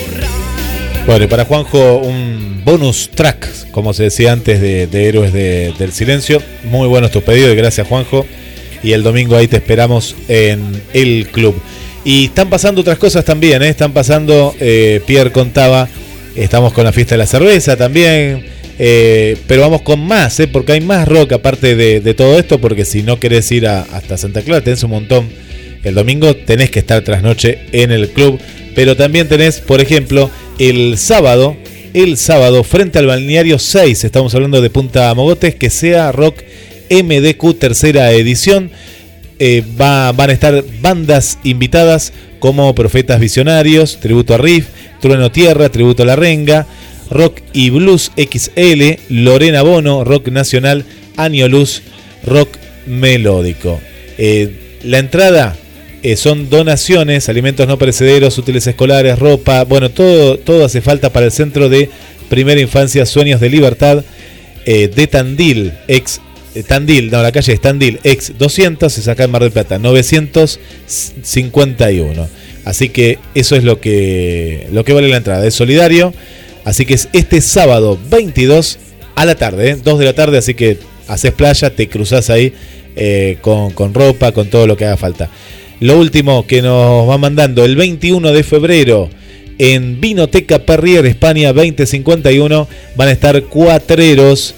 Speaker 11: borrar.
Speaker 2: Bueno, y para Juanjo, un bonus track, como se decía antes, de, de Héroes de- del Silencio. Muy buenos tus pedidos y gracias, Juanjo. Y el domingo ahí te esperamos en el club. Y están pasando otras cosas también, ¿eh? Están pasando, eh, Pierre contaba, estamos con la fiesta de la cerveza también. eh, pero vamos con más, ¿eh? Porque hay más rock aparte de, de todo esto. Porque si no querés ir a- hasta Santa Clara, tenés un montón. El domingo tenés que estar trasnoche en el club. Pero también tenés, por ejemplo, el sábado, el sábado, frente al Balneario seis, estamos hablando de Punta Mogotes, que sea Rock M D Q tercera edición. Eh, va, van a estar bandas invitadas como Profetas Visionarios, Tributo a Riff, Trueno Tierra, Tributo a la Renga, Rock y Blues X L, Lorena Bono, Rock Nacional, Año Luz, Rock Melódico. Eh, la entrada eh, son donaciones, alimentos no perecederos, útiles escolares, ropa, bueno, todo, todo hace falta para el Centro de Primera Infancia Sueños de Libertad eh, de Tandil, ex eh, Tandil, no, la calle es Tandil, ex doscientos, es acá en Mar del Plata, novecientos cincuenta y uno. Así que eso es lo que, lo que vale la entrada, es solidario. Así que es este sábado veintidós a la tarde, ¿eh? dos de la tarde, así que haces playa, te cruzás ahí eh, con, con ropa, con todo lo que haga falta. Lo último que nos va mandando, el veintiuno de febrero, en Vinoteca Perrier, España veinte cincuenta y uno, van a estar Cuatreros,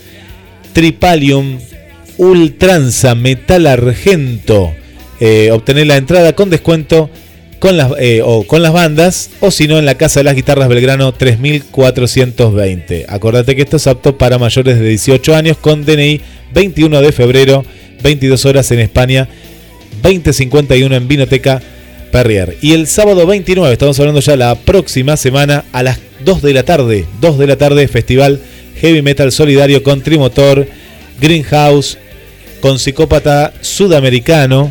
Speaker 2: Tripalium, Ultranza, Metal Argento. Eh, obtener la entrada con descuento con las, eh, o con las bandas, o si no en la Casa de las Guitarras Belgrano tres mil cuatrocientos veinte. Acordate que esto es apto para mayores de dieciocho años con D N I. Veintiuno de febrero, veintidós horas en España, veinte cincuenta y uno en Vinoteca Perrier. Y el sábado veintinueve, estamos hablando ya la próxima semana, a las dos de la tarde, dos de la tarde, Festival Heavy Metal Solidario con Trimotor, Greenhouse, con Psicópata Sudamericano,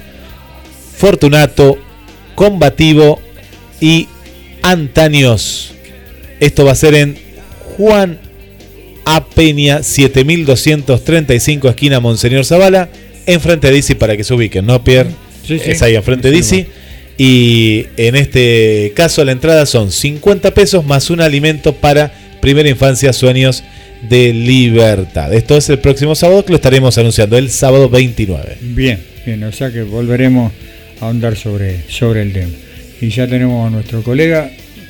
Speaker 2: Fortunato, Combativo y Antaños. Esto va a ser en Juan A. Peña siete mil doscientos treinta y cinco, esquina Monseñor Zavala, enfrente de D C, para que se ubiquen, ¿no, Pierre?
Speaker 3: Sí, sí.
Speaker 2: Es ahí enfrente de D C. Y en este caso la entrada son cincuenta pesos más un alimento para Primera Infancia Sueños de Libertad. Esto es el próximo sábado, que lo estaremos anunciando el sábado veintinueve.
Speaker 3: Bien, bien, o sea que volveremos a ahondar sobre, sobre el tema. Y ya tenemos a nuestro colega.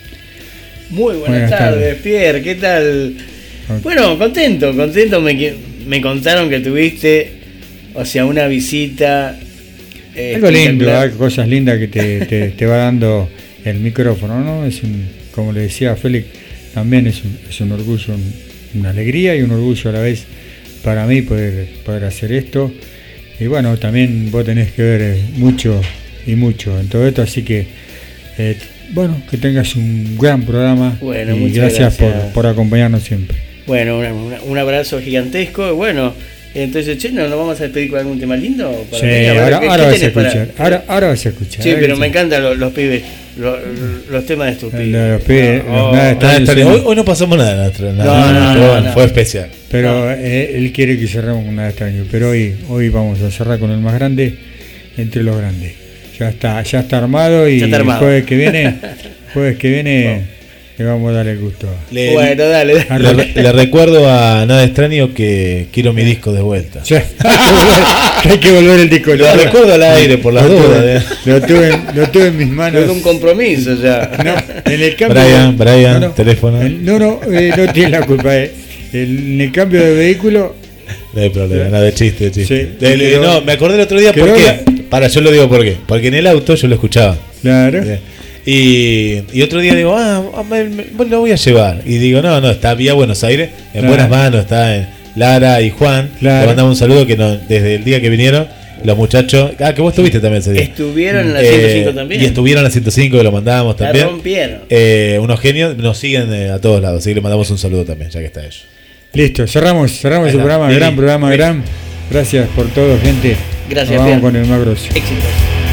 Speaker 13: Muy buenas,
Speaker 3: Buenas
Speaker 13: tardes,
Speaker 3: tardes.
Speaker 13: Pierre, ¿qué tal?
Speaker 3: Ok.
Speaker 13: Bueno, contento, contento, me, que- me contaron que tuviste, o sea, una visita. eh,
Speaker 3: Algo lindo,
Speaker 13: espectacular.
Speaker 3: ¿eh? Cosas lindas que te, te, te va dando el micrófono, ¿no? Es un, como le decía a Félix, también es un, es un orgullo, un- una alegría y un orgullo a la vez para mí poder, poder hacer esto. Y bueno, también vos tenés que ver eh, mucho y mucho en todo esto, así que eh, bueno, que tengas un gran programa.
Speaker 13: Bueno,
Speaker 3: y
Speaker 13: muchas
Speaker 3: gracias,
Speaker 13: gracias.
Speaker 3: Por, por acompañarnos siempre.
Speaker 13: Bueno, una- una- un abrazo gigantesco. y Bueno, entonces, che, ¿nos nos vamos a despedir con algún tema lindo? Para
Speaker 3: Sí,
Speaker 13: mí? A ver,
Speaker 3: ahora,
Speaker 13: ¿qué-
Speaker 3: ahora
Speaker 13: qué
Speaker 3: vas a
Speaker 13: tenés para-
Speaker 3: escuchar. Ahora, ahora vas a escuchar.
Speaker 13: Sí,
Speaker 3: A ver
Speaker 13: pero
Speaker 3: qué-
Speaker 13: me encantan los, los pibes. Lo- los temas de estúpidos.
Speaker 3: Los pe-
Speaker 13: No,
Speaker 3: los
Speaker 13: oh,
Speaker 3: nada
Speaker 2: Nada
Speaker 3: extraños
Speaker 2: extraño.
Speaker 3: son-
Speaker 2: Hoy, hoy no pasamos nada, nada extraño, nada,
Speaker 13: No, no,
Speaker 2: nada,
Speaker 13: no,
Speaker 2: pero bueno,
Speaker 13: no.
Speaker 2: fue especial.
Speaker 3: Pero eh, él quiere que cerremos con nada extraño. Pero hoy, hoy vamos a cerrar con el más grande entre los grandes. Ya está, ya está armado y
Speaker 13: Ya está armado.
Speaker 3: el jueves que viene, jueves que viene le vamos a dar el gusto.
Speaker 2: Le,
Speaker 13: Bueno, dale.
Speaker 3: A
Speaker 2: le,
Speaker 3: Ro-
Speaker 2: le recuerdo a Nada Extraño que quiero mi disco de vuelta.
Speaker 3: Ya, que hay que volver el disco.
Speaker 2: Lo recuerdo al aire por las
Speaker 3: Lo tuve-
Speaker 2: dudas. ¿eh?
Speaker 3: Lo tuve, en- lo tuve en mis manos.
Speaker 13: Es un compromiso ya.
Speaker 3: No, en el cambio
Speaker 2: Brian, Brian,
Speaker 3: no, no,
Speaker 2: teléfono.
Speaker 3: el- no, no, eh, no tiene la culpa. eh. El- en el cambio de vehículo,
Speaker 2: No hay problema, nada de chiste, de chiste.
Speaker 3: Sí,
Speaker 2: De- de-
Speaker 3: quedó-
Speaker 2: no, me acordé el otro día
Speaker 3: quedó
Speaker 2: por qué.
Speaker 3: la-
Speaker 2: Para, yo lo digo por qué. Porque en el auto yo lo escuchaba.
Speaker 3: claro.
Speaker 2: Y, y otro día digo, ah, me, me- bueno, lo voy a llevar. Y digo, no, no, está vía Buenos Aires, en
Speaker 3: Claro.
Speaker 2: buenas manos, está en Lara y Juan.
Speaker 3: Claro.
Speaker 2: Le mandamos un saludo que no, desde el día que vinieron, los muchachos. Ah, que vos estuviste también ese día.
Speaker 13: Estuvieron en la
Speaker 2: Eh,
Speaker 13: ciento cinco también.
Speaker 2: Y estuvieron en la ciento cinco que lo mandábamos
Speaker 13: La
Speaker 2: también.
Speaker 13: rompieron.
Speaker 2: Eh, unos genios, nos siguen eh, a todos lados, así que le mandamos un saludo también, ya que está ellos.
Speaker 3: Listo, cerramos, cerramos
Speaker 2: Ahí
Speaker 3: el
Speaker 2: está.
Speaker 3: programa,
Speaker 2: Sí.
Speaker 3: gran programa, gran. Gracias por todo, gente.
Speaker 13: Gracias,
Speaker 3: Nos vamos
Speaker 13: Pierre.
Speaker 3: con el más grosso.
Speaker 13: Éxitos.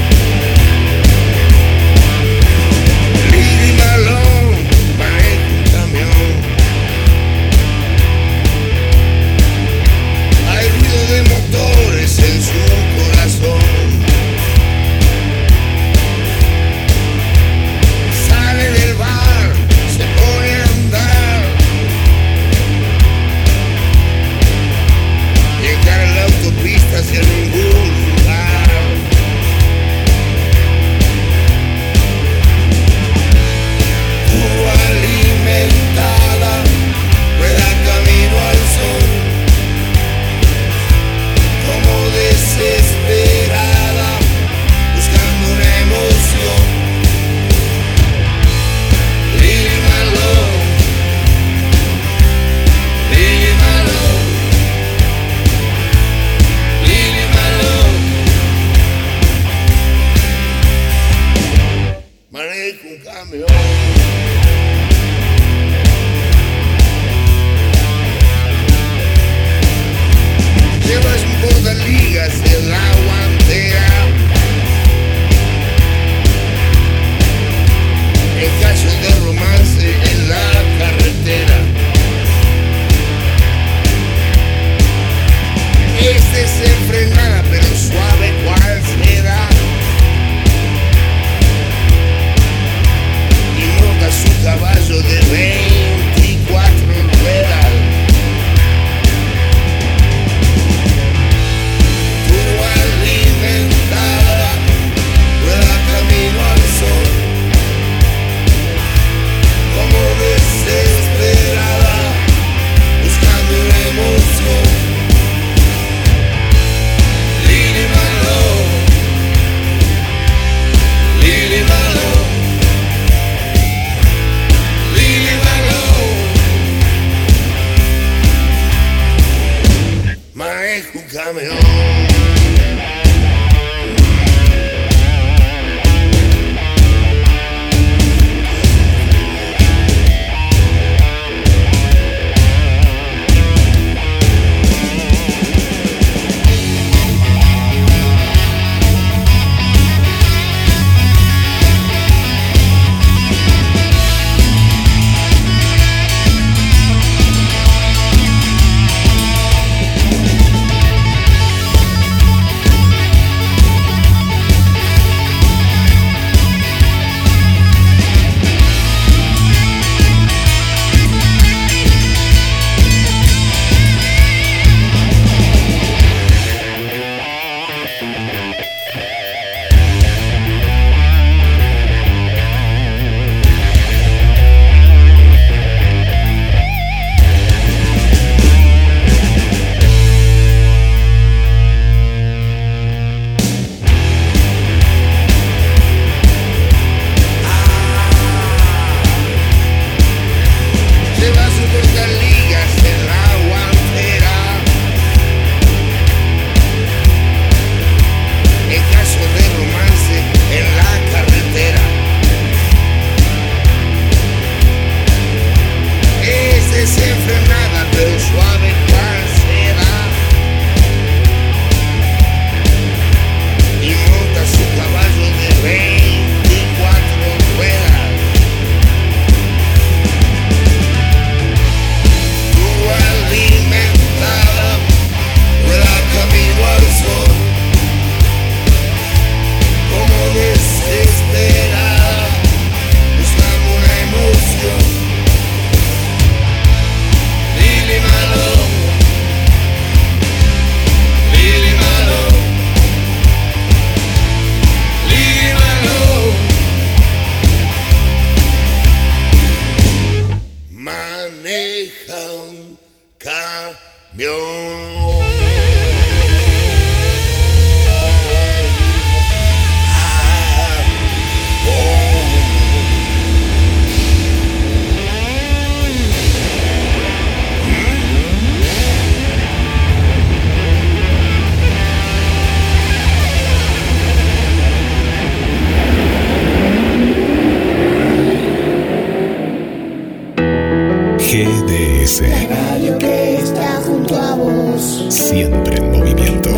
Speaker 11: Lili Malón maneja un camión. Hay ruido de motores en su corazón. Sale del bar, se pone a andar y encara la autopista hacia ningún lugar. Turbo alimentada, rueda camino al sol, como desesperada, buscando una emoción. Lili Malone, Lili Malone, Lili Malone, maneja un camión. Llevas un bordaligas en la guantera. En caso de romance en la carretera. Es desenfrenada pero suave cual será. Y nota su
Speaker 5: G D S.
Speaker 11: La radio que está junto a vos.
Speaker 5: Siempre en movimiento.